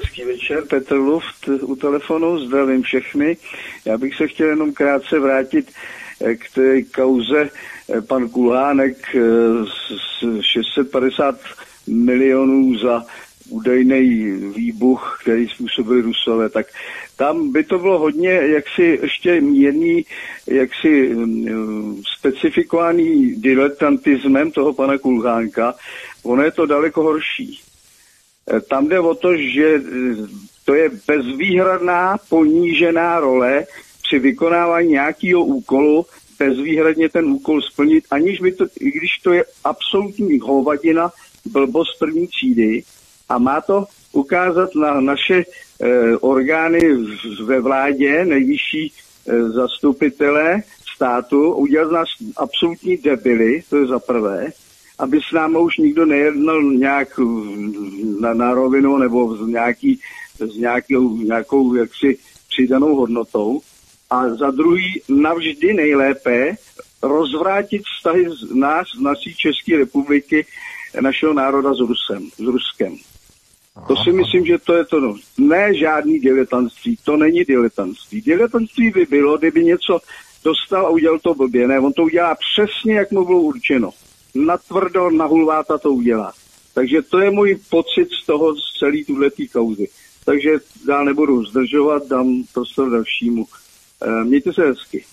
večer, Petr Luft u telefonu, zdravím všechny. Já bych se chtěl jenom krátce vrátit k té kauze pan Kulhánek z šest set padesát milionů za údajný výbuch, který způsobili Rusové, tak tam by to bylo hodně jaksi ještě mírný, jaksi specifikovaný diletantismem toho pana Kulhánka. Ono je to daleko horší. Tam jde o to, že to je bezvýhradná ponížená role při vykonávání nějakého úkolu, bezvýhradně ten úkol splnit, aniž by to, i když to je absolutní hovadina, blbost první třídy, a má to ukázat na naše e, orgány ve vládě, nejvyšší e, zastupitelé státu, udělat z nás absolutní debily, to je za prvé, aby s námi už nikdo nejednal nějak na, na rovinu nebo s, nějaký, s nějakou, nějakou jaksi přidanou hodnotou. A za druhý, navždy nejlépe rozvrátit vztahy z nás, z naší České republiky, našeho národa s Rusem, s Ruskem. To si myslím, že to je to, no, ne žádný diletantství, to není diletantství. Diletantství by bylo, kdyby něco dostal a udělal to blbě, ne, on to udělá přesně, jak mu bylo určeno. Natvrdo, na hulváta to udělá. Takže to je můj pocit z toho, z celý tuhletý kauzy. Takže dál nebudu zdržovat, dám prostor dalšímu. E, mějte se hezky.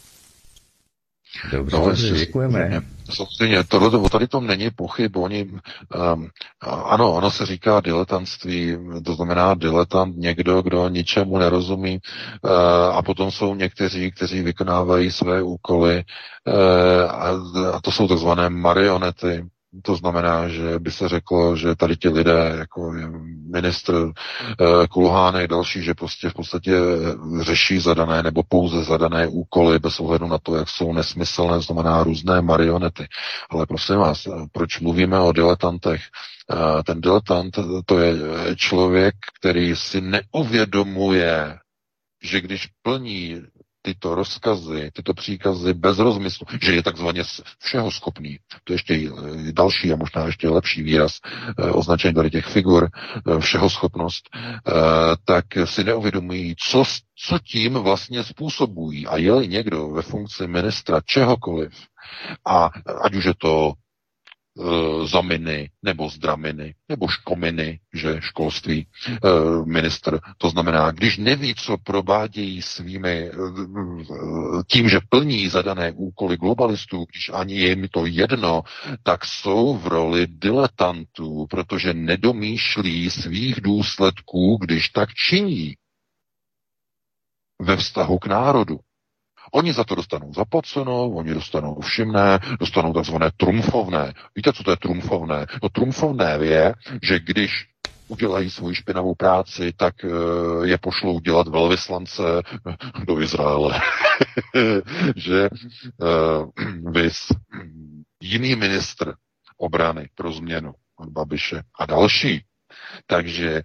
Dobře, no, děkujeme. Samozřejmě, tohle, tady tom není pochyb, oni, um, ano, ono se říká diletantství, to znamená diletant někdo, kdo ničemu nerozumí, uh, a potom jsou někteří, kteří vykonávají své úkoly, uh, a, a to jsou takzvané marionety. To znamená, že by se řeklo, že tady ti lidé, jako ministr eh, Kulhánek, další, že prostě v podstatě řeší zadané nebo pouze zadané úkoly bez ohledu na to, jak jsou nesmyslné, to znamená různé marionety. Ale prosím vás, proč mluvíme o diletantech? Eh, ten diletant to je člověk, který si neuvědomuje, že když plní tyto rozkazy, tyto příkazy bez rozmyslu, že je takzvaně všeho schopný. To je ještě další a možná ještě lepší výraz eh, označení tady těch figur, eh, všeho schopnost, eh, tak si neuvědomují, co, co tím vlastně způsobují. A je-li někdo ve funkci ministra čehokoliv, a ať už je to zaminy, nebo zdraminy, nebo škominy, že školství, ministr. To znamená, když neví, co provádějí svými, tím, že plní zadané úkoly globalistů, když ani je mi to jedno, tak jsou v roli diletantů, protože nedomýšlí svých důsledků, když tak činí ve vztahu k národu. Oni za to dostanou zaplaceno, oni dostanou všimné, dostanou takzvané trumfovné. Víte, co to je trumfovné? No trumfovné je, že když udělají svou špinavou práci, tak uh, je pošlou dělat velvyslance do Izraele. že uh, vys jiný ministr obrany pro změnu od Babiše a další. Takže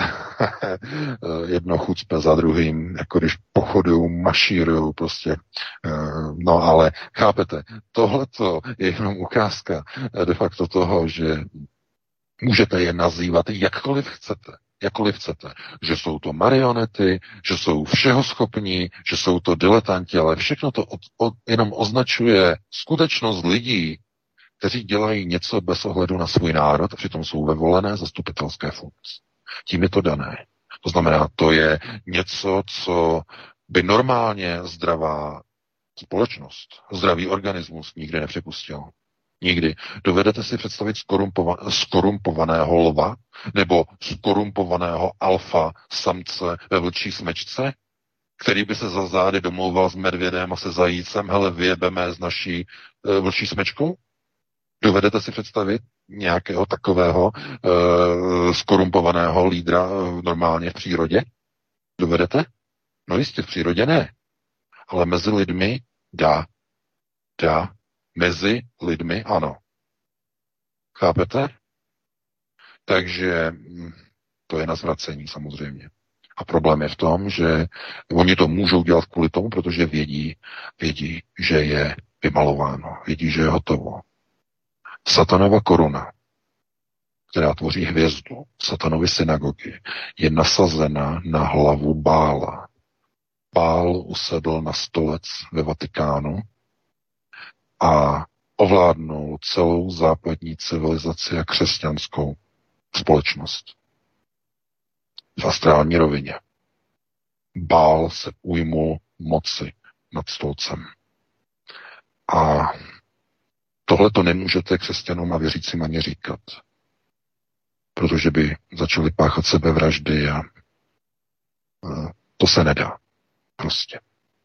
jedno chucpe za druhým, jako když pochodují, mašírují prostě. No ale chápete, tohleto je jenom ukázka de facto toho, že můžete je nazývat jakkoliv chcete. Jakkoliv chcete, že jsou to marionety, že jsou všeho schopní, že jsou to diletanti, ale všechno to od, od, jenom označuje skutečnost lidí, kteří dělají něco bez ohledu na svůj národ a přitom jsou ve volené zastupitelské funkci. Tím je to dané. To znamená, to je něco, co by normálně zdravá společnost, zdravý organismus nikdy nepřipustil. Nikdy. Dovedete si představit skorumpova- skorumpovaného lva nebo skorumpovaného alfa samce ve vlčí smečce, který by se za zády domlouval s medvědem a se zajícem, hele, vyjebeme z naší e, vlčí smečkou? Dovedete si představit nějakého takového e, skorumpovaného lídra e, normálně v přírodě? Dovedete? No jistě, v přírodě ne. Ale mezi lidmi dá. Dá. Mezi lidmi ano. Chápete? Takže to je na zvracení samozřejmě. A problém je v tom, že oni to můžou dělat kvůli tomu, protože vědí, vědí, že je vymalováno. Vědí, že je hotovo. Satanova koruna která tvoří hvězdu Satanovy synagogy, je nasazena na hlavu Bála. Bál usedl na stolec ve Vatikánu a ovládnul celou západní civilizaci a křesťanskou společnost. V astrální rovině. Bál se ujmul moci nad stolcem. A tohle to nemůžete křesťanům a věřícím ani říkat. Protože by začali páchat sebevraždy a to se nedá. Prostě.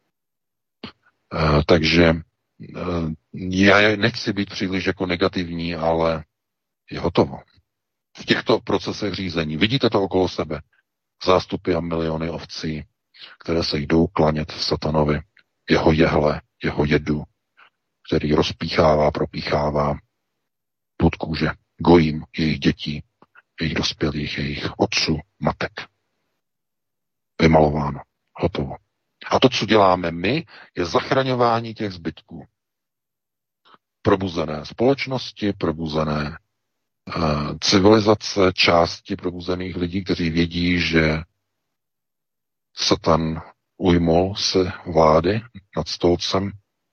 Takže já nechci být příliš jako negativní, ale je hotovo. V těchto procesech řízení. Vidíte to okolo sebe. Zástupy a miliony ovcí, které se jdou klanět satanovi, jeho jehle, jeho jedu, který rozpíchává, propíchává pod kůže gojím jejich dětí, jejich dospělých, jejich otců, matek. Vymalováno. Hotovo. A to, co děláme my, je zachraňování těch zbytků. Probuzené společnosti, probuzené uh, civilizace, části probuzených lidí, kteří vědí, že Satan ujmul se vlády nad stolcem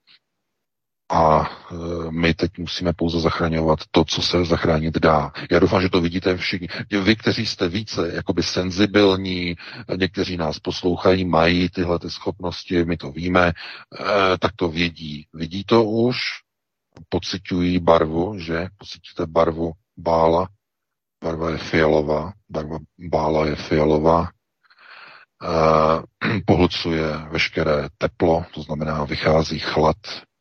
a my teď musíme pouze zachraňovat to, co se zachránit dá. Já doufám, že to vidíte všichni. Vy, kteří jste více jakoby senzibilní, někteří nás poslouchají, mají tyhle ty schopnosti, my to víme, tak to vědí. Vidí to už, pociťují barvu, že? Pocitíte barvu Bála. Barva je fialová, barva Bála je fialová. Pohlcuje veškeré teplo, to znamená vychází chlad,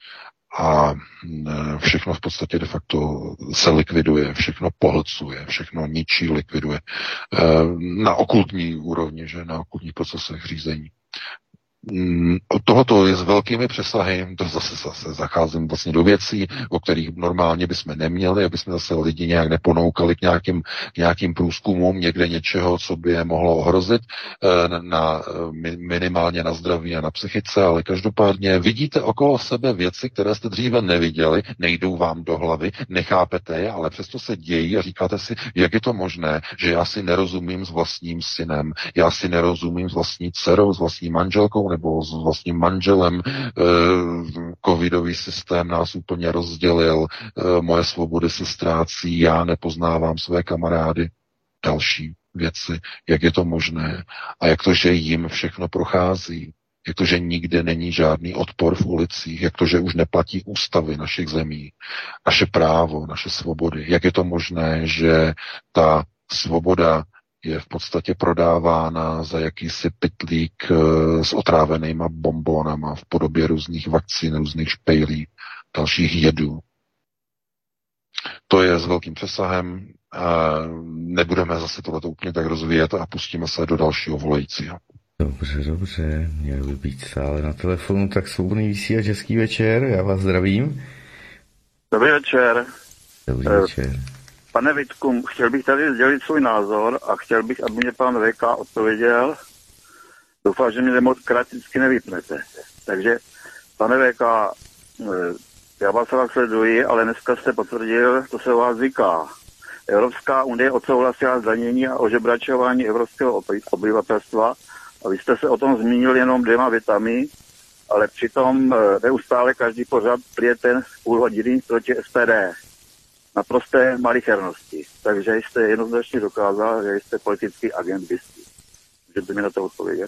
a všechno v podstatě de facto se likviduje, všechno pohlcuje, všechno ničí, likviduje. Na okultní úrovni, že na okultních procesech řízení. Tohoto je s velkými přesahy, to zase, zase zacházím vlastně do věcí, o kterých normálně bychom neměli, aby jsme zase lidi nějak neponoukali k nějakým, k nějakým průzkumům někde něčeho, co by je mohlo ohrozit na, minimálně na zdraví a na psychice, ale každopádně vidíte okolo sebe věci, které jste dříve neviděli, nejdou vám do hlavy, nechápete je, ale přesto se dějí a říkáte si, jak je to možné, že já si nerozumím s vlastním synem, já si nerozumím s vlastní dcerou, s vlastní manželkou, nebo s vlastním manželem. Covidový systém nás úplně rozdělil, moje svobody se ztrácí, já nepoznávám své kamarády. Další věci, jak je to možné a jak to, že jim všechno prochází, jak to, že nikde není žádný odpor v ulicích, jak to, že už neplatí ústavy našich zemí, naše právo, naše svobody, jak je to možné, že ta svoboda je v podstatě prodávána za jakýsi pytlík s otrávenýma bombónama v podobě různých vakcín, různých špejlí, dalších jedů. To je s velkým přesahem. Nebudeme zase tohleto úplně tak rozvíjet a pustíme se do dalšího volajícího. Dobře, dobře, měl by být stále na telefonu, tak svobodný vysílač, hezký večer, já vás zdravím. Dobrý večer. Dobrý večer. Pane Vítku, chtěl bych tady sdělit svůj názor a chtěl bych, aby mě pan V K odpověděl. Doufám, že mě demokraticky nevypnete. Takže, pane V K, já vás vás sleduji, ale dneska jste potvrdil, to se o vás říká. Evropská unie odsouhlasila zdanění a ožebračování evropského obyvatelstva a vy jste se o tom zmínil jenom dvěma větami, ale přitom neustále každý pořad plijete půl hodiny proti S P D. Naprosté malichernosti. Takže jste jednoznačně dokázal, že jste politický agent vystý. Že by mi na to odpovědět.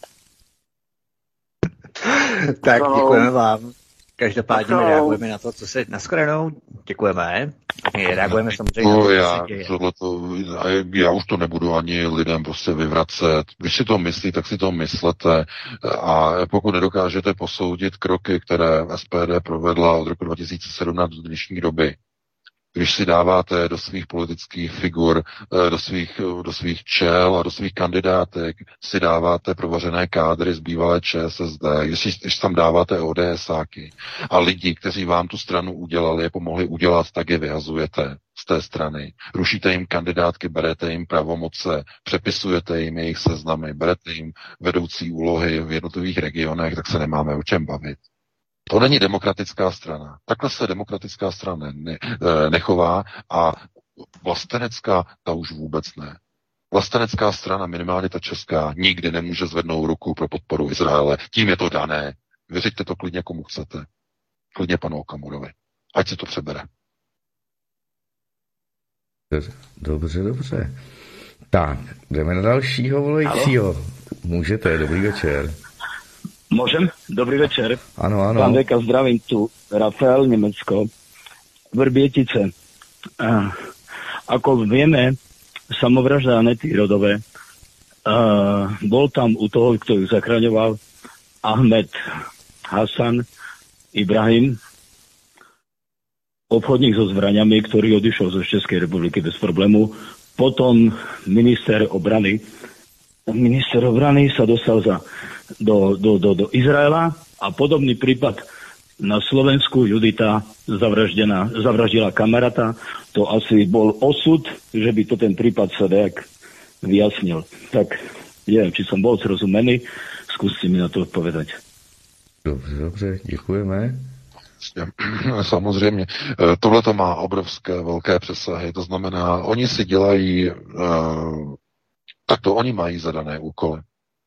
Tak děkujeme vám. Každopádně my reagujeme na to, co se naschledanou. Děkujeme. My reagujeme samozřejmě no, na to, já, co se děje. Tohleto, já už to nebudu ani lidem prostě vyvracet. Když si to myslí, tak si to myslete. A pokud nedokážete posoudit kroky, které S P D provedla od roku dva tisíce sedmnáct do dnešní doby, když si dáváte do svých politických figur, do svých, do svých čel a do svých kandidátek, si dáváte provařené kádry z bývalé Č S S D, když, když tam dáváte ODSáky a lidi, kteří vám tu stranu udělali, je pomohli udělat, tak je vyhazujete z té strany. Rušíte jim kandidátky, berete jim pravomoce, přepisujete jim jejich seznamy, berete jim vedoucí úlohy v jednotlivých regionech, tak se nemáme o čem bavit. To není demokratická strana. Takhle se demokratická strana ne, nechová a Vlastenecká, ta už vůbec ne. Vlastenecká strana, minimálně ta česká, nikdy nemůže zvednout ruku pro podporu Izraele. Tím je to dané. Vyřiďte to klidně komu chcete. Klidně panu Okamurovi. Ať si to přebere. Dobře, dobře. Tak, jdeme na dalšího volajícího. Můžete, dobrý večer. Môžem? Dobrý večer. Ano, ano. Pán Veka, zdravím tu. Rafael, Nemecko. Vrbietice. Uh, ako vieme, samovražda Anety Rodové, uh, bol tam u toho, kto ju zachraňoval, Ahmed Hasan Ibrahim, obchodník so zbraňami, ktorý odišiel zo Českej republiky bez problému. Potom minister obrany minister obrany sa dostal za, do, do, do, do Izraela a podobný prípad na Slovensku. Judita zavraždená, zavraždila kamaráta. To asi bol osud, že by to ten prípad sa nejak vyjasnil. Tak neviem, či som bol zrozumený. Skúste mi na to odpovedať. Dobře, dobře, děkujeme. Samozřejmě. Tohle to má obrovské velké přesahy. To znamená, oni si dělají, tak to oni mají zadané úkoly.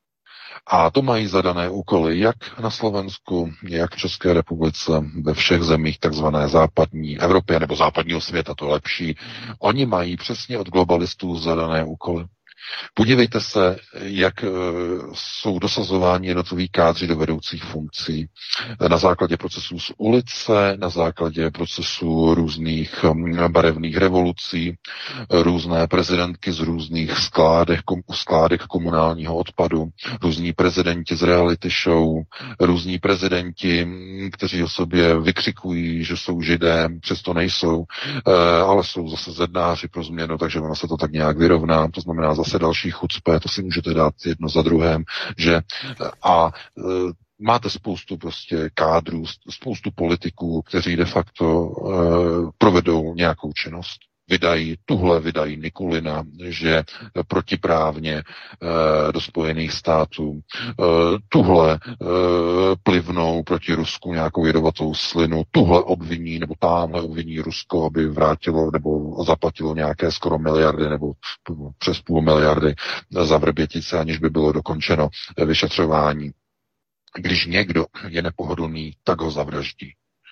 A to mají zadané úkoly jak na Slovensku, jak v České republice, ve všech zemích takzvané západní Evropy nebo západního světa, to lepší. Oni mají přesně od globalistů zadané úkoly. Podívejte se, jak jsou dosazováni jednotliví kádři do vedoucích funkcí na základě procesů z ulice, na základě procesů různých barevných revolucí, různé prezidentky z různých skládek, skládek komunálního odpadu, různí prezidenti z reality show, různí prezidenti, kteří o sobě vykřikují, že jsou židé, přesto nejsou, ale jsou zase zednáři pro změnu, takže ono se to tak nějak vyrovná, to znamená zase další chucpe, to si můžete dát jedno za druhém, že a e, máte spoustu prostě kádrů, spoustu politiků, kteří de facto e, provedou nějakou činnost. Vydají, tuhle vydají Nikulina, že protiprávně e, do Spojených států, e, tuhle e, plivnou proti Rusku nějakou jedovatou slinu, tuhle obviní, nebo tamhle obviní Rusko, aby vrátilo nebo zaplatilo nějaké skoro miliardy nebo přes půl miliardy za Vrbětice, aniž by bylo dokončeno vyšetřování. Když někdo je nepohodlný, tak ho zavraždí.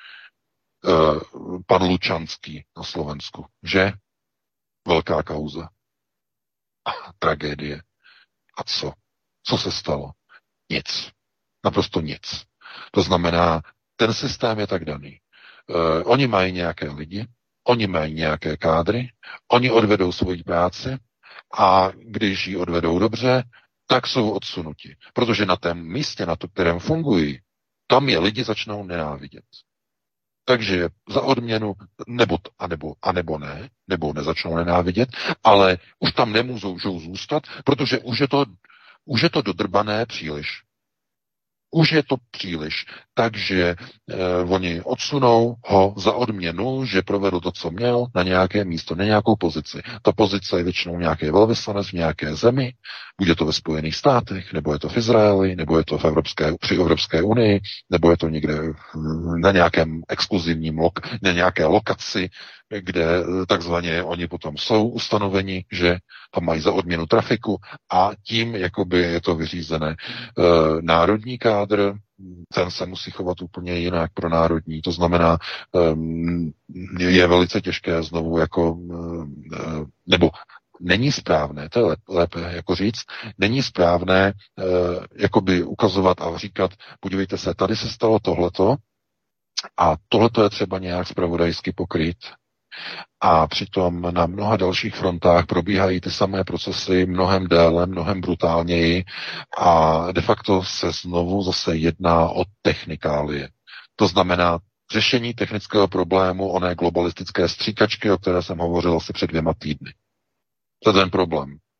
Pan Lučanský na Slovensku, že? Velká kauza. A tragédie. A co? Co se stalo? Nic. Naprosto nic. To znamená, ten systém je tak daný. Uh, oni mají nějaké lidi, oni mají nějaké kádry, oni odvedou svoji práci a když ji odvedou dobře, tak jsou odsunuti. Protože na tom místě, na to, kterém fungují, tam je lidi začnou nenávidět. Takže za odměnu, nebo, anebo, anebo ne, nebo nezačnou nenávidět, ale už tam nemůžou zůstat, protože už je to, už je to dodrbané příliš. Už je to příliš. Takže eh, oni odsunou ho za odměnu, že provedl to, co měl, na nějaké místo, na nějakou pozici. Ta pozice je většinou nějaký velvyslanec v nějaké zemi, bude to ve Spojených státech, nebo je to v Izraeli, nebo je to v Evropské, při Evropské unii, nebo je to někde na nějakém exkluzivním, lok, na nějaké lokaci, kde takzvaně oni potom jsou ustanoveni, že tam mají za odměnu trafiku a tím jakoby je to vyřízené. E, národní kádr, ten se musí chovat úplně jinak pro národní, to znamená, e, je velice těžké znovu jako, e, nebo není správné, to je lépe jako říct, není správné e, jakoby ukazovat a říkat, podívejte se, tady se stalo tohleto a tohleto je třeba nějak zpravodajsky pokryt. A přitom na mnoha dalších frontách probíhají ty samé procesy mnohem déle, mnohem brutálněji a de facto se znovu zase jedná o technikálie. To znamená řešení technického problému oné globalistické stříkačky, o které jsem hovořil asi před dvěma týdny. To je ten problém.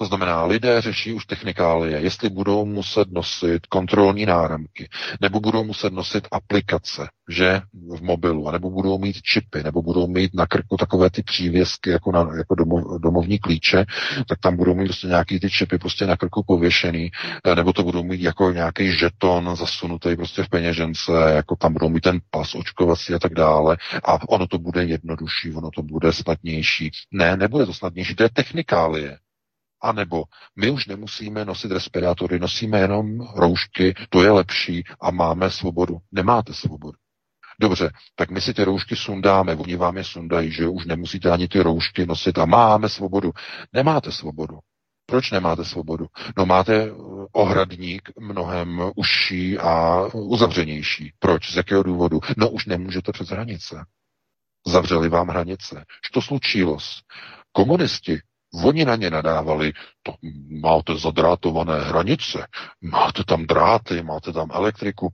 To znamená, lidé řeší už technikálie, jestli budou muset nosit kontrolní náramky, nebo budou muset nosit aplikace, že v mobilu, nebo budou mít čipy, nebo budou mít na krku takové ty přívěsky jako, na, jako domov, domovní klíče, tak tam budou mít prostě nějaký ty čipy prostě na krku pověšený, nebo to budou mít jako nějaký žeton zasunutý prostě v peněžence, jako tam budou mít ten pas očkovací a tak dále. A ono to bude jednodušší, ono to bude snadnější. Ne, nebude to snadnější, to je technikálie. A nebo my už nemusíme nosit respirátory, nosíme jenom roušky, to je lepší a máme svobodu. Nemáte svobodu. Dobře, tak my si ty roušky sundáme, oni vám je sundají, že už nemusíte ani ty roušky nosit a máme svobodu. Nemáte svobodu. Proč nemáte svobodu? No máte ohradník mnohem užší a uzavřenější. Proč? Z jakého důvodu? No už nemůžete přes hranice. Zavřeli vám hranice. Što slučilo? Komunisti, oni na ně nadávali, to máte zadrátované hranice, máte tam dráty, máte tam elektriku.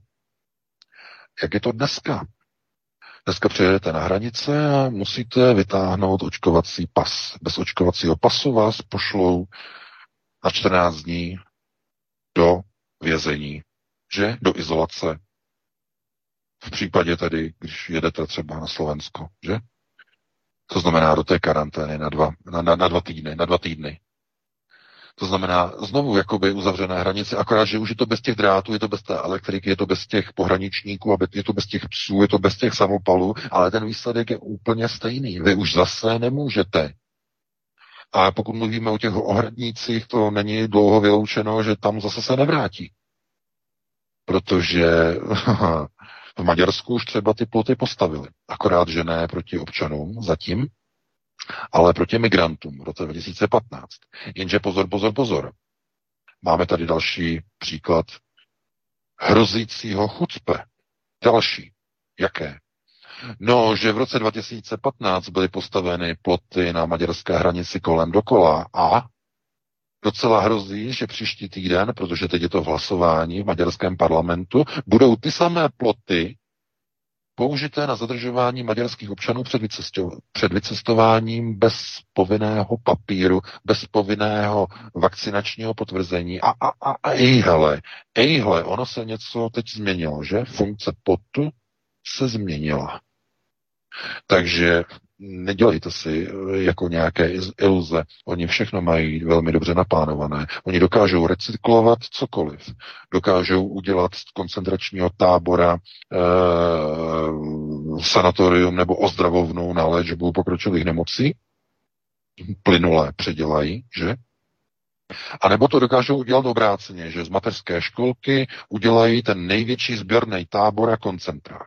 Jak je to dneska? Dneska přijedete na hranice a musíte vytáhnout očkovací pas. Bez očkovacího pasu vás pošlou na čtrnáct dní do vězení, že? Do izolace. V případě tedy, když jedete třeba na Slovensko, že? To znamená do té karantény na dva, na, na, na dva týdny, na dva týdny. To znamená znovu jakoby uzavřené hranice, akorát, že už je to bez těch drátů, je to bez té elektriky, je to bez těch pohraničníků, je to bez těch psů, je to bez těch samopalů, ale ten výsledek je úplně stejný. Vy už zase nemůžete. A pokud mluvíme o těch ohradnících, to není dlouho vyloučeno, že tam zase se nevrátí. Protože v Maďarsku už třeba ty ploty postavili. Akorát, že ne proti občanům zatím, ale proti migrantům v roce dva tisíce patnáct. Jenže pozor, pozor, pozor. Máme tady další příklad hrozícího chucpe. Další. Jaké? No, že v roce dva tisíce patnáct byly postaveny ploty na maďarské hranici kolem dokola a docela hrozí, že příští týden, protože teď je to v hlasování v maďarském parlamentu, budou ty samé ploty použité na zadržování maďarských občanů před, vycesto- před vycestováním bez povinného papíru, bez povinného vakcinačního potvrzení. A, a, a, a ejhle, ejhle, ono se něco teď změnilo, že? Funkce potu se změnila. Takže nedělejte si jako nějaké iluze. Oni všechno mají velmi dobře naplánované. Oni dokážou recyklovat cokoliv. Dokážou udělat z koncentračního tábora e, sanatorium nebo ozdravovnu na léčbu pokročilých nemocí. Plynulé předělají, že? A nebo to dokážou udělat obráceně, že z mateřské školky udělají ten největší sběrný tábor a koncentrák.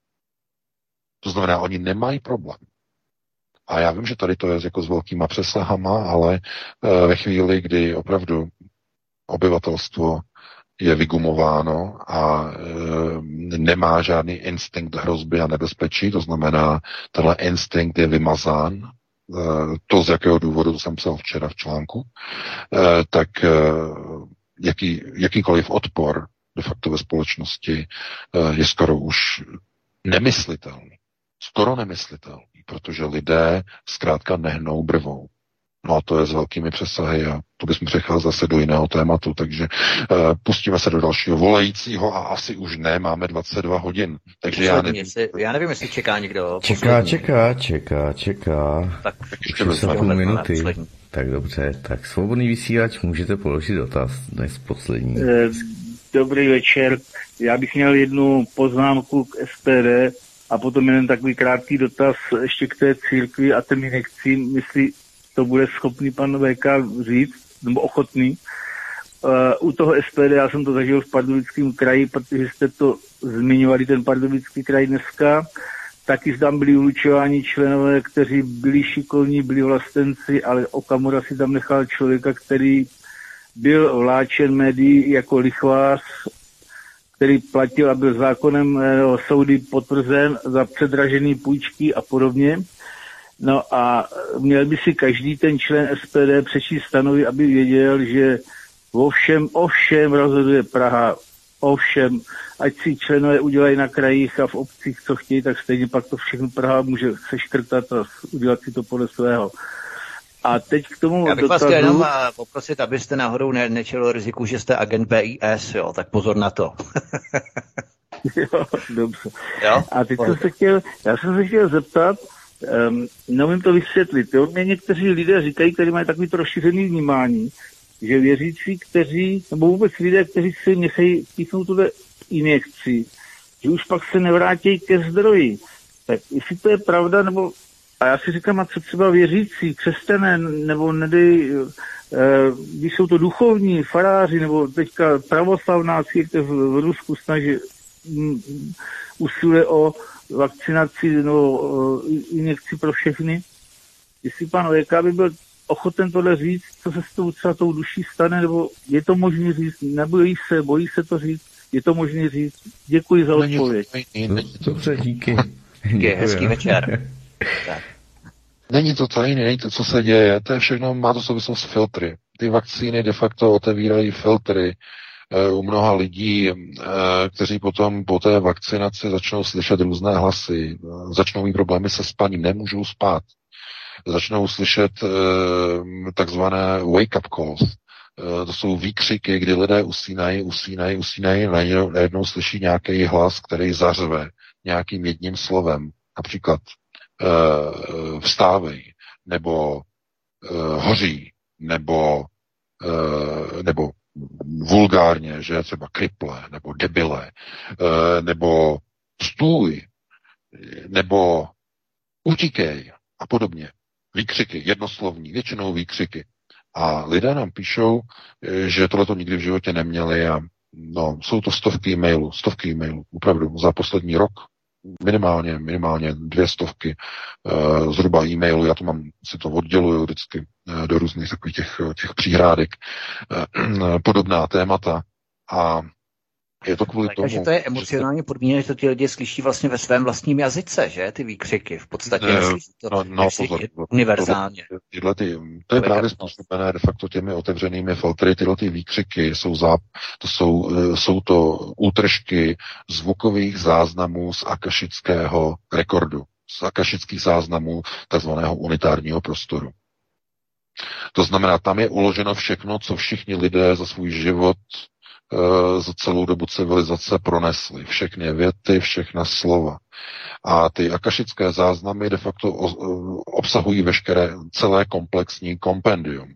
To znamená, oni nemají problém. A já vím, že tady to je jako s velkýma přesahama, ale ve chvíli, kdy opravdu obyvatelstvo je vygumováno a e, nemá žádný instinkt hrozby a nebezpečí, to znamená, tenhle instinkt je vymazán, e, to z jakého důvodu, to jsem psal včera v článku, e, tak e, jaký, jakýkoliv odpor de facto ve společnosti e, je skoro už nemyslitelný. Skoro nemyslitelný, protože lidé zkrátka nehnou brvou. No a to je s velkými přesahy a to bychom přecházeli zase do jiného tématu, takže uh, pustíme se do dalšího volajícího a asi už ne, máme dvacet dva hodin. Takže já nevím. Jestli, já nevím, jestli čeká někdo. Čeká, poslední. čeká, čeká, čeká. Tak, tak ještě bez půl minuty. Poslední. Tak dobře, tak svobodný vysílač, můžete položit dotaz, dnes poslední. Dobrý večer, já bych měl jednu poznámku k S P D a potom jeden takový krátký dotaz ještě k té církvi a ten nechci, jestli to bude schopný pan V K říct, nebo ochotný. Uh, u toho S P D já jsem to zažil v Pardubickém kraji, protože jste to zmiňovali, ten Pardubický kraj dneska. Taky tam byli ulučováni členové, kteří byli šikovní, byli vlastenci, ale Okamura si tam nechal člověka, který byl vláčen médií jako lichvář, který platil a byl zákonem eh, soudy potvrzen za předražený půjčky a podobně. No a měl by si každý ten člen S P D přečíst stanovy, aby věděl, že o všem, o všem rozhoduje Praha, o všem, ať si členové udělají na krajích a v obcích, co chtějí, tak stejně pak to všechno Praha může seškrtat a udělat si to podle svého. A teď k tomu Já bych dotazu... vás chtěl jenom poprosit, abyste náhodou ne, nečelil riziku, že jste agent B I S, jo, tak pozor na to. Jo, dobře. Jo? A teď jsem se chtěl, já jsem se chtěl zeptat, um, neumím to vysvětlit, jo? Mě někteří lidé říkají, kteří mají takový to rozšířený vnímání, že věřící, kteří, nebo vůbec lidé, kteří si nechají píchnout tuhle injekci, že už pak se nevrátí ke zdroji. Tak jestli to je pravda, nebo a já si říkám, a co třeba věřící, křesťané, nebo nedej, e, když jsou to duchovní, faráři, nebo teďka pravoslavná církev v Rusku snaží, m, usiluje o vakcinaci, no, injekci pro všechny. Jestli pan Léka by byl ochoten tohle říct, co se s tou třeba tou duší stane, nebo je to možné říct, nebojí se, bojí se to říct, je to možné říct. Děkuji za odpověď. Dobře, díky. Díky, hezký večer. Tak. Není to tajné, není to, co se děje, to je všechno, má to souvislost s filtry. Ty vakcíny de facto otevírají filtry u mnoha lidí, kteří potom po té vakcinaci začnou slyšet různé hlasy, začnou mít problémy se spaním, nemůžou spát, začnou slyšet takzvané wake-up calls. To jsou výkřiky, kdy lidé usínají, usínají, usínají, najednou slyší nějaký hlas, který zařve nějakým jedním slovem. Například uh, vstávej, nebo uh, hoří, nebo, uh, nebo vulgárně, že třeba kriple, nebo debile, uh, nebo stůj, nebo utíkej a podobně. Výkřiky, jednoslovní, většinou výkřiky. A lidé nám píšou, že tohleto nikdy v životě neměli a no, jsou to stovky e-mailů, stovky e-mailů, opravdu, za poslední rok minimálně, minimálně dvě stovky uh, zhruba e-mailů, já to mám, si to odděluju vždycky uh, do různých takových těch, těch příhrádek, uh, podobná témata a je to kvůli tomu. Takže to je emocionálně podmíněné, že to ti lidé slyší vlastně ve svém vlastním jazyce, že? Ty výkřiky v podstatě ne, neslyší to no, no, pozor, univerzálně. Tohle, tyhle ty, to je právě způsobené de facto těmi otevřenými filtry. Tyhle ty výkřiky jsou, záp, to jsou, jsou to útržky zvukových záznamů z akašického rekordu, z akašických záznamů takzvaného unitárního prostoru. To znamená, tam je uloženo všechno, co všichni lidé za svůj život za celou dobu civilizace pronesly. Všechny věty, všechna slova. A ty akašické záznamy de facto obsahují veškeré celé komplexní kompendium.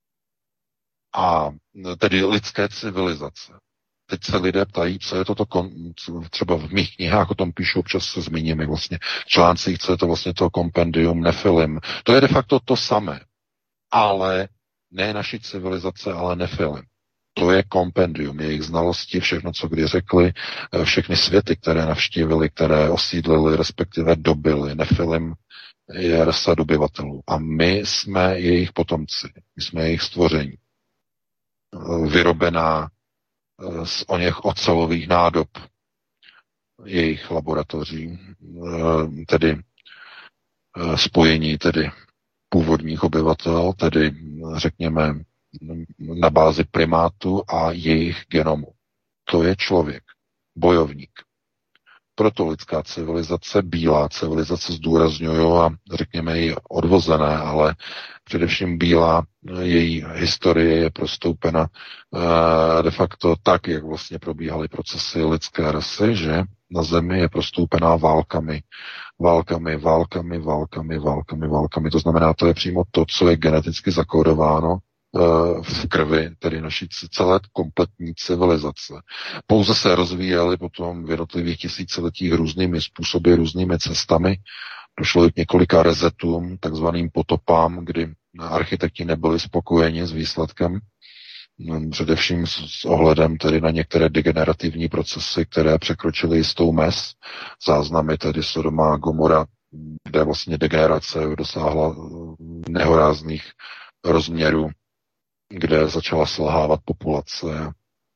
A tedy lidské civilizace. Teď se lidé ptají, co je toto, kom, třeba v mých knihách o tom píšu, občas se zmíním, vlastně článcích, co je to vlastně to kompendium Nefilim. To je de facto to samé. Ale ne naší civilizace, ale Nefilim. To je kompendium, jejich znalosti, všechno, co kdy řekli, všechny světy, které navštívili, které osídlili, respektive dobili. Nefilim je rasa dobyvatelů. A my jsme jejich potomci. My jsme jejich stvoření. Vyrobená z oněch ocelových nádob jejich laboratoří, tedy spojení tedy původních obyvatel, tedy řekněme na bázi primátu a jejich genomu. To je člověk, bojovník. Proto lidská civilizace, bílá civilizace zdůrazňuju a řekněme ji odvozené, ale především bílá, její historie je prostoupena uh, de facto tak, jak vlastně probíhaly procesy lidské rasy, že na zemi je prostoupená válkami, válkami, válkami, válkami, válkami, válkami. To znamená, to je přímo to, co je geneticky zakódováno v krvi, tedy naší celé kompletní civilizace. Pouze se rozvíjely potom v jednotlivých tisíciletích různými způsoby, různými cestami. Došlo k několika rezetům, takzvaným potopám, kdy architekti nebyli spokojeni s výsledkem, především s ohledem tedy na některé degenerativní procesy, které překročily jistou mez. Záznamy tedy Sodoma a Gomora, kde vlastně degenerace dosáhla nehorázných rozměrů, kde začala selhávat populace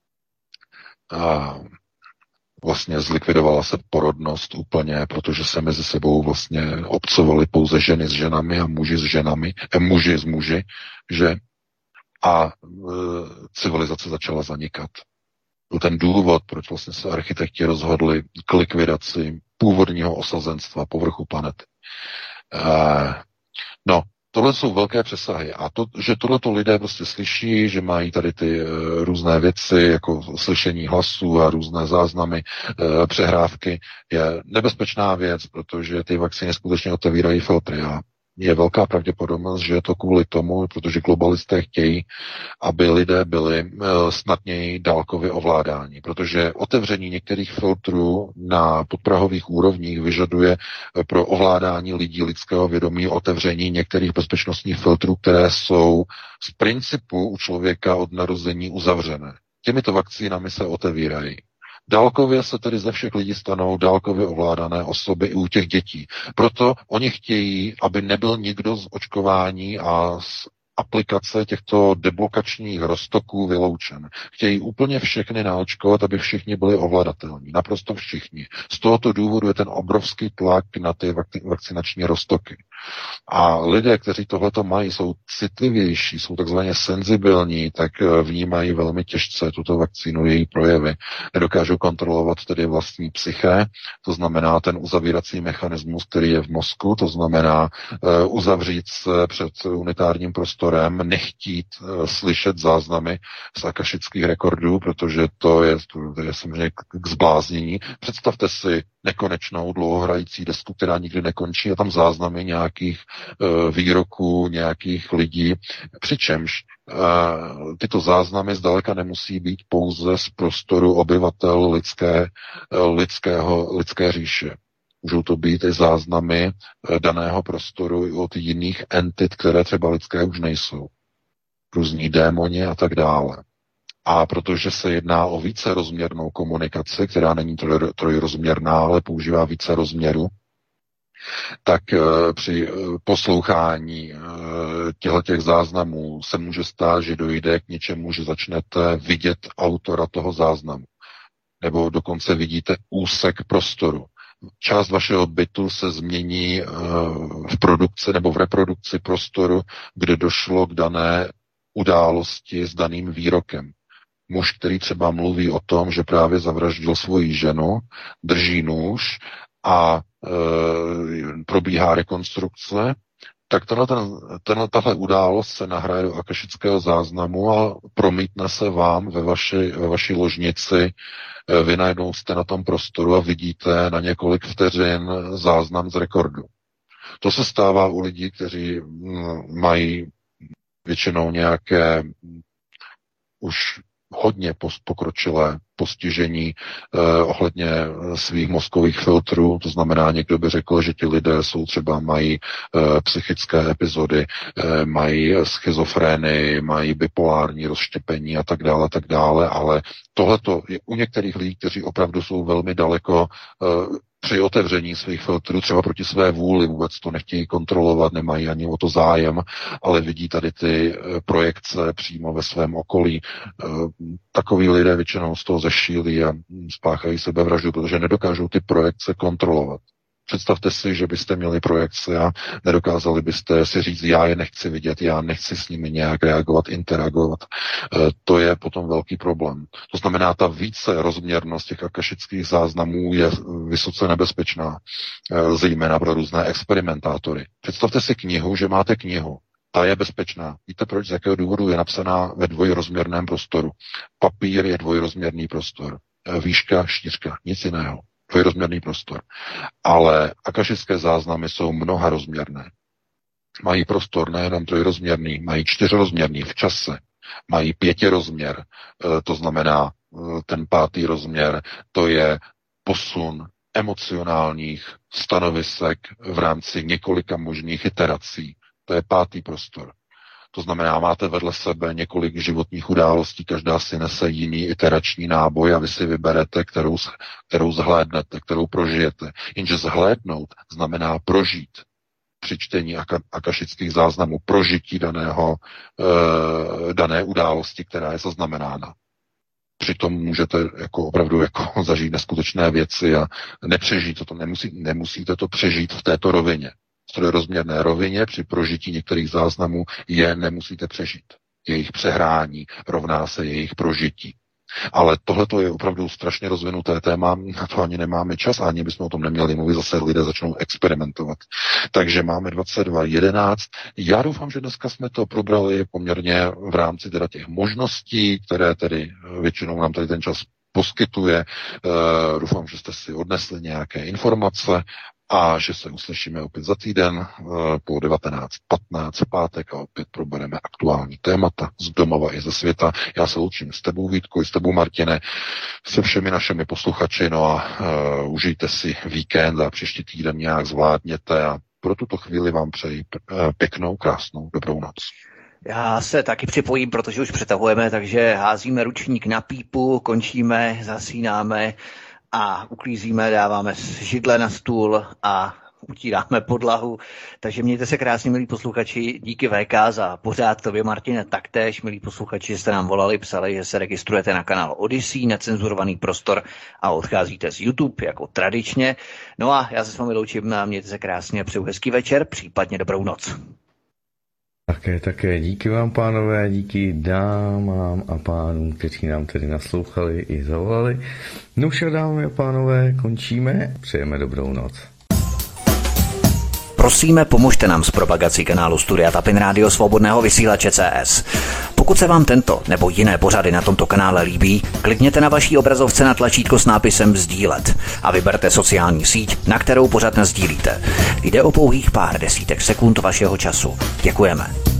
a vlastně zlikvidovala se porodnost úplně, protože se mezi sebou vlastně obcovaly pouze ženy s ženami a muži s ženami, eh, muži s muži, že a e, civilizace začala zanikat. Byl ten důvod, proč vlastně se architekti rozhodli k likvidaci původního osazenstva povrchu planety. E, no Tohle jsou velké přesahy a to, že tohleto lidé prostě slyší, že mají tady ty e, různé věci, jako slyšení hlasů a různé záznamy, e, přehrávky, je nebezpečná věc, protože ty vakcíny skutečně otevírají filtry a je velká pravděpodobnost, že je to kvůli tomu, protože globalisté chtějí, aby lidé byli e, snadněji dálkově ovládáni, protože otevření některých filtrů na podprahových úrovních vyžaduje pro ovládání lidí lidského vědomí otevření některých bezpečnostních filtrů, které jsou z principu u člověka od narození uzavřené. Těmito vakcínami se otevírají. Dálkově se tedy ze všech lidí stanou dálkově ovládané osoby i u těch dětí. Proto oni chtějí, aby nebyl nikdo z očkování a z aplikace těchto deblokačních roztoků vyloučen. Chtějí úplně všechny naočkovat, aby všichni byli ovladatelní. Naprosto všichni. Z tohoto důvodu je ten obrovský tlak na ty vakcinační roztoky. A lidé, kteří tohleto mají, jsou citlivější, jsou takzvaně senzibilní, tak vnímají velmi těžce tuto vakcínu, její projevy. Nedokážou kontrolovat tedy vlastní psyché, to znamená ten uzavírací mechanismus, který je v mozku, to znamená uh, uzavřít se před unitárním prostorem, nechtít uh, slyšet záznamy z akašických rekordů, protože to je, to je samozřejmě k zbláznění. Představte si nekonečnou dlouhohrající desku, která nikdy nekončí a tam záznamy nějakých uh, výroků, nějakých lidí. Přičemž uh, tyto záznamy zdaleka nemusí být pouze z prostoru obyvatel lidské, uh, lidského, lidské říše. Můžou to být i záznamy uh, daného prostoru i od jiných entit, které třeba lidské už nejsou. Různí démoni a tak dále. A protože se jedná o vícerozměrnou komunikaci, která není troj, trojrozměrná, ale používá více rozměru, tak e, při e, poslouchání e, těchto záznamů se může stát, že dojde k něčemu, že začnete vidět autora toho záznamu. Nebo dokonce vidíte úsek prostoru. Část vašeho bytu se změní e, v produkci nebo v reprodukci prostoru, kde došlo k dané události s daným výrokem. Muž, který třeba mluví o tom, že právě zavraždil svoji ženu, drží nůž a e, probíhá rekonstrukce, tak tenhle, tenhle, tahle událost se nahraje do akašického záznamu a promítne se vám ve vaši, ve vaší ložnici. Vy najednou jste na tom prostoru a vidíte na několik vteřin záznam z rekordu. To se stává u lidí, kteří mají většinou nějaké už hodně pokročilé postižení eh, ohledně svých mozkových filtrů, to znamená, někdo by řekl, že ti lidé jsou třeba, mají eh, psychické epizody, eh, mají schizofrenii, mají bipolární rozštěpení a tak dále, tak dále, ale tohleto je u některých lidí, kteří opravdu jsou velmi daleko eh, při otevření svých filtrů, třeba proti své vůli, vůbec to nechtějí kontrolovat, nemají ani o to zájem, ale vidí tady ty projekce přímo ve svém okolí. Takoví lidé většinou z toho zešílí a spáchají sebevraždu, protože nedokážou ty projekce kontrolovat. Představte si, že byste měli projekce a nedokázali byste si říct, já je nechci vidět, já nechci s nimi nějak reagovat, interagovat. E, to je potom velký problém. To znamená, ta více rozměrnost těch akašických záznamů je vysoce nebezpečná, e, zejména pro různé experimentátory. Představte si knihu, že máte knihu. Ta je bezpečná. Víte proč? Z jakého důvodu je napsaná ve dvojrozměrném prostoru. Papír je dvojrozměrný prostor. E, výška, šířka, nic jiného. Dvojrozměrný prostor. Ale akašické záznamy jsou mnoharozměrné. Mají prostor nejenom trojrozměrný, mají čtyřrozměrný v čase, mají pětirozměr, to znamená ten pátý rozměr, to je posun emocionálních stanovisek v rámci několika možných iterací. To je pátý prostor. To znamená, máte vedle sebe několik životních událostí, každá si nese jiný iterační náboj a vy si vyberete, kterou, kterou zhlédnete, kterou prožijete. Jenže zhlédnout znamená prožít při čtení aka, akašických záznamů, prožití daného, e, dané události, která je zaznamenána. Přitom můžete jako opravdu jako zažít neskutečné věci a nepřežít to, nemusí, nemusíte to přežít v této rovině. V trojrozměrné rovině při prožití některých záznamů je nemusíte přežít. Jejich přehrání rovná se jejich prožití. Ale tohle je opravdu strašně rozvinuté téma, na to ani nemáme čas, ani bychom o tom neměli mluvit, zase lidé začnou experimentovat. Takže máme dvacet dva jedenáct. Já doufám, že dneska jsme to probrali poměrně v rámci teda těch možností, které tedy většinou nám tady ten čas poskytuje. Uh, doufám, že jste si odnesli nějaké informace a že se uslyšíme opět za týden uh, po devatenáct patnáct v pátek a opět probereme aktuální témata z domova i ze světa. Já se loučím s tebou, Vítko, i s tebou, Martine, se všemi našimi posluchači, no a uh, užijte si víkend a příští týden nějak zvládněte a pro tuto chvíli vám přeji uh, pěknou, krásnou, dobrou noc. Já se taky připojím, protože už přetahujeme, takže házíme ručník na pípu, končíme, zasínáme a uklízíme, dáváme židle na stůl a utíráme podlahu. Takže mějte se krásně, milí posluchači, díky V K za pořád, tobě, Martine, taktéž, milí posluchači, že jste nám volali, psali, že se registrujete na kanál Odyssey, necenzurovaný prostor a odcházíte z YouTube jako tradičně. No a já se s vámi loučím a mějte se krásně, přeju hezký večer, případně dobrou noc. Také, také díky vám, pánové, díky dámám a pánům, kteří nám tedy naslouchali i zavolali. No už, dámy a pánové, končíme, přejeme dobrou noc. Prosíme, pomožte nám s propagací kanálu Studia Tapin Rádio Svobodného vysílače C S. Pokud se vám tento nebo jiné pořady na tomto kanále líbí, klikněte na vaší obrazovce na tlačítko s nápisem sdílet a vyberte sociální síť, na kterou pořad nasdílíte. Jde o pouhých pár desítek sekund vašeho času. Děkujeme.